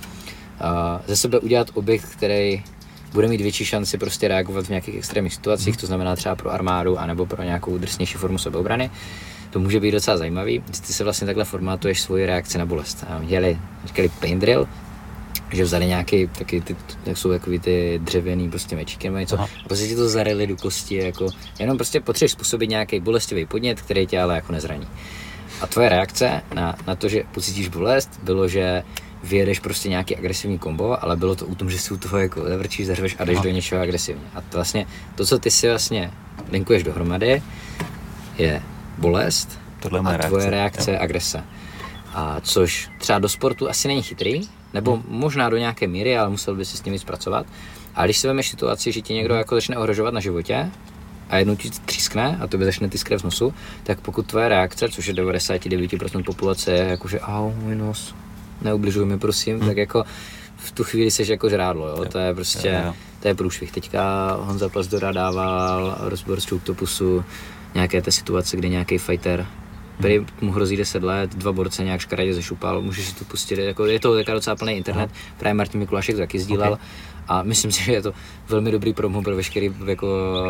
S2: ze sebe udělat objekt, který bude mít větší šanci prostě reagovat v nějakých extrémních situacích, to znamená třeba pro armádu anebo pro nějakou drsnější formu sebeobrany. To může být docela zajímavý, ty se vlastně takhle formátuješ svoji reakci na bolest. Říkali pain drill, že vzali nějaký, taky tak jsou takový ty dřevěný prostě mečíky nebo něco, a prostě ti to zarili do kosti, jako, jenom prostě potřebuješ způsobit nějaký bolestivý podnět, který tě ale jako nezraní. A tvoje reakce na to, že pocítíš bolest, bylo, že vyjedeš prostě nějaký agresivní kombo, ale bylo to o tom, že si u toho jako zavrčíš, zařveš a jdeš do něčeho agresivně. A to vlastně, to, co ty si vlastně linkuješ dohromady, je bolest a tvoje reakce, agrese. A což třeba do sportu asi není chytrý, nebo možná do nějaké míry, ale musel by si s tím víc pracovat. A když si vemeš situaci, že ti někdo jako začne ohrožovat na životě a jednou ti třískne a to by začne ty krev z nosu, tak pokud tvoje reakce, což je 99% populace, je jako, že au, můj nos, neubližuj mi prosím, tak jako v tu chvíli seš jako žrádlo, jo? To je prostě, to je průšvih. Teďka Honza Plazdora dával rozbor z Choctopusu, nějaké té situace, kdy nějaký fighter, který mu hrozí 10 let, 2 borce nějak škaredě zešupal, můžeš si to pustit, jako je to docela plný internet, právě Martin Mikulášek taky sdílel a myslím si, že je to velmi dobrý promo pro veškerý jako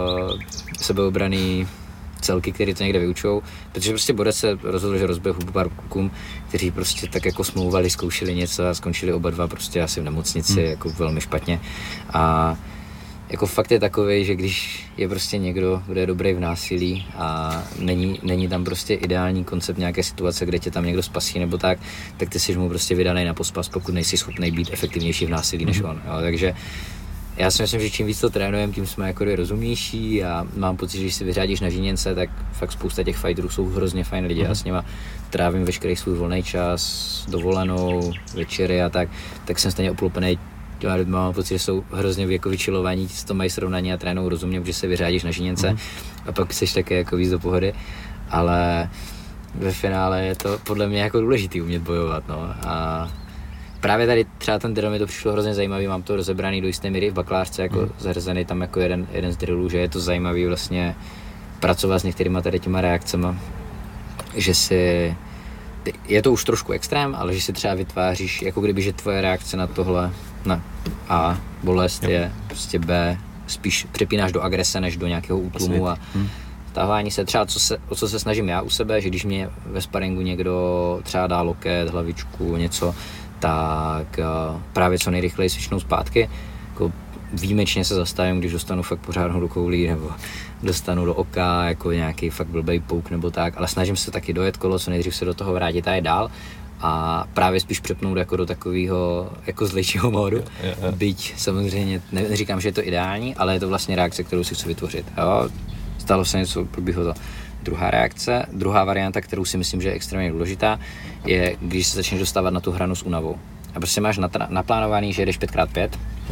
S2: sebeobraný celky, který to někde vyučou, protože prostě borec se rozhodl, že rozbije hubu pár klukům, kteří prostě tak jako smlouvali, zkoušeli něco a skončili oba dva prostě asi v nemocnici jako velmi špatně a jako fakt je takovej, že když je prostě někdo, kdo je dobrý v násilí a není tam prostě ideální koncept nějaké situace, kde tě tam někdo spasí nebo tak ty jsi mu prostě vydanej na pospas, pokud nejsi schopný být efektivnější v násilí než on. Jo. Takže já si myslím, že čím víc to trénujeme, tím jsme jako rozumnější a mám pocit, že když si vyřádíš na žíněnce, tak fakt spousta těch fighterů jsou hrozně fajn lidi a s nima trávím veškerý svůj volný čas, dovolenou, večery a tak jsem stejně oplupený. Mám pocit, že jsou hrozně jako vyčilovaní, s tom mají srovnání a trénou rozumně, protože se vyřádíš na žíněnce a pak jsi také jako víc do pohody, ale ve finále je to podle mě jako důležitý umět bojovat, no. A právě tady třeba ten drill mi to přišlo hrozně zajímavý, mám to rozebraný do jisté míry v bakalářce, jako zařazený tam jako jeden z drillů, že je to zajímavý vlastně pracovat s některýma tady těma reakcema, že si je to už trošku extrém, ale že si třeba vytváříš, jako kdyby, že tvoje reakce na tohle, na A, bolest je prostě B, spíš přepínáš do agrese, než do nějakého útlumu a tahování se třeba, o co se snažím já u sebe, že když mě ve sparingu někdo třeba dá loket, hlavičku, něco, tak právě co nejrychleji svičnou zpátky, jako výjimečně se zastavím, když dostanu fakt pořádnou do koulí nebo dostanu do oka jako nějaký fakt blbej pouk nebo tak, ale snažím se taky dojet kolo, co nejdřív se do toho vrátit a je dál a právě spíš přepnout jako do takového jako zlejšího módu, byť samozřejmě neříkám, že je to ideální, ale je to vlastně reakce, kterou si chci vytvořit. Jo? Stalo se něco, probíhlo to. Druhá reakce, druhá varianta, kterou si myslím, že je extrémně důležitá, je, když se začneš dostávat na tu hranu s únavou. A prostě máš naplánovaný, že jedeš 5x5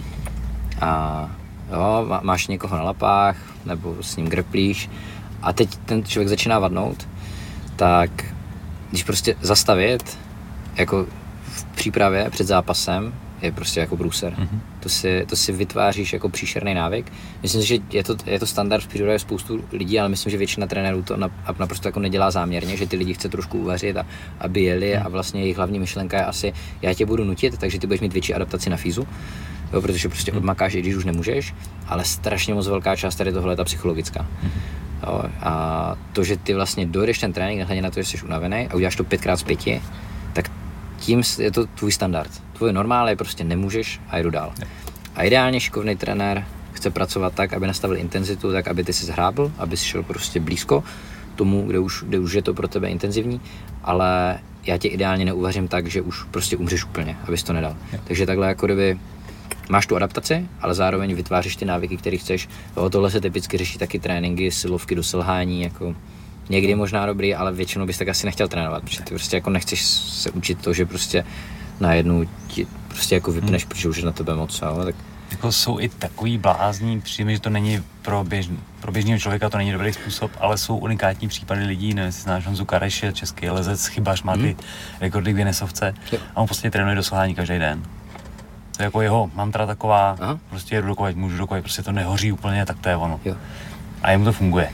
S2: a jo, máš někoho na lapách, nebo s ním grplíš a teď ten člověk začíná vadnout, tak když prostě zastavit, jako v přípravě před zápasem, je prostě jako průser. To si vytváříš jako příšerný návyk. Myslím si, že je to standard v přírodě spoustu lidí, ale myslím, že většina trenérů to naprosto jako nedělá záměrně, že ty lidi chce trošku uvařit a aby jeli a vlastně jejich hlavní myšlenka je asi, já tě budu nutit, takže ty budeš mít větší adaptaci na fízu, jo, protože prostě odmakáš, i když už nemůžeš, ale strašně moc velká část tady tohle je ta psychologická. Jo, a to, že ty vlastně dojdeš ten trénink, nehledě na to, že jsi unavený a uděláš to 5x5, tak tím je to tvůj standard. Tvůj normál je prostě nemůžeš a jdu dál. A ideálně šikovný trenér chce pracovat tak, aby nastavil intenzitu, tak aby ty si zhrábl, aby si šel prostě blízko tomu, kde už je to pro tebe intenzivní, ale já tě ideálně neuvařím tak, že už prostě umřeš úplně, abys to nedal. Takže takhle jako kdyby máš tu adaptaci, ale zároveň vytváříš ty návyky, které chceš. Tohle se typicky řeší taky tréninky, silovky do selhání, jako někdy možná dobrý, ale většinou bys tak asi nechtěl trénovat, protože ty prostě jako nechceš se učit to, že prostě najednou ti prostě jako vypneš, protože už je na tebe moc, ale tak.
S1: Jako jsou i takový blázní, přijme, že to není pro běžného člověka, to není dobrý způsob, ale jsou unikátní případy lidí, nevím, jestli znáš Honzu Kareše, český lezec, chybař, má ty rekordy v Guinnessovce a on prostě trénuje do selhání každý den. To je jako jeho mantra taková, prostě jedu dokovat, můžu dokovat, prostě to nehoří úplně, tak to je ono. Jo. A jemu to funguje.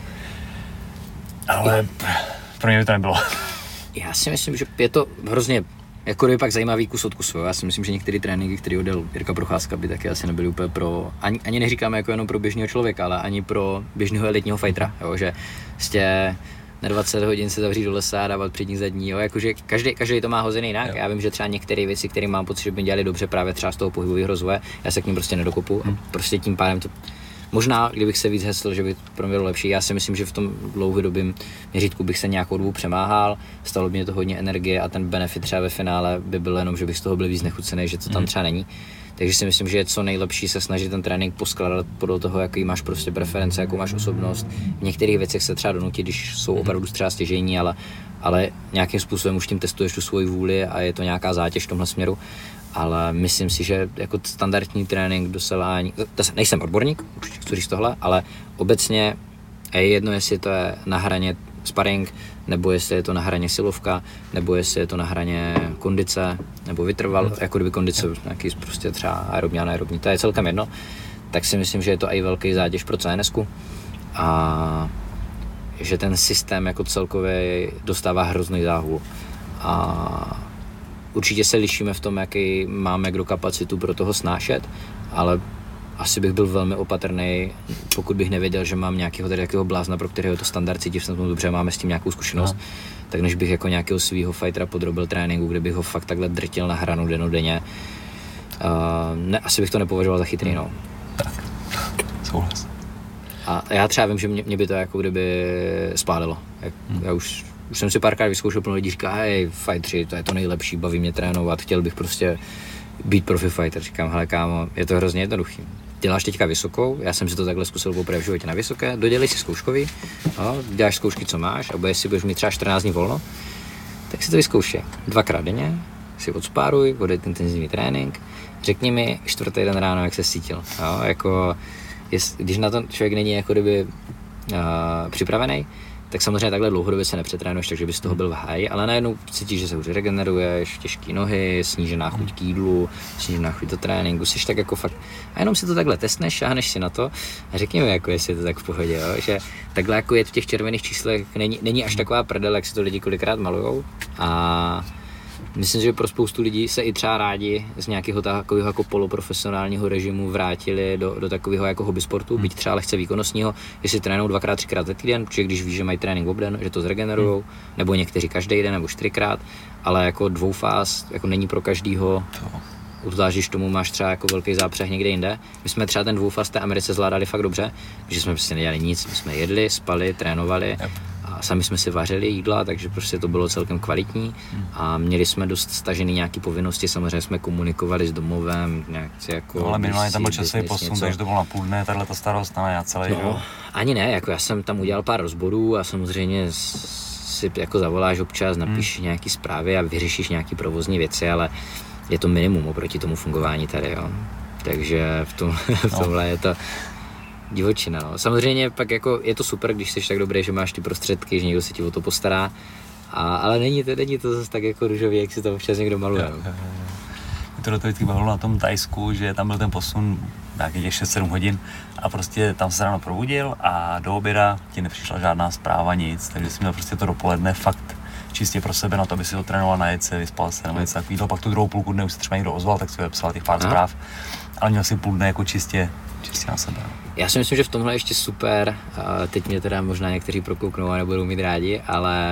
S1: Ale pro mě by to nebylo. Já
S2: si myslím, že je to hrozně jako je pak zajímavý kus od kusu. Já si myslím, že některé tréninky, které odjel Jirka Procházka, by taky asi nebyly úplně pro, ani neříkáme jako jenom pro běžného člověka, ale ani pro běžného elitního fightera, jo, že prostě na 20 hodin se zavřít do lesa a dávat přední zadní, jo, jakože každý to má hozený jinak. Jo. Já vím, že třeba některé věci, které mám pocit, že by dělali dobře právě třeba z toho pohybového rozvoje, já se k ním prostě nedokopu a prostě tím pádem to Možná, kdybych se víc hesl, že by pro mě bylo lepší. Já si myslím, že v tom dlouhodobém měřítku bych se nějakou dobu přemáhal, stalo by mě to hodně energie a ten benefit třeba ve finále by byl jenom, že bych z toho byl víc nechucený, že to tam třeba není. Takže si myslím, že je co nejlepší se snažit ten trénink poskládat podle toho, jaký máš prostě preference, jakou máš osobnost. V některých věcech se třeba donutit, když jsou opravdu třeba stěžejní, ale nějakým způsobem už tím testuješ tu svoji vůli a je to nějaká zátěž v tomhle směru. Ale myslím si, že jako standardní trénink do selhání, nejsem odborník, určitě chci říct tohle, ale obecně je jedno, jestli to je na hraně sparring, nebo jestli je to na hraně silovka, nebo jestli je to na hraně kondice, nebo vytrval, jako kdyby kondice nějaký prostě třeba aerobní a anaerobní, to je celkem jedno, tak si myslím, že je to i velký zátěž pro CNSku a že ten systém jako celkově dostává hrozný záhul a určitě se lišíme v tom, jaký máme kdo kapacitu pro toho snášet, ale asi bych byl velmi opatrný, pokud bych nevěděl, že mám nějakého blázna, pro kterého to standard cítí, jsem dobře, máme s tím nějakou zkušenost, tak než bych jako nějakého svýho fightera podrobil tréninku, kde bych ho fakt takhle drtil na hranu dennodenně. Asi bych to nepovažoval za chytrý, no.
S1: Tak, souhlas.
S2: A já třeba vím, že mě by to jako kdyby spálilo. Já už jsem si párkrát vyzkoušel, plno lidí říká, hej, fightři, to je to nejlepší, baví mě trénovat, chtěl bych prostě být profi fighter. Říkám, hele kámo, je to hrozně jednoduchý. Děláš teďka vysokou, já jsem si to takhle zkusil poprvé v životě na vysoké, dodělej si zkouškový, děláš zkoušky, co máš, a jestli budeš mít třeba 14 dní volno, tak si to vyzkoušej. 2krát denně, si odspáruj, odejď intenzivní trénink, řekni mi 4. den ráno, jak se cítil. Jako, když na to člověk není jako kdyby připravený, tak samozřejmě takhle dlouhodobě se nepřetrénuješ, takže bys z toho byl v háji, ale najednou cítíš, že se už regeneruješ, těžké nohy, snížená chuť k jídlu, snížená chuť do tréninku, jsi tak jako fakt, a jenom si to takhle testneš, šáhneš si na to a řekni mi, jako jestli je to tak v pohodě, jo? Že takhle jako je v těch červených číslech není až taková prdel, jak si to lidi kolikrát malujou a myslím, že pro spoustu lidí se i třeba rádi z nějakého takového jako poloprofesionálního režimu vrátili do takového jako hobby sportu, byť třeba lehce výkonnostního, jestli trénují 2x, 3x za týden, protože když víš, že mají trénink obden, že to zregenerujou, nebo někteří každý den nebo 4x, ale jako dvoufáz jako není pro každýho. Zvlášť, když tomu máš třeba jako velký zápřeh někde jinde. My jsme třeba ten dvoufáz v té Americe zvládali fakt dobře, že jsme prostě nedělali nic, my jsme jedli, spali, trénovali. A sami jsme si vařili jídla, takže prostě to bylo celkem kvalitní a měli jsme dost stažený nějaký povinnosti, samozřejmě jsme komunikovali s domovem, nějak jako...
S1: No, ale minulý tam byl časový posun, takže to bylo na půl dne, tato starost, ale já celý...
S2: No, ani ne, jako já jsem tam udělal pár rozborů a samozřejmě si jako zavoláš občas, napíšeš nějaký zprávy a vyřešíš nějaký provozní věci, ale je to minimum oproti tomu fungování tady, jo. Takže v tomhle je to divočina, no. Samozřejmě pak jako je to super, když jsi tak dobrý, že máš ty prostředky, že někdo se ti o to postará, ale není to zase tak jako růžový, jak si to občas někdo maluje.
S1: Mě to vždycky bavilo na tom Thajsku, že tam byl ten posun nějakých 6-7 hodin a prostě tam se ráno probudil a do oběda ti nepřišla žádná zpráva, nic, takže jsi měl prostě to dopoledne fakt čistě pro sebe na to, aby si to trénoval, najet se, vyspal se nebo něco takového. Pak tu druhou půlku dne už se třeba někdo ozval, tak si vypsal těch pár zpráv, ale měl si půl dne jako čistě na sebe.
S2: Já si myslím, že v tomhle ještě super, teď mě teda možná někteří prokouknou a nebudou mít rádi, ale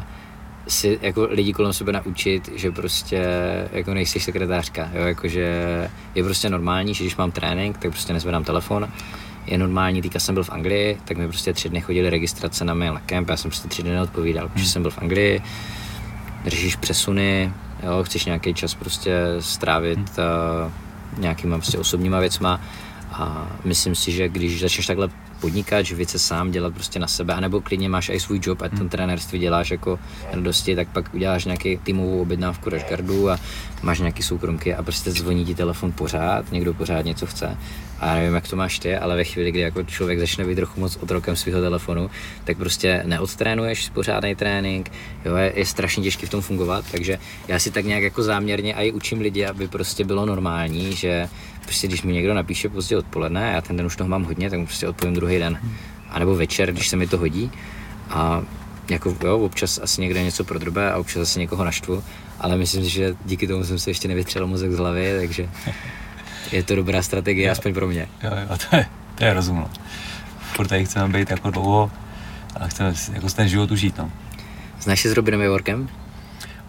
S2: si jako lidi kolem sebe naučit, že prostě jako nejsi sekretářka, jo, jakože je prostě normální, že když mám trénink, tak prostě nezvedám telefon. Je normální, teďka jsem byl v Anglii, tak mi prostě 3 dny chodily registrace na mail na kemp, já jsem prostě 3 dny neodpovídal, protože jsem byl v Anglii, řešíš přesuny, jo, chceš nějaký čas prostě strávit nějakýma prostě osobníma věcma a myslím si, že když začneš takhle podnikat, živit se sám, dělat prostě na sebe, anebo klidně máš i svůj job, ať ten trenérství děláš jako radosti, tak pak uděláš nějaký týmovou objednávku Rushguardu a máš nějaký soukromky a prostě zvoní ti telefon pořád, někdo pořád něco chce. A já nevím, jak to máš ty, ale ve chvíli, kdy jako člověk začne být trochu moc otrokem svého telefonu, tak prostě neodtrénuješ pořádný trénink, jo, je strašně těžký v tom fungovat, takže já si tak nějak jako záměrně i učím lidi, aby prostě bylo normální, že prostě když mi někdo napíše pozdě odpoledne, já ten den už toho mám hodně, tak mu prostě odpovím druhý den. A nebo večer, když se mi to hodí. A jako jo, občas asi někde něco prodrbe a občas asi někoho naštvu, ale myslím si, že díky tomu jsem se ještě nevytřel mozek z hlavy, takže je to dobrá strategie, aspoň pro mě.
S1: Jo, to je rozumno. Furt tady chceme být jako dlouho a chceme jako ten život užít, no.
S2: Znáš se s Robinem Javorkem?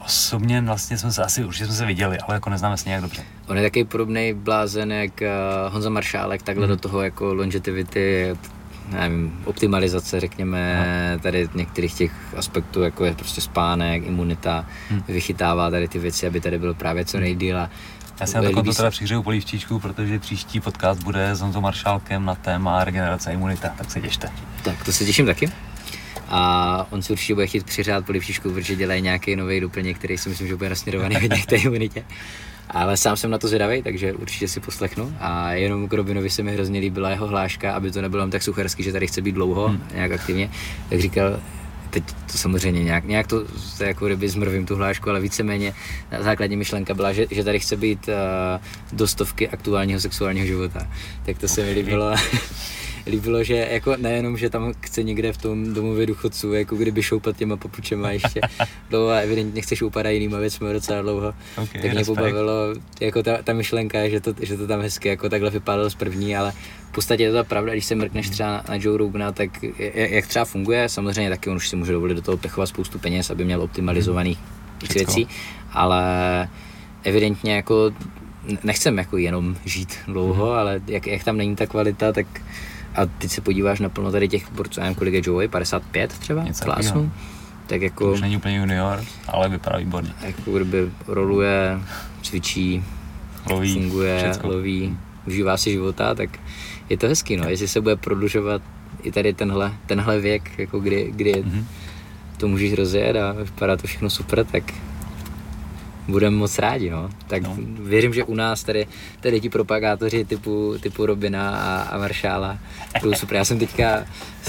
S1: Osobně vlastně určitě jsme se viděli, ale jako neznáme se nějak dobře.
S2: On je taky podobný blázen jak Honza Maršálek, takhle do toho jako longevity, nevím, optimalizace, řekněme, tady některých těch aspektů, jako je prostě spánek, imunita, vychytává tady ty věci, aby tady bylo právě co nejdýl.
S1: Já si na to teda přihřeju polívčičku, protože příští podcast bude s Honzou Maršálkem na téma regenerace a imunita, tak se těšte.
S2: Tak to se těším taky. A on si určitě bude chtít přiřát polívčičku, protože dělají nějaký nový doplněk, který si myslím, že bude nasměrovaný hodně k té imunitě. Ale sám jsem na to zvědavý, takže určitě si poslechnu. A jenom k Robinovi se mi hrozně líbila jeho hláška, aby to nebylo tak sucherský, že tady chce být dlouho, nějak aktivně. Tak říkal, teď to samozřejmě nějak to jako kdyby zmrvím tu hlášku, ale víceméně základní myšlenka byla, že tady chce být do 100 aktuálního sexuálního života. Tak to se mi líbilo, že jako nejenom, že tam chce někde v tom domově důchodců, jako kdyby šoupat těma papučema ještě dlouho a evidentně chce šoupat jinýma věcmi docela dlouho.
S1: Okay,
S2: tak mě pobavilo jako ta myšlenka, že to tam hezky jako takhle vypadalo z první, ale v podstatě je to pravda, když se mrkneš třeba na Joe Rogana, tak jak třeba funguje, samozřejmě taky on už si může dovolit do toho pechovat spoustu peněz, aby měl optimalizovaných věcí, ale evidentně jako nechcem jako jenom žít dlouho, ale jak tam není ta kvalita, tak a teď se podíváš naplno tady těch borců, nevím kolik je Joey, 55 třeba, klásnu, tak jako...
S1: Už není úplně junior, ale vypadá výborně.
S2: Jako kdyby roluje, cvičí, funguje, loví, užívá si života, tak je to hezký, no, jestli se bude prodlužovat i tady tenhle věk, jako kdy to můžeš rozjet a vypadá to všechno super, tak budeme moc rádi, no. Tak věřím, že u nás tady ti propagátoři typu Robina a Maršála budou super. Já jsem teďka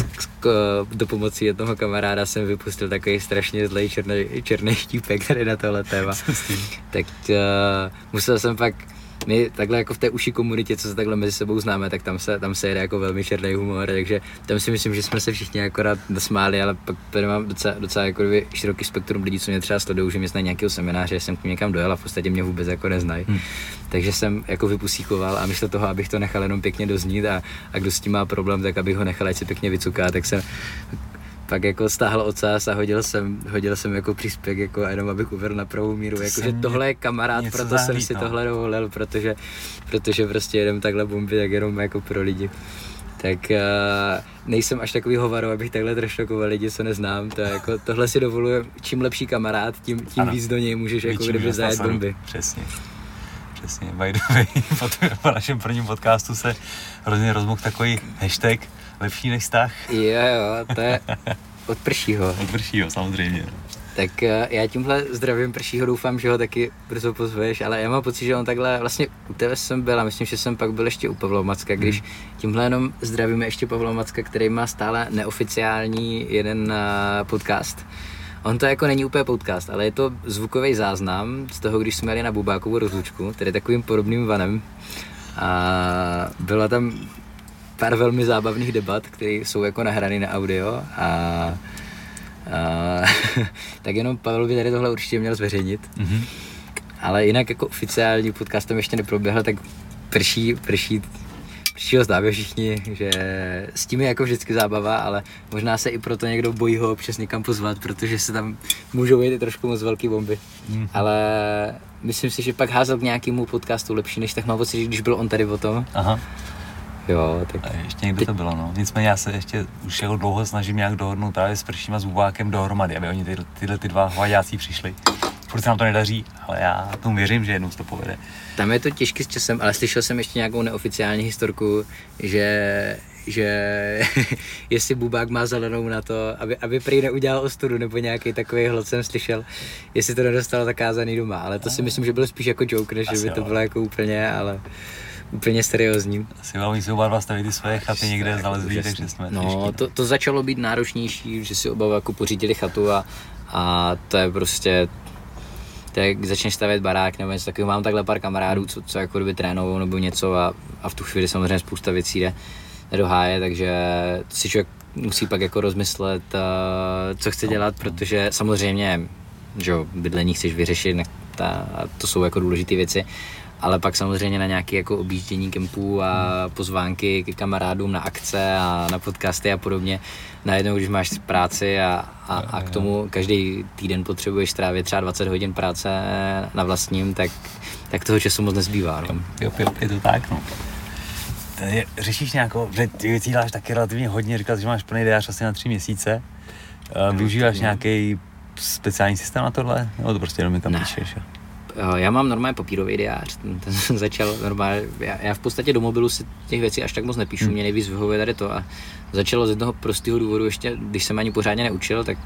S2: do pomoci jednoho kamaráda jsem vypustil takový strašně zlej černý štípek tady na tohle téma. Tak musel jsem pak, my takhle jako v té uší komunitě, co se takhle mezi sebou známe, tak tam se jede jako velmi černý humor, takže tam si myslím, že jsme se všichni akorát nasmáli, ale pak tady mám docela jako široký spektrum lidí, co mě třeba sledují, že mě znají nějakého semináře, jsem k ním někam dojel a v podstatě mě vůbec jako neznají. Takže jsem jako vypusíkoval a místo toho, abych to nechal jenom pěkně doznít a kdo s tím má problém, tak abych ho nechal, ať se pěkně vycuká, tak jsem pak jako stáhl ocas a hodil jsem jako příspěvek jako jenom abych uvedl na pravou míru, jakože tohle je kamarád, proto jsem si tohle dovolil, protože prostě jedem takhle bomby, tak jenom jako pro lidi. Tak nejsem až takový hovaro, abych takhle treštokoval lidi, co neznám, to jako, tohle si dovoluje, čím lepší kamarád, tím víc do něj můžeš jako kdyby zajet bomby.
S1: Přesně. By the way, po našem prvním podcastu se hrozně rozmohl takový hashtag lepší než vztah.
S2: Jo, to je od Pršího.
S1: Od Pršího, samozřejmě.
S2: Tak já tímhle zdravím Pršího, doufám, že ho taky brzo pozveš, ale já mám pocit, že on takhle, vlastně u tebe jsem byl a myslím, že jsem pak byl ještě u Pavla Macka, když tímhle jenom zdravíme ještě Pavla Macka, který má stále neoficiální jeden podcast. On to jako není úplně podcast, ale je to zvukový záznam z toho, když jsme jeli na Bubákovu rozlučku, tedy takovým podobným vanem. A byla tam pár velmi zábavných debat, které jsou jako nahrané na audio a tak jenom Pavel by tady tohle určitě měl zveřejnit. Ale jinak jako oficiální podcast tam ještě neproběhl, tak Prší ho známe všichni, že s tím je jako vždycky zábava, ale možná se i proto někdo bojí ho občas někam pozvat, protože se tam můžou jít i trošku moc velký bomby. Ale myslím si, že pak házel k nějakému podcastu lepší, než tak mám pocit, když byl on tady o tom.
S1: Aha.
S2: Jo, tak...
S1: A ještě někdo to bylo, no. Nicméně já se ještě už jako dlouho snažím nějak dohodnout právě s Prším a s Bubákem dohromady, aby oni tyhle dva hvaďáci přišli. Furt se nám to nedaří, ale já tomu věřím, že jednou se to povede.
S2: Tam je to těžký s časem, ale slyšel jsem ještě nějakou neoficiální historku, že jestli Bubák má zelenou na to, aby prý neudělal ostudu, nebo nějaký takový hlad jsem slyšel, jestli to nedostalo zakázaný doma, ale to si myslím, že byl spíš jako joke, než že by to bylo jako úplně seriózní.
S1: Asi velmi si oba dva staví ty své chaty někde zalezlí, takže jsme
S2: no, to začalo být náročnější, že si oba jako pořídili chatu a to je prostě, jak začneš stavět barák nebo něco takového, mám takhle pár kamarádů, co jako kdyby trénovou nebo něco a v tu chvíli samozřejmě spousta věcí jde do háje, takže si člověk musí pak jako rozmyslet, co chce dělat, protože samozřejmě, že bydlení chceš vyřešit, koncept a to jsou jako důležité věci. Ale pak samozřejmě na nějaké jako objíždění kempů a pozvánky k kamarádům na akce a na podcasty a podobně. Najednou, když máš práci a k tomu každý týden potřebuješ strávit třeba 20 hodin práce na vlastním, tak toho času moc nezbývá. No.
S1: Jo, je to tak, no. Řešíš nějakou, že ty věcí děláš taky relativně hodně, říkal, že máš plný diář asi na 3 měsíce. Využíváš nějaký speciální systém na tohle? Nebo to prostě jenom tam píšeš?
S2: Já mám normálně papírový diář, ten jsem začal normálně, já v podstatě do mobilu si těch věcí až tak moc nepíšu, mě nejvíc vyhovuje tady to a začalo z jednoho prostého důvodu, ještě když jsem ani pořádně neučil, tak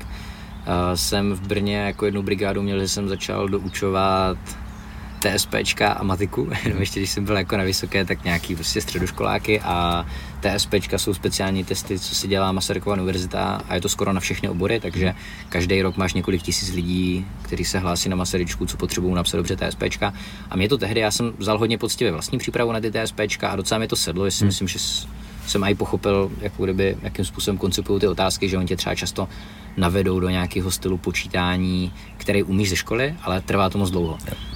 S2: jsem v Brně jako jednu brigádu měl, že jsem začal doučovat TSPčka a matiku, jenom ještě když jsem byl jako na vysoké, tak nějaký prostě středoškoláky a TSPčka jsou speciální testy, co si dělá Masarykova univerzita a je to skoro na všechny obory, takže každý rok máš několik tisíc lidí, kteří se hlásí na Masaryčku, co potřebují napsat dobře TSPčka a mě to tehdy, já jsem vzal hodně poctivě vlastní přípravu na ty TSPčka a docela mi to sedlo, jestli myslím, že jsem i pochopil, jakým způsobem koncipují ty otázky, že oni tě třeba často navedou do nějakého stylu počítání, který umíš ze školy, ale trvá to moc dlouho.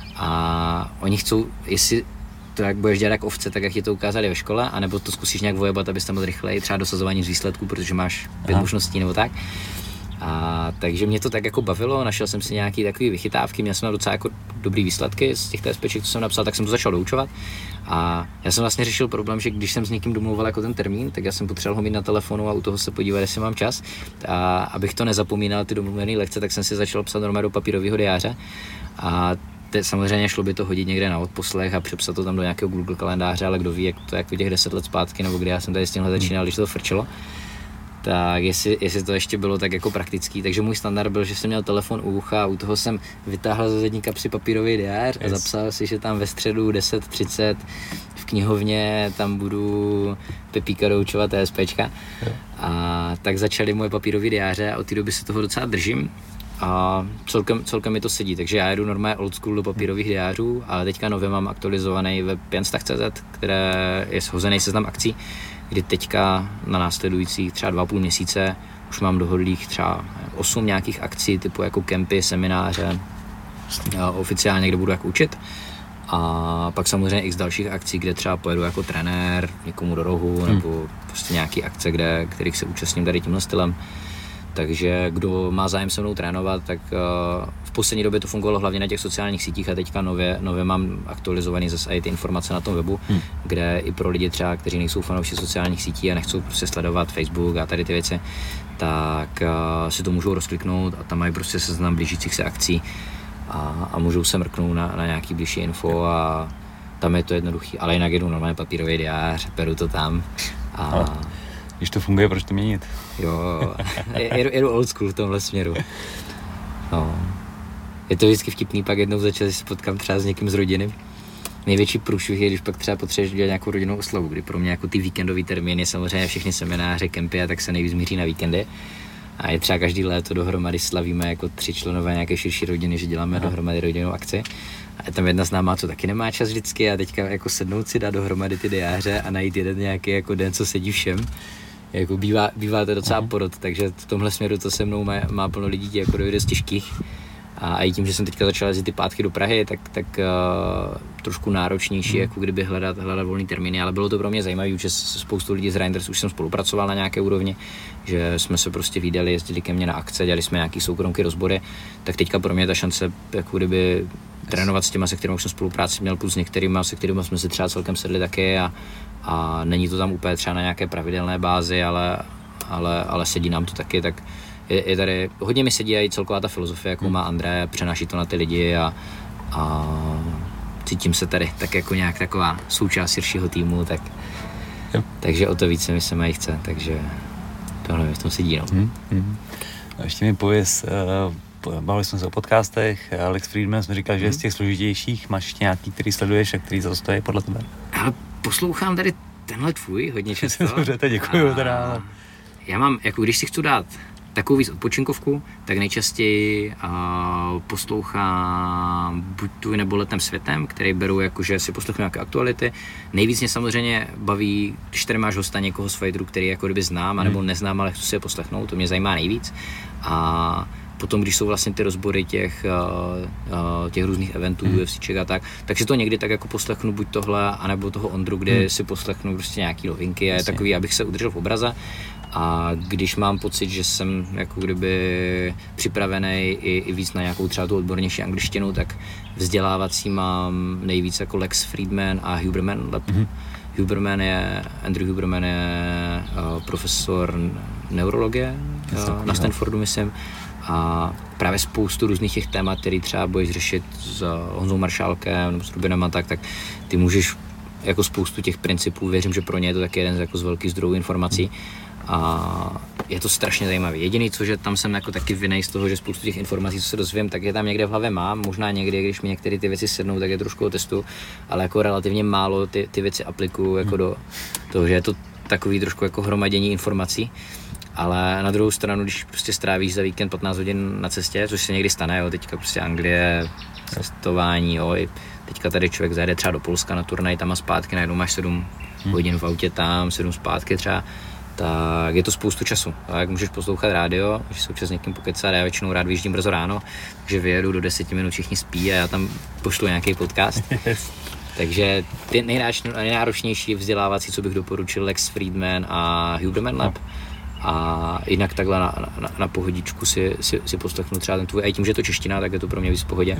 S2: A oni chcou, jestli to jak budeš dělat jak ovce, tak jak ti to ukázali ve škole, anebo to zkusíš nějak vojebat, abys tam byl rychleji, třeba dosazování z výsledků, protože máš 5 možností nebo tak. A takže mě to tak jako bavilo, našel jsem si nějaký takový vychytávky, měl jsem docela jako dobrý výsledky z těch TSPček, co jsem napsal, tak jsem to začal doučovat. A já jsem vlastně řešil problém, že když jsem s někým domlouval jako ten termín, tak já jsem potřeboval ho mít na telefonu a u toho se podívat, jestli mám čas. A abych to nezapomínal, ty domluvené lekce, tak jsem si začal psat normálně do papírového diáře. A samozřejmě šlo by to hodit někde na odposlech a přepsat to tam do nějakého Google kalendáře, ale kdo ví, jak to jako těch 10 let zpátky, nebo kdy já jsem tady s tímhle začínal, když to frčelo. Tak jestli to ještě bylo tak jako praktický. Takže můj standard byl, že jsem měl telefon u ucha a u toho jsem vytáhl ze zadní kapsy papírový diář a zapsal si, že tam ve středu 10:30 v knihovně tam budu Pepíka doučovat TSPčka. A tak začaly moje papírové diáře a od té doby se toho docela držím. A celkem mi to sedí, takže já jedu normálně old school do papírových diářů, ale teďka nově mám aktualizovaný web Pianstach.cz, které je shozený seznam akcí, kdy teďka na následujících třeba 2,5 měsíce už mám dohodlých třeba 8 nějakých akcí, typu jako kempy, semináře, oficiálně, kde budu jako učit. A pak samozřejmě x dalších akcí, kde třeba pojedu jako trenér někomu do rohu, nebo prostě nějaký akce, kterých se účastním tady tímhle stylem. Takže kdo má zájem se mnou trénovat, tak v poslední době to fungovalo hlavně na těch sociálních sítích a teďka nově mám aktualizovaný zase i ty informace na tom webu, kde i pro lidi třeba, kteří nejsou fanoušci sociálních sítí a nechcou prostě sledovat Facebook a tady ty věci, tak si to můžou rozkliknout a tam mají prostě seznam blížících se akcí a můžou se mrknout na nějaký blížší info a tam je to jednoduchý, ale jinak jedu normálně papírový diář, beru to tam a...
S1: Když to funguje, proč to měnit?
S2: Jo, jedu old school v tomhle směru. No. Je to vždycky vtipný, pak jednou začal se potkám třeba s někým z rodiny. Největší průšvih je, když pak třeba potřebuješ dělat nějakou rodinnou oslavu, kdy pro mě jako ty víkendový termíny, samozřejmě všechny semináře, kempy a tak se nejvíc míří na víkendy. A je třeba každý léto dohromady slavíme jako 3 členové nějaké širší rodiny, že děláme dohromady rodinnou akci. A je tam jedna známá, co taky nemá čas vždycky a teďka jako sednout si, dát dohromady ty diáře a najít jeden nějaký jako den, co sedí všem. Jako bývá to docela porod, takže v tomhle směru to se mnou má plno lidí, jako dojde z těžkých. A i tím, že jsem teďka začal jezdit ty pátky do Prahy, tak trošku náročnější, jako kdyby hledat volný termíny, ale bylo to pro mě zajímavé, že spoustu lidí z Reinders už jsem spolupracoval na nějaké úrovni, že jsme se prostě vídali, jezdili ke mně na akce, dělali jsme nějaký soukromky rozbory, tak teďka pro mě je ta šance, jako kdyby trénovat s těma, se kterými už jsem spolupráci měl, plus s některýma, se kterými jsme si třeba celkem sedli taky a není to tam úplně třeba na nějaké pravidelné bázi, ale sedí nám to taky, tak je tady, hodně mi sedí i celková ta filozofie, jakou má André, přenáší to na ty lidi a cítím se tady tak jako nějak taková součást širšího týmu, takže o to víc mi se mají chce, takže tohle mi v tom sedí, no.
S1: A ještě mi pověz, bavili jsme se o podcastech, Alex Friedman jsme říkal, že je z těch složitějších, máš ještě nějaký, který sleduješ a který zastojí podle tebe?
S2: Ale poslouchám tady tenhle tvůj hodně často.
S1: Dobře, děkuju teda.
S2: Já mám, jako když si chci dát takovou víc odpočinkovku, tak nejčastěji poslouchám buď tu nebo Letem světem, který beru jakože si poslechnu nějaké aktuality. Nejvíc mě samozřejmě baví, když tady máš hosta někoho z fighteru, který jako kdyby znám, anebo neznám, ale chci si je poslechnout, to mě zajímá nejvíc. A potom, když jsou vlastně ty rozbory těch různých eventů, UFCček a tak si to někdy tak jako poslechnu buď tohle, anebo toho Ondru, kde si poslechnu prostě nějaký novinky a je takový, abych se udržel v obraze. A když mám pocit, že jsem jako kdyby připravený i víc na nějakou třeba tu odbornější angličtinu, tak vzdělávací mám nejvíc jako Lex Fridman a Huberman Lab. Andrew Huberman je profesor neurologie na Stanfordu, myslím. A právě spoustu různých těch témat, který třeba budeš řešit s Honzou Maršálkem nebo s Rubinem a tak ty můžeš jako spoustu těch principů, věřím, že pro ně je to taky jeden z velkých zdrojů informací. A je to strašně zajímavé. Jediný, co že tam jsem jako taky vinej z toho, že spoustu těch informací, co se dozvím, tak je tam někde v hlavě mám. Možná někdy, když mi některé ty věci sednou, tak je trošku o testu, ale jako relativně málo ty věci aplikuju jako do toho, že je to takový trošku jako hromadění informací. Ale na druhou stranu, když prostě strávíš za víkend 15 hodin na cestě, což se někdy stane, jo, teďka prostě Anglie, cestování, jo, teďka tady člověk zajede třeba do Polska na turnaj, tam a zpátky, najednou máš 7 hodin v autě tam, 7 zpátky třeba, tak je to spoustu času. Tak můžeš poslouchat rádio, když se občas někým pokecat, já většinou rád vyjíždím brzo ráno, takže vyjedu do 10 minut, všichni spí a já tam pošlu nějaký podcast. Takže ty nejnáročnější vzdělávací, co bych doporučil, Lex Fridman a Huberman Lab. A jinak takhle na pohodičku si poslechnu třeba ten tvůj, a i tím, že je to čeština, tak je to pro mě víc v pohodě.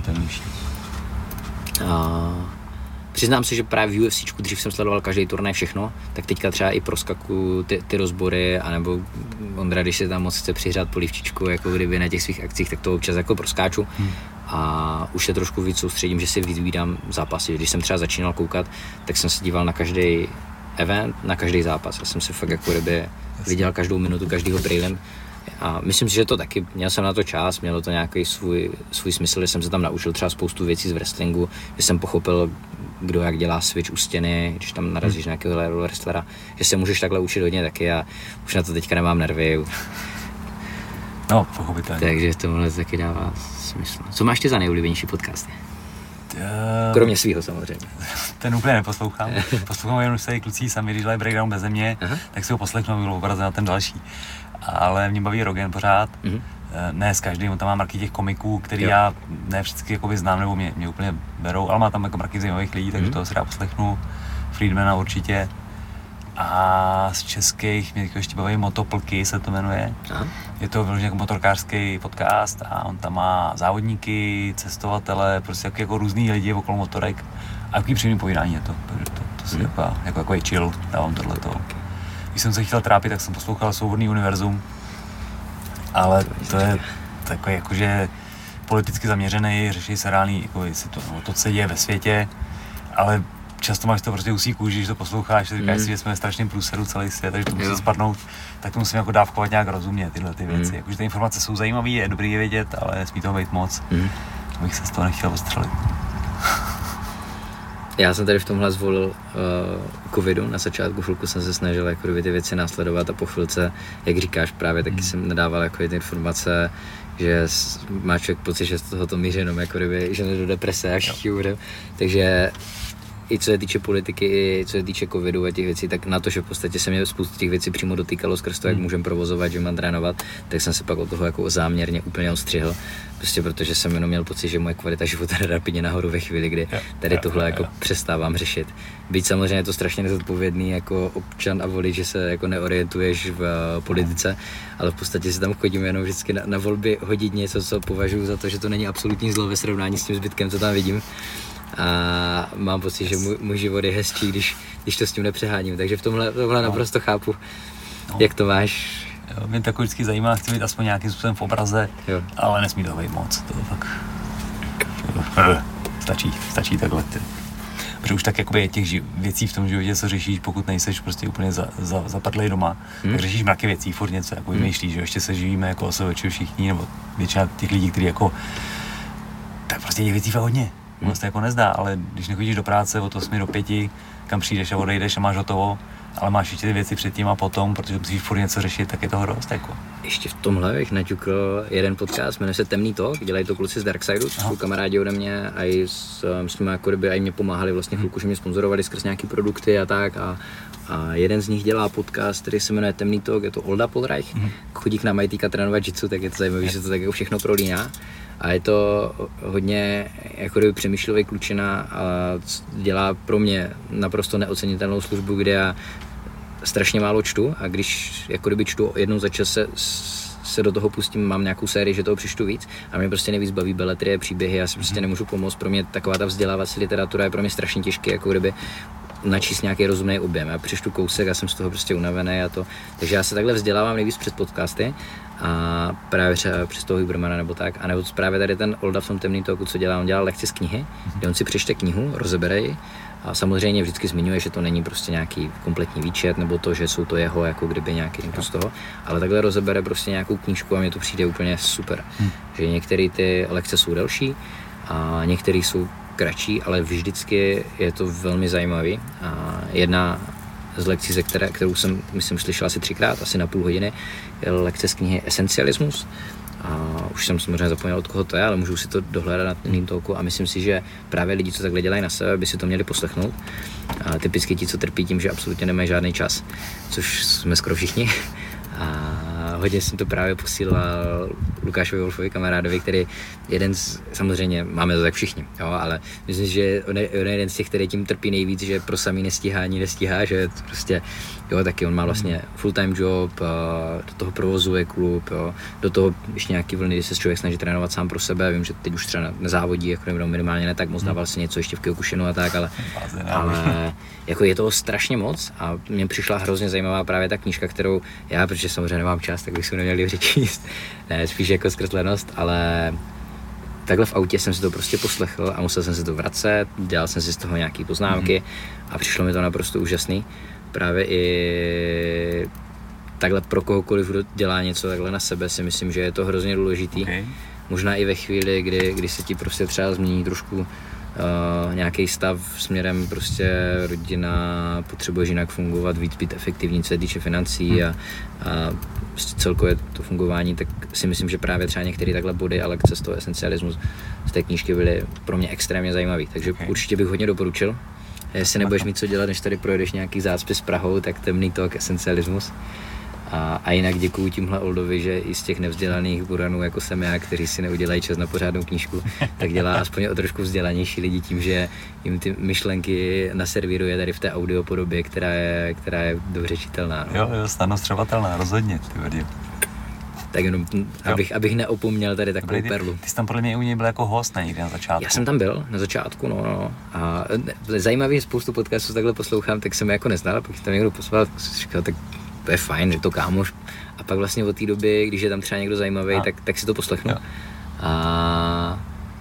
S2: Přiznám se, že právě v UFCčku, dřív jsem sledoval každý turnaj všechno, tak teďka třeba i proskakuju ty rozbory, anebo Ondra, když se tam moc chce přihřát polívčičku, jako kdyby na těch svých akcích, tak to občas jako proskáču. A už se trošku víc soustředím, že si vyvídám zápasy. Když jsem třeba začínal koukat, tak jsem se díval na každý event, na každý zápas. Já jsem si fakt jako kdyby viděl každou minutu, každýho prelim. A myslím si, že to taky, měl jsem na to čas, mělo to nějaký svůj smysl, že jsem se tam naučil třeba spoustu věcí z wrestlingu, že jsem pochopil, kdo jak dělá switch u stěny, když tam narazíš nějakého wrestlera, že se můžeš takhle učit hodně taky a už na to teďka nemám nervy.
S1: No, pochopitelně.
S2: Takže tohle taky dává smysl. Co máš ty za nejoblíbenější podcasty? Kromě svýho samozřejmě.
S1: Ten úplně neposlouchám. Poslouchám jenom, že se kluci sami, když dělají breakdown beze mě, tak si ho poslechnu a bylo obraze na ten další. Ale mě baví Rogan pořád. Ne s každým, on tam má marky těch komiků, který já ne vždycky jakoby znám, nebo mě úplně berou, ale má tam jako marky zajímavých lidí, takže toho si rád poslechnu. Friedmana určitě. A z českých mě ještě baví Motoplky, se to jmenuje. Je to vyloženě jako motorkářský podcast a on tam má závodníky, cestovatele, prostě jako různý lidi okolo motorek a jaký příjemný povídání je to, takže to si jako chill, dávám tohleto. Když jsem se chtěl trápit, tak jsem poslouchal Svobodný univerzum, ale to je takový jakože politicky zaměřený, řeší se reálný, jako to, co se děje ve světě, ale často máš to prostě usí kůži, když to posloucháš, říkáš si, že jsme ve strašném průseru celý svět, takže to musí spadnout, tak to musím jako dávkovat nějak rozumně tyhle ty věci. Jakože ty informace jsou zajímavé, je dobrý je vědět, ale nesmí toho být moc, abych se z toho nechtěl ostřelit.
S2: Já jsem tady v tomhle zvolil covidu, na začátku chvilku jsem se snažil jako ty věci následovat a po chvilce, jak říkáš právě, taky jsem nedával jako ty informace, že má člověk pocit, že z tohoto míří jenom jako kdyby, že do deprese, až všichni budem. Takže i co se týče politiky, i co se týče covidu a těch věcí, tak na to, že v podstatě se mě spoustu těch věcí přímo dotýkalo skrz to, jak můžem provozovat, že mám trénovat, tak jsem se pak od toho jako záměrně úplně odstřihl. Prostě protože jsem jenom měl pocit, že moje kvalita života jde rapidně nahoru ve chvíli, kdy tady tohle jako přestávám řešit. Byť samozřejmě je to strašně nezodpovědný jako občan a volič, že se jako neorientuješ v politice, ale v podstatě si tam chodím jenom vždycky na volby hodit něco, co považuji za to, že to není absolutní zlo ve srovnání s tím zbytkem, co tam vidím. A mám pocit, že můj život je hezčí, když to s tím nepřeháním, takže v tomhle naprosto chápu, jak to máš.
S1: Jo, mě to jako vždycky zajímá, chci být aspoň nějakým způsobem v obraze, ale nesmí to být moc, to fakt stačí takhle. Protože už tak jakoby je těch věcí v tom životě, co řešíš, pokud nejseš prostě úplně zapadlej doma, tak řešíš mraky věcí, furt něco jako vymýšlíš, že ještě se živíme jako osobeči všichni, nebo většina těch lidí, kteří jako, tak prostě těch věcí fakt hodně. Ono se to jako nezdá, ale když nechodíš do práce od 8 do 5, kam přijdeš a odejdeš a máš hotovo, ale máš ještě ty věci předtím a potom, protože musíš furt něco řešit, tak je toho dost jako.
S2: ještě v tomhle bych naťukl jeden podcast, jmenuje se Temný talk, dělají to kluci z Darksidu, což jsou kamarádi ode mě a i s nimi jako kdyby i mě pomáhali vlastně chvilku, že mě sponzorovali skrz nějaký produkty a tak a jeden z nich dělá podcast, který se jmenuje Temný talk, je to Olda Polreich, chodí k nám mají týka trénovat jitsu, tak je to zajímavé, že se to tak jako všechno prolíná. A je to hodně jako kdyby přemýšlivý klučina a dělá pro mě naprosto neocenitelnou službu, kde já strašně málo čtu a když jako kdyby čtu jednou za čas se do toho pustím, mám nějakou sérii, že toho přečtu víc a mě prostě nejvíc baví beletrie, příběhy, já si prostě nemůžu pomoct, pro mě taková ta vzdělávací literatura je pro mě strašně těžké, jako kdyby načíst nějaký rozumný objem. Já přečtu kousek a jsem z toho prostě unavený a to. Takže já se takhle vzdělávám nejvíc přes podcasty a právě třeba přes toho Hubermana nebo tak. A nebo právě tady ten Olda v tom Temný talku, co dělá, on dělá lekce z knihy, kde on si přečte knihu, rozebere ji a samozřejmě vždycky zmiňuje, že to není prostě nějaký kompletní výčet nebo to, že jsou to jeho jako kdyby nějaký impuls toho, ale takhle rozebere prostě nějakou knížku a mně to přijde úplně super. Že některé ty lekce jsou delší a některé jsou kratší, ale vždycky je to velmi zajímavý. A jedna z lekcí, kterou jsem, myslím, slyšel asi 3krát, asi na půl hodiny, je lekce z knihy Esencialismus. A už jsem samozřejmě zapomněl, od koho to je, ale můžu si to dohledat na Temným talku a myslím si, že právě lidi, co takhle dělají na sebe, by si to měli poslechnout. A typicky ti, co trpí tím, že absolutně nemají žádný čas, což jsme skoro všichni. A hodně jsem to právě posílal Lukášovi Wolfovi, kamarádovi, který samozřejmě máme to tak všichni, jo, ale myslím, že on je jeden z těch, který tím trpí nejvíc, že pro samý nestíhá, že prostě, jo, taky on má vlastně full-time job, do toho provozuje klub, jo, do toho ještě nějaký vlny, kdy se člověk snaží trénovat sám pro sebe, vím, že teď už třeba nezávodí, jako nebo minimálně ne tak moc, dával si něco ještě v Kyokushinu a tak, ale jako je toho strašně moc a mně přišla hrozně zajímavá právě ta knížka, kterou já, protože samozřejmě nemám čas, tak bych si neměl dobře číst, ne, spíš jako zkreslenost, ale takhle v autě jsem si to prostě poslechl a musel jsem si to vracet, dělal jsem si z toho nějaký poznámky a přišlo mi to naprosto úžasný. Právě i takhle pro kohokoliv, kdo dělá něco takhle na sebe, si myslím, že je to hrozně důležitý. Okay. Možná i ve chvíli, kdy se ti prostě třeba změní trošku nějaký stav směrem prostě rodina, potřebuješ jinak fungovat, víc být efektivní, co se týče financí a prostě celkově to fungování, tak si myslím, že právě třeba některé takhle body a lekce z toho esencialismu z té knížky byly pro mě extrémně zajímavý, takže určitě bych hodně doporučil. Jestli nebudeš mít co dělat, než tady projedeš nějaký zácpy s Prahou, tak Temný talk esencialismus. A jinak děkuju tímhle Oldovi, že i z těch nevzdělaných buranů, jako jsem já, kteří si neudělají čas na pořádnou knížku, tak dělá aspoň o trošku vzdělanější lidi tím, že jim ty myšlenky naservíruje tady v té audiopodobě, která je dobře čitelná. No.
S1: Jo, snadno střebatelná, rozhodně, ty vadí.
S2: Tak jenom, abych neopomněl tady takovou perlu.
S1: Ty jsi tam podle mě u něj byl jako host někdy na začátku.
S2: Já jsem tam byl na začátku, no. A zajímavý, spoustu podcastů takhle poslouchám, tak jsem jako neznal, pokud tam někdo poslal, říkal, tak to je fajn, je to kámoš. A pak vlastně od té doby, když je tam třeba někdo zajímavý, tak si to poslechnu. Jo. A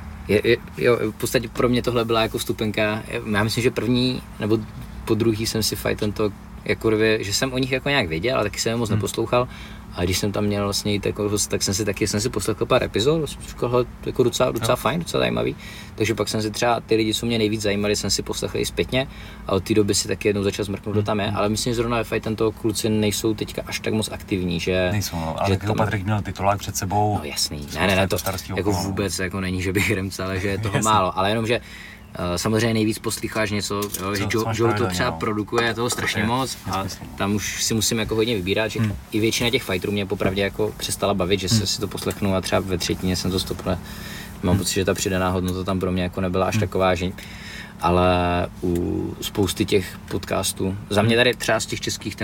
S2: v podstatě pro mě tohle byla jako vstupenka. Já myslím, že první nebo po druhý jsem si Fight and Talk, jako že jsem o nich jako nějak věděl, ale taky jsem je moc neposlouchal. A když jsem tam měl vlastně jít jako host, tak jsem si poslechl pár epizod, říkal, jako docela fajn, docela zajímavý. Takže pak jsem si třeba ty lidi, co mě nejvíc zajímali, jsem si poslechl i zpětně a od té doby si taky jednou začal zmrknout, kdo tam je, ale myslím, že zrovna ve Fight and Talk kluci nejsou teďka až tak moc aktivní, že...
S1: Nejsou, no, ale taky Patrik měl titulák před sebou.
S2: No jasný, ne, to jako vůbec jako není, že bych remcal, že je toho málo, ale jenom, že samozřejmě nejvíc poslycháš něco, jo, že Joe to třeba produkuje toho strašně moc a tam už si musím jako hodně vybírat, že i většina těch fighterů mě popravdě jako přestala bavit, že se si to poslechnu a třeba ve třetině jsem to stopl. Mám pocit, že ta přidaná hodnota tam pro mě jako nebyla až taková, že ale u spousty těch podcastů, za mě tady třeba z těch českých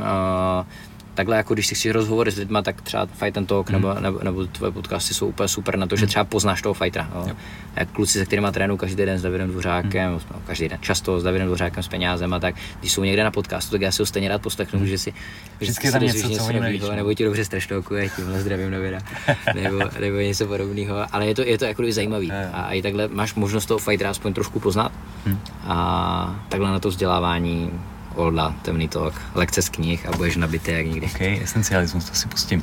S2: takhle jako když si chceš rozhovory s lidma, tak třeba Fight and Talk nebo tvoje podcasty jsou úplně super na to, že třeba poznáš toho fightera. Jak kluci, se kterýma trénuju každý den s Davidem Dvořákem, každý den, často s Davidem Dvořákem, s Peňázem a tak, když jsou někde na podcastu, tak já si ho stejně rád poslechnu, že si
S1: vždycky tam něco
S2: nového, nebo ti dobře strašňokuje, tímhle zdravím Davida, nebo něco podobného, ale je to jako zajímavý a i takhle máš možnost toho fightera aspoň trošku poznat a takhle na to vzdělávání Olda, Temný talk, lekce z knih a budeš nabitý jak nikdy.
S1: Ok, esencialismus, to si pustím.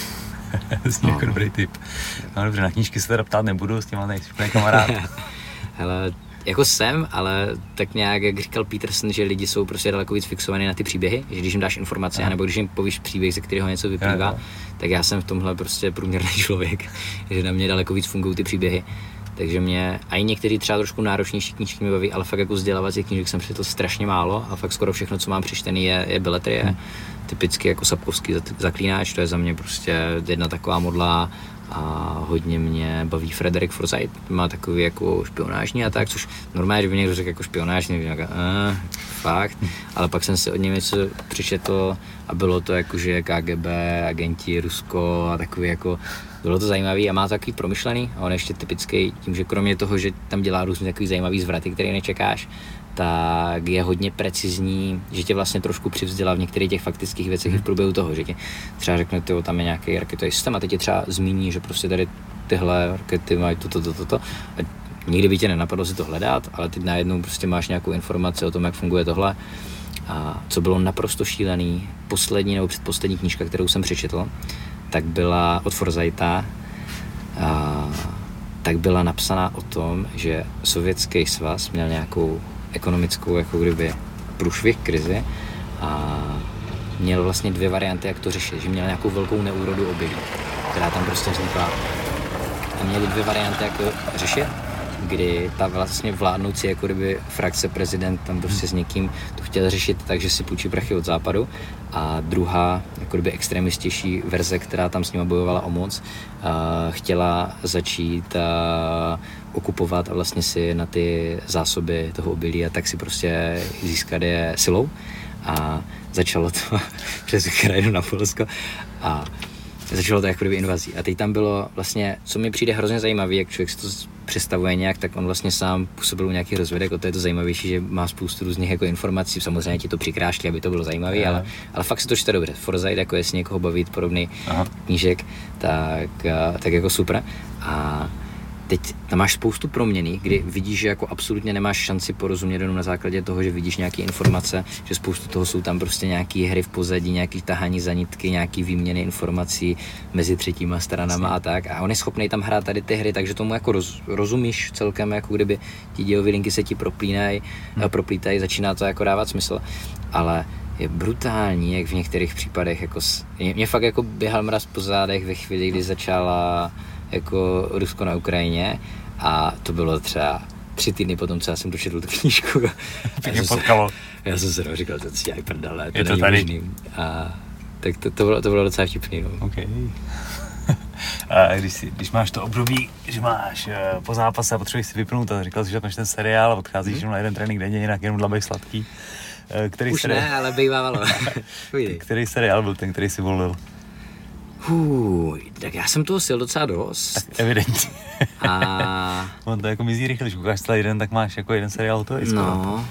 S1: Zní jako dobrý tip. No dobře, na knížky se teda ptát nebudu, s těma nejsi úplně kamarád.
S2: Hele, Jako jsem, ale tak nějak, jak říkal Peterson, že lidi jsou prostě daleko víc fixovaní na ty příběhy, že když jim dáš informace, nebo když jim povíš příběh, ze kterého něco vyplývá, tak já jsem v tomhle prostě průměrný člověk, že na mě daleko víc fungují ty příběhy. Takže mě, a i některý třeba trošku náročnější knížky mě baví, ale fakt jako vzdělávací knížek jsem přečetl strašně málo a fakt skoro všechno, co mám přečtený, je beletrie. Typicky jako Sapkowský Zaklínač, to je za mě prostě jedna taková modla a hodně mě baví Frederick Forsyth, má takový jako špionážní a tak, což normálně, kdyby někdo řekl jako špionážní, fakt, ale pak jsem si od něj něco přečetl a bylo to jako, že KGB, agenti, Rusko a takový jako, bylo to zajímavý a má to takový promyšlený a on ještě typický tím, že kromě toho, že tam dělá různý takový zajímavý zvraty, který nečekáš, tak je hodně precizní, že tě vlastně trošku přivzdělá v některých těch faktických věcech i v průběhu toho, že ti třeba řekne, tyjo, tam je nějaký raketový systém a teď tě třeba zmíní, že prostě tady tyhle rakety mají toto. A nikdy by tě nenapadlo si to hledat, ale teď najednou prostě máš nějakou informaci o tom, jak funguje tohle. A co bylo naprosto šílený, poslední nebo předposlední knížka, kterou jsem přečetl, tak byla od Forsytha, tak byla napsaná o tom, že Sovětský svaz měl nějakou ekonomickou jako kdyby průšvih, krizi a měl vlastně dvě varianty, jak to řešit, že měl nějakou velkou neúrodu obilí, která tam prostě vznikla a měli dvě varianty, jak to řešit, kdy ta vlastně vládnoucí jako kdyby frakce prezident tam prostě s někým to chtěl řešit tak, že si půjčí prachy od západu a druhá jako kdyby extremistější verze, která tam s nima bojovala o moc, chtěla začít okupovat a vlastně si na ty zásoby toho obilí a tak si prostě získat je silou a začalo to přes Ukrajinu na Polsko a začalo to jako kdyby invazí. A teď tam bylo vlastně, co mi přijde hrozně zajímavé, jak člověk si to představuje nějak, tak on vlastně sám působil u nějakých rozvědek, o to je to zajímavější, že má spoustu různých jako informací, samozřejmě ti to přikrášlí, aby to bylo zajímavé, ale fakt se to čte dobře. Forsyth, jako jestli někoho baví podobný knížek, tak jako super. A teď tam máš spoustu proměnných, kdy vidíš, že jako absolutně nemáš šanci porozumět jenom na základě toho, že vidíš nějaké informace, že spoustu toho jsou tam prostě nějaké hry v pozadí, nějaké tahání za nitky, nějaké výměny informací mezi třetíma stranama a tak. A on je schopný tam hrát tady ty hry, takže tomu jako rozumíš celkem, jako kdyby ti dějové linky se ti proplítají, začíná to jako dávat smysl. Ale je brutální, jak v některých případech, jako mě fakt jako běhal mraz po zádech ve chvíli, kdy začala jako Rusko na Ukrajině a to bylo třeba 3 týdny potom, co já jsem dočetl tu knížku. Já jsem se říkal, to si dělají prdele, to není možný. A tak to bylo docela vtipný. No.
S1: Okay. A když máš to období, že máš po zápase a potřebuješ si vypnout a říkal jsi, že máš ten seriál a odcházíš jenom na jeden trénink denně, jinak jenom dlabej sladký.
S2: Už ne, ale bývávalo.
S1: Který seriál byl ten, který si volil?
S2: Tak já jsem toho sil docela dost.
S1: Tak evidentně. A on to jako mizí rychle, když koukáš celý den, tak máš jako jeden seriál hotový.
S2: No.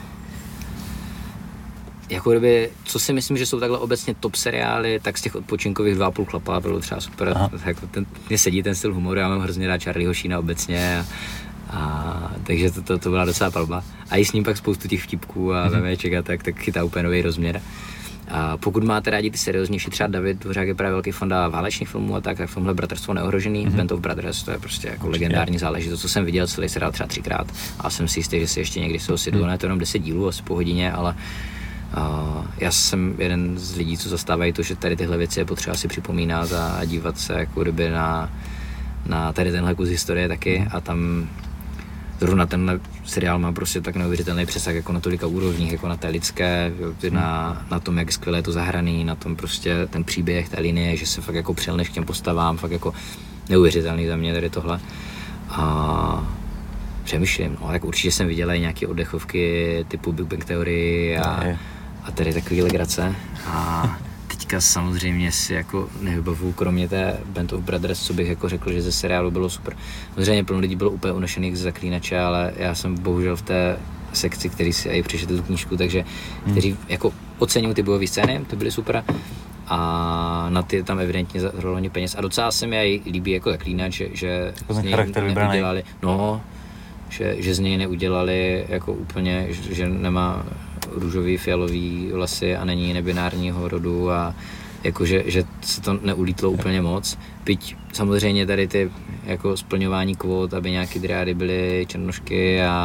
S2: Jako kdyby, co si myslím, že jsou takhle obecně top seriály, tak z těch odpočinkových 2,5 chlapa bylo třeba super. Jako mně sedí ten styl humoru, já mám hrozně rád Charlieho Sheena obecně. Takže to byla docela palba. A i s ním pak spoustu těch vtipků a memeček a tak chytá úplně nový rozměr. A pokud máte rádi ty serióznější, třeba David Dvořák je právě velký fanda válečných filmů a tak v tomhle Bratrstvo neohrožený, Band of Brothers, to je prostě jako legendární záležitost, co jsem viděl celý seriál třeba 3krát a jsem si jistý, že si ještě někdy se osjedu, ne to jenom 10 dílů, asi po hodině, ale já jsem jeden z lidí, co zastávají to, že tady tyhle věci je potřeba si připomínat a dívat se jako kdyby na tady tenhle kus historie taky a tam zrovna tenhle seriál má prostě tak neuvěřitelný přesah jako na tolika úrovních, jako na té lidské, na tom, jak skvěle je to zahraný, na tom prostě ten příběh, ta linie, že se fakt jako přilneš k těm postavám, fakt jako neuvěřitelný za mě tady tohle. A přemýšlím, no, tak určitě jsem viděl i nějaké oddechovky typu Big Bang Theory a tady takový legrace. A teďka samozřejmě si jako nevybavuju, kromě té Band of Brothers, co bych jako řekl, že ze seriálu bylo super. Samozřejmě plno lidí bylo úplně unešených z Zaklínače, ale já jsem bohužel v té sekci, který si i přečetl tu knížku, takže kteří jako oceňují ty bojové scény, to byly super. A na ty tam evidentně zahralo peněz. A docela se mi aj líbí jako Zaklínač, že z něj neudělali, že z něj neudělali jako úplně, že nemá růžový, fialový vlasy a není nebinárního rodu a jakože že se to neulítlo úplně moc. Byť samozřejmě tady ty jako splňování kvót, aby nějaký driády byly černošky a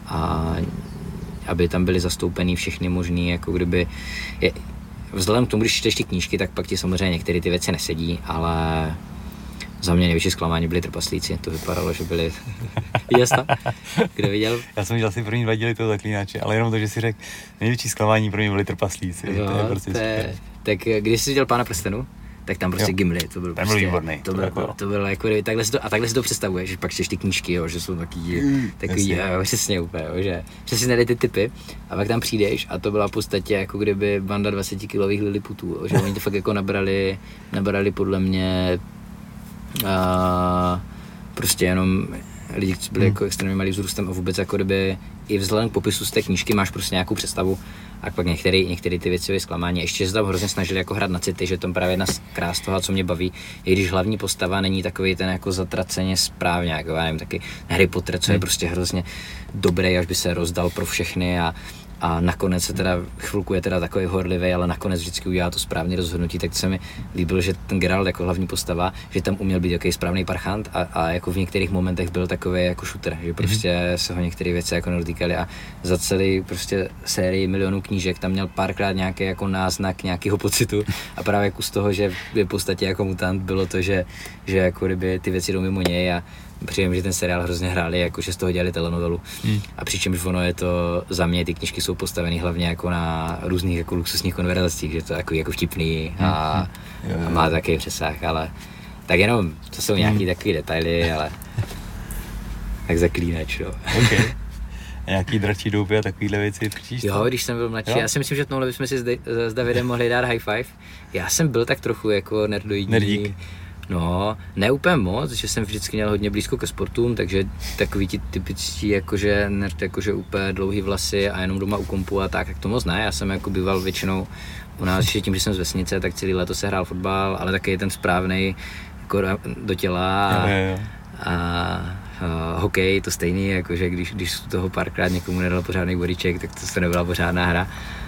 S2: a aby tam byly zastoupený všechny možný, jako kdyby, vzhledem k tomu, když čteš ty knížky, tak pak ti samozřejmě některé ty věci nesedí, ale za mě největší zklamání byli trpaslíci, to vypadalo, že byli, jasno, kdo viděl?
S1: Já jsem viděl asi první 2 díly toho Zaklínače, ale jenom to, že si řekl, největší zklamání pro mě byli trpaslíci,
S2: Jo,
S1: to je prostě super.
S2: Tak když jsi viděl Pána prstenů, tak tam prostě Gimli, to byl prostě,
S1: výborný.
S2: To bylo jako takhle si to představuješ, že pak čteš ty knížky, jo, že jsou takový jo, přesně úplně, jo, že přesně znali ty typy a pak tam přijdeš a to byla v podstatě jako kdyby banda 20kilových liliputů, že oni to fakt jako nabrali podle mě prostě jenom lidi, co byli jako extrémně malý vzrůstem a vůbec jako kdyby i vzhledem k popisu z té knížky máš prostě nějakou představu a pak některé ty věci byly zklamání. Ještě se tam hrozně snažili jako hrát na city, že to je právě jedna z krás toho, co mě baví, i když hlavní postava není takový ten jako zatraceně správně, jako já nevím, taky Harry Potter, co je prostě hrozně dobrý, až by se rozdal pro všechny a nakonec se teda chvilku je teda takový horlivý, ale nakonec vždycky udělá to správné rozhodnutí, tak se mi líbilo, že ten Geralt jako hlavní postava, že tam uměl být takový správný parchant a jako v některých momentech byl takový jako shooter, že prostě se ho některé věci jako nedotýkaly a za celý prostě sérii milionů knížek tam měl párkrát nějaký jako náznak nějakého pocitu a právě kus toho, že v podstatě jako mutant bylo to, že jako kdyby ty věci jdou mimo něj a přijím, že ten seriál hrozně hráli, jako že z toho dělali telenovelu. A přičemž ono je to, za mě ty knížky jsou postaveny hlavně jako na různých jako luxusních konverzacích, že to je jako vtipný a má takový přesah, ale tak jenom, to jsou nějaký takový detaily, ale tak Zaklínač, no.
S1: Okay. A nějaký dračí doupy a takovýhle věci přečíš?
S2: Jo, když jsem byl mladší, já si myslím, že tohle bychom si s Davidem mohli dát high five. Já jsem byl tak trochu jako nerdoidní.
S1: Nerdík.
S2: No, ne úplně moc, že jsem vždycky měl hodně blízko ke sportům, takže takový ti typičtí jakože nerd, jakože úplně dlouhý vlasy a jenom doma u kompu a tak to moc ne, já jsem jako býval většinou u nás, že tím, že jsem z vesnice, tak celý léto se hrál fotbal, ale taky ten správnej jako do těla a hokej to stejný, jakože když toho párkrát někomu nedal pořádný bodyček, tak to nebyla pořádná hra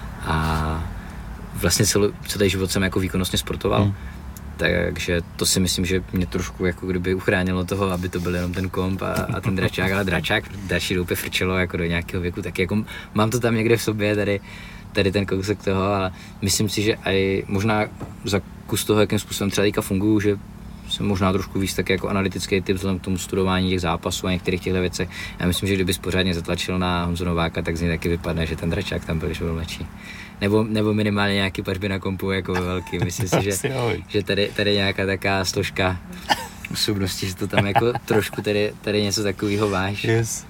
S2: a vlastně celý život jsem jako výkonnostně sportoval. Takže to si myslím, že mě trošku jako kdyby uchránilo toho, aby to byl jenom ten komp a ten dračák, ale dračák další doupě frčelo jako do nějakého věku, tak jako mám to tam někde v sobě, tady ten kousek toho, ale myslím si, že i možná za kus toho, jakým způsobem třeba teďka funguju, že jsem možná trošku víc tak jako analytický typ vzhledem k tomu studování těch zápasů a některých těchto věcech. Já myslím, že kdybys pořádně zatlačil na Honzu Nováka, tak z něj taky vypadne, že ten dračák tam byl, že byl mladší. Nebo minimálně nějaký pařby na kompu jako velký. Myslím si, že tady nějaká taká složka osobnosti, že to tam jako trošku tady něco takového váš.
S1: Yes.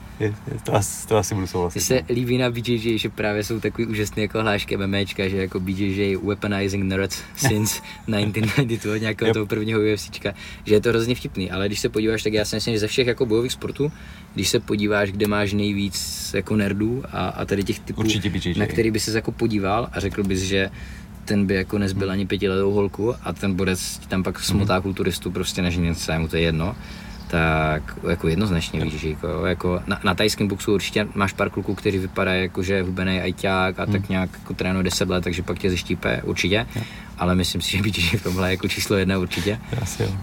S1: To asi budu souhlasit.
S2: Mně se líbí na BJJ, že právě jsou takový úžasný jako hlášky MMAčka, že jako BJJ weaponizing nerds since 1992 od nějakého toho prvního UFCčka, že je to hrozně vtipný, ale když se podíváš, tak já si myslím, že ze všech jako bojových sportů, když se podíváš, kde máš nejvíc jako nerdů a tady těch typů, na který by ses jako podíval a řekl bys, že ten by jako nezbyl ani 5letou holku a ten bodec tam pak smotá kulturistu prostě než něco, mu to je jedno. Tak jako jednoznačně víš, že jako na tajském boxu určitě máš pár kluků, kteří vypadají jako, že je hubenej ajťák a tak nějak jako trénuje 10 let, takže pak tě zeštípe určitě, ale myslím si, že víš, že v tomhle je jako číslo 1 určitě.
S1: Asi jo.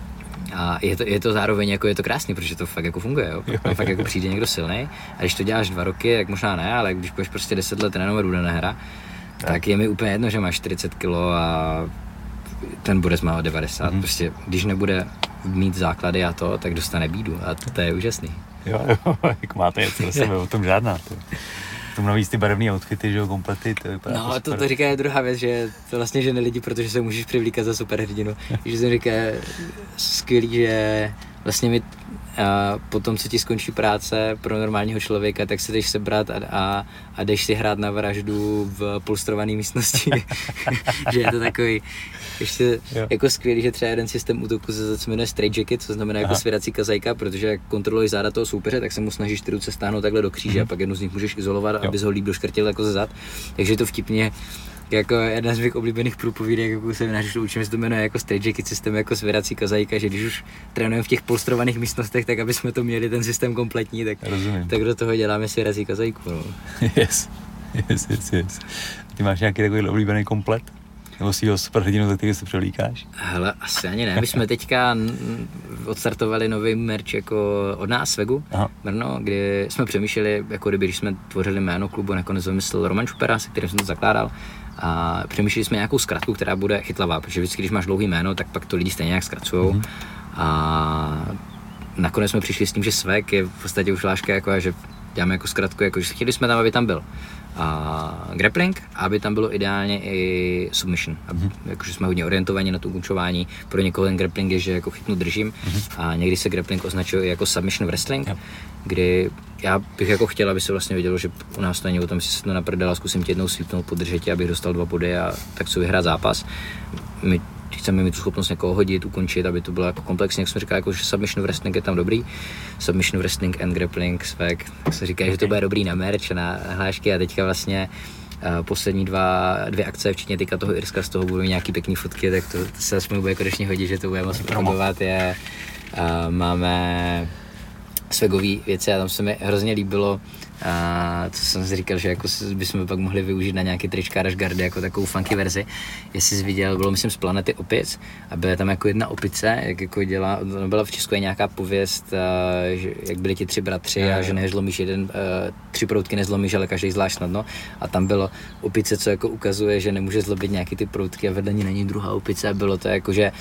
S2: A je to zároveň jako je to krásný, protože to fakt jako funguje, jo. Tam fakt jako přijde někdo silnej a když to děláš 2 roky, tak možná ne, ale když budeš prostě 10 let trénovat bude nehra, tak je mi úplně jedno, že máš 40 kg a ten bodec má 90, prostě když nebude mít základy a to, tak dostane bídu a to je úžasný.
S1: Jo, jak máte něco do sebe, o tom žádná. Tomu navíc ty barevné outfity, že jo, komplety, to vypadá
S2: no, to říká je druhá věc, že to vlastně žene lidi, protože se můžeš přivlíkat za superhrdinu. Že jsem říká skvělý, že vlastně mi po tom, co ti skončí práce pro normálního člověka, tak se jdeš sebrat a jdeš si hrát na vraždu v polstrované místnosti. Že je to takový ještě jako skvělý, že třeba jeden systém útoku se jmenuje straight jacket, co znamená jako svěrací kazajka, protože jak kontroluješ záda toho soupeře, tak se mu snažíš ty ruce stáhnout takhle do kříže a pak jednu z nich můžeš izolovat, abys ho líp doškrtil jako ze zad. Takže je to vtipně jako jedna z mých oblíbených průpovídek, jako seminář, učím, že to jmenuje jako straight jacket systém, jako svěrací kazajka, že když už trénujeme v těch polstrovaných místnostech, tak aby jsme to měli ten systém kompletní, tak do toho děláme svěrací kazajku. No.
S1: Yes. Ty máš nějaký takový oblíbený komplet? Nebo svýho superhrdinu, za který se převlíkáš?
S2: Hele, asi ani ne. My jsme teďka odstartovali nový merch jako od nás, Svegu, Brno, kdy jsme přemýšleli, jako když jsme tvořili jméno klubu, nakonec vymyslel Roman Šupera, se kterým jsem to zakládal. A přemýšleli jsme nějakou zkratku, která bude chytlavá, protože vždycky, když máš dlouhý jméno, tak pak to lidi stejně nějak zkracujou. A nakonec jsme přišli s tím, že Sveg je v podstatě už hláška, jako, že děláme jako zkratku, jako, že chtěli jsme tam, aby tam byl grappling, aby tam bylo ideálně i submission. Jakože jsme hodně orientovaní na to ukončování. Pro někoho ten grappling je, že jako chytnu, držím. A někdy se grappling označuje jako submission wrestling, kdy já bych jako chtěl, aby se vlastně vidělo, že u nás to není o tom, jestli se to naprdela, zkusím tě jednou svípnout, podržet tě, abych dostal 2 body a tak co vyhrát zápas. My chceme mít tu schopnost někoho hodit, ukončit, aby to bylo jako komplexně, jak jsme říkali, jako, že submission wrestling je tam dobrý. Submission wrestling and grappling, Sveg, tak se říká, že to bude dobrý na merch, na hlášky a teďka vlastně poslední dvě akce, včetně teďka toho Irska, z toho budou nějaký pěkný fotky, tak to se aspoň bude konečně hodit, že to bude moc fungovat. Máme Svegový věci a tam se mi hrozně líbilo, co jsem si říkal, že jako bychom pak mohli využít na nějaký trička Rush Guardy jako takovou funky verzi. Jestli jsi viděl, bylo myslím z Planety opic a byla tam jako jedna opice, jak jako dělá, no byla v Česku je nějaká pověst, že, jak byli ti 3 bratři a že nezlomíš 3 proutky nezlomíš, ale každý zvlášť snadno a tam bylo opice, co jako ukazuje, že nemůže zlobit nějaký ty proutky a vedle ní není druhá opice a bylo to jako, že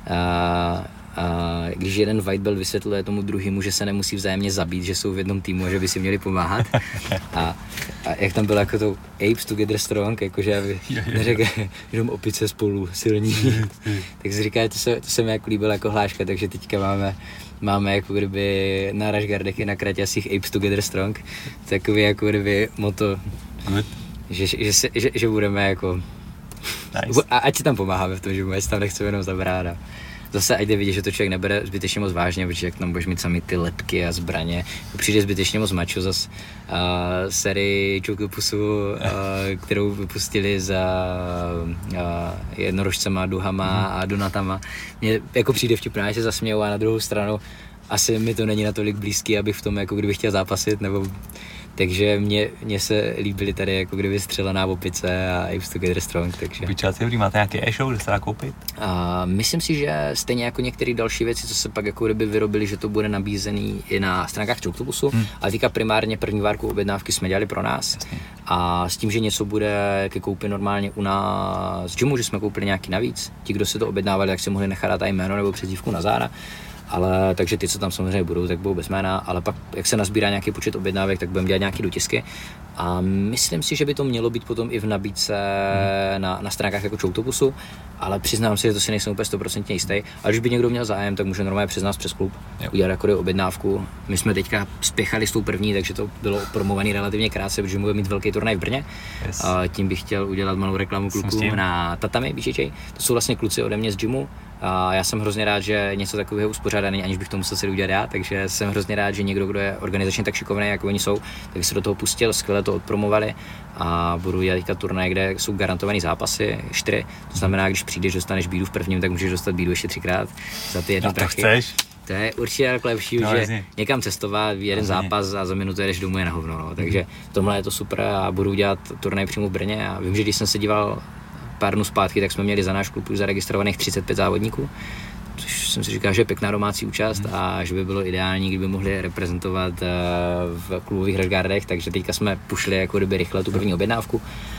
S2: když jeden white belt vysvětluje tomu druhému, že se nemusí vzájemně zabít, že jsou v jednom týmu a že by si měli pomáhat. A jak tam bylo jako to apes together strong, jakože aby neřekl jenom opice spolu silní. Tak si říká, to se mi jako líbilo jako hláška, takže teďka máme jako kdyby na Rush Guardech i na kraťasích apes together strong. Takový jako kdyby moto, že budeme jako... Nice. A ať si tam pomáháme v tom, že ať tam nechceme jenom zabrat. Zase ať jde vidět, že to člověk nebere zbytečně moc vážně, protože jak tam budeš mít sami ty lepky a zbraně. Přijde zbytečně moc mačo zas sérii Chocopusu, kterou vypustili za jednorožcema, duhama a donatama. Mně jako přijde vtipná, že se zasmějou a na druhou stranu asi mi to není natolik blízký, abych v tom jako kdybych chtěl zápasit, nebo... Takže mně se líbily tady jako kdyby střelená opice a Apes Together Strong, takže...
S1: Opičáci dobrý, máte nějaký e-show, kde se dá koupit?
S2: Myslím si, že stejně jako některé další věci, co se pak jako kdyby vyrobili, že to bude nabízený i na stránkách Chocopusu, ale teďka primárně první várku objednávky jsme dělali pro nás. Jasně. A s tím, že něco bude ke koupi normálně u nás z gymu, že jsme koupili nějaký navíc. Ti, kdo si to objednávali, tak si mohli nechat dát jméno nebo přezdívku na záda. Ale takže ty, co tam samozřejmě budou, tak budou bez jména, ale pak, jak se nazbírá nějaký počet objednávek, tak budeme dělat nějaký dotisky. A myslím si, že by to mělo být potom i v nabídce na stránkách jako Chocopusu, ale přiznám si, že to si nejsem úplně 100% jistý. Ale když by někdo měl zájem, tak může normálně přes nás přes klub udělat jako objednávku. My jsme teďka spěchali s tou první, takže to bylo promovaný relativně krátce, protože budeme mít velký turnaj v Brně. Yes. A tím bych chtěl udělat malou reklamu klukům na Tatami BJJ. To jsou vlastně kluci ode mě z gymu. A já jsem hrozně rád, že něco takového uspořádaný, aniž bych to musel si udělat já, takže jsem hrozně rád, že někdo, kdo je organizačně tak šikovný, jako oni jsou, tak se do toho pustil, skvěle to odpromovali a budu dělat teďka turnaje, kde jsou garantovaný zápasy 4, to znamená, když přijdeš, dostaneš bídu v prvním, tak můžeš dostat bídu ještě 3krát za ty jedno prachy. To je určitě jako lepší, že někam cestovat, jeden zápas a za minutu jedeš domů je na hovno, no. Takže tomhle je to super a budu dělat turnaj přímo v Brně a vím, že když jsem se díval pár dnů zpátky, tak jsme měli za náš klub už zaregistrovaných 35 závodníků, což jsem si říkal, že je pěkná domácí účast a že by bylo ideální, kdyby mohli reprezentovat v klubových Rush Guardech, takže teďka jsme pušli jako kdyby rychle tu první objednávku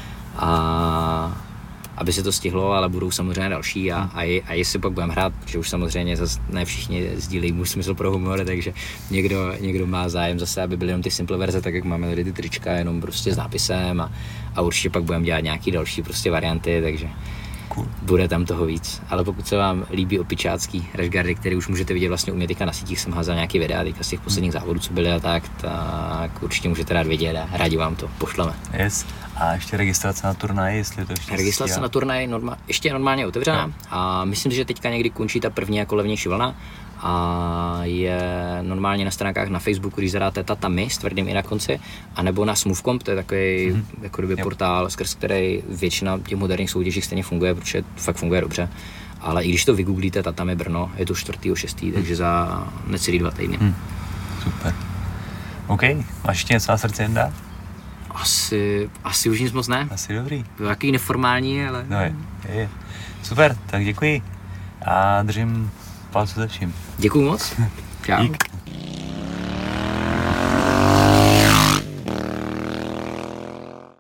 S2: a aby se to stihlo, ale budou samozřejmě další a jestli pak budeme hrát, protože už samozřejmě zase ne všichni sdílejí můj smysl pro humor, takže někdo má zájem zase, aby byly jenom ty simple verze, tak jak máme tady ty trička, jenom prostě s nápisem a určitě pak budeme dělat nějaký další prostě varianty, takže bude tam toho víc. Ale pokud se vám líbí opičácký Rush Guardy, který už můžete vidět vlastně u mě teďka na sítích, jsem házal nějaký videa teďka z těch posledních závodů, co byly a tak určitě můžete rád vidět a rádi vám to pošleme.
S1: Yes. A ještě registrace na turnaj, jestli to ještě
S2: registrace na turnaj ještě je normálně otevřená a myslím si, že teďka někdy končí ta první jako levnější vlna a je normálně na stránkách na Facebooku, když zadáte Tatami s tvrdým i na konci, anebo na Smoothcomp, to je takový jako kdyby portál, skrz který většina těch moderních soutěží stejně funguje, protože fakt funguje dobře. Ale i když to vygooglíte Tatami Brno, je to 4.6., takže za necelý 2 týdny.
S1: Super. OK, máš ještě něco na srdci, Jenda?
S2: Asi už nic moc ne.
S1: Asi dobrý.
S2: Bylo takový neformální, ale...
S1: No je. Super, tak děkuji a držím palce ze vším.
S2: Děkuju moc. Čau.
S1: Dík.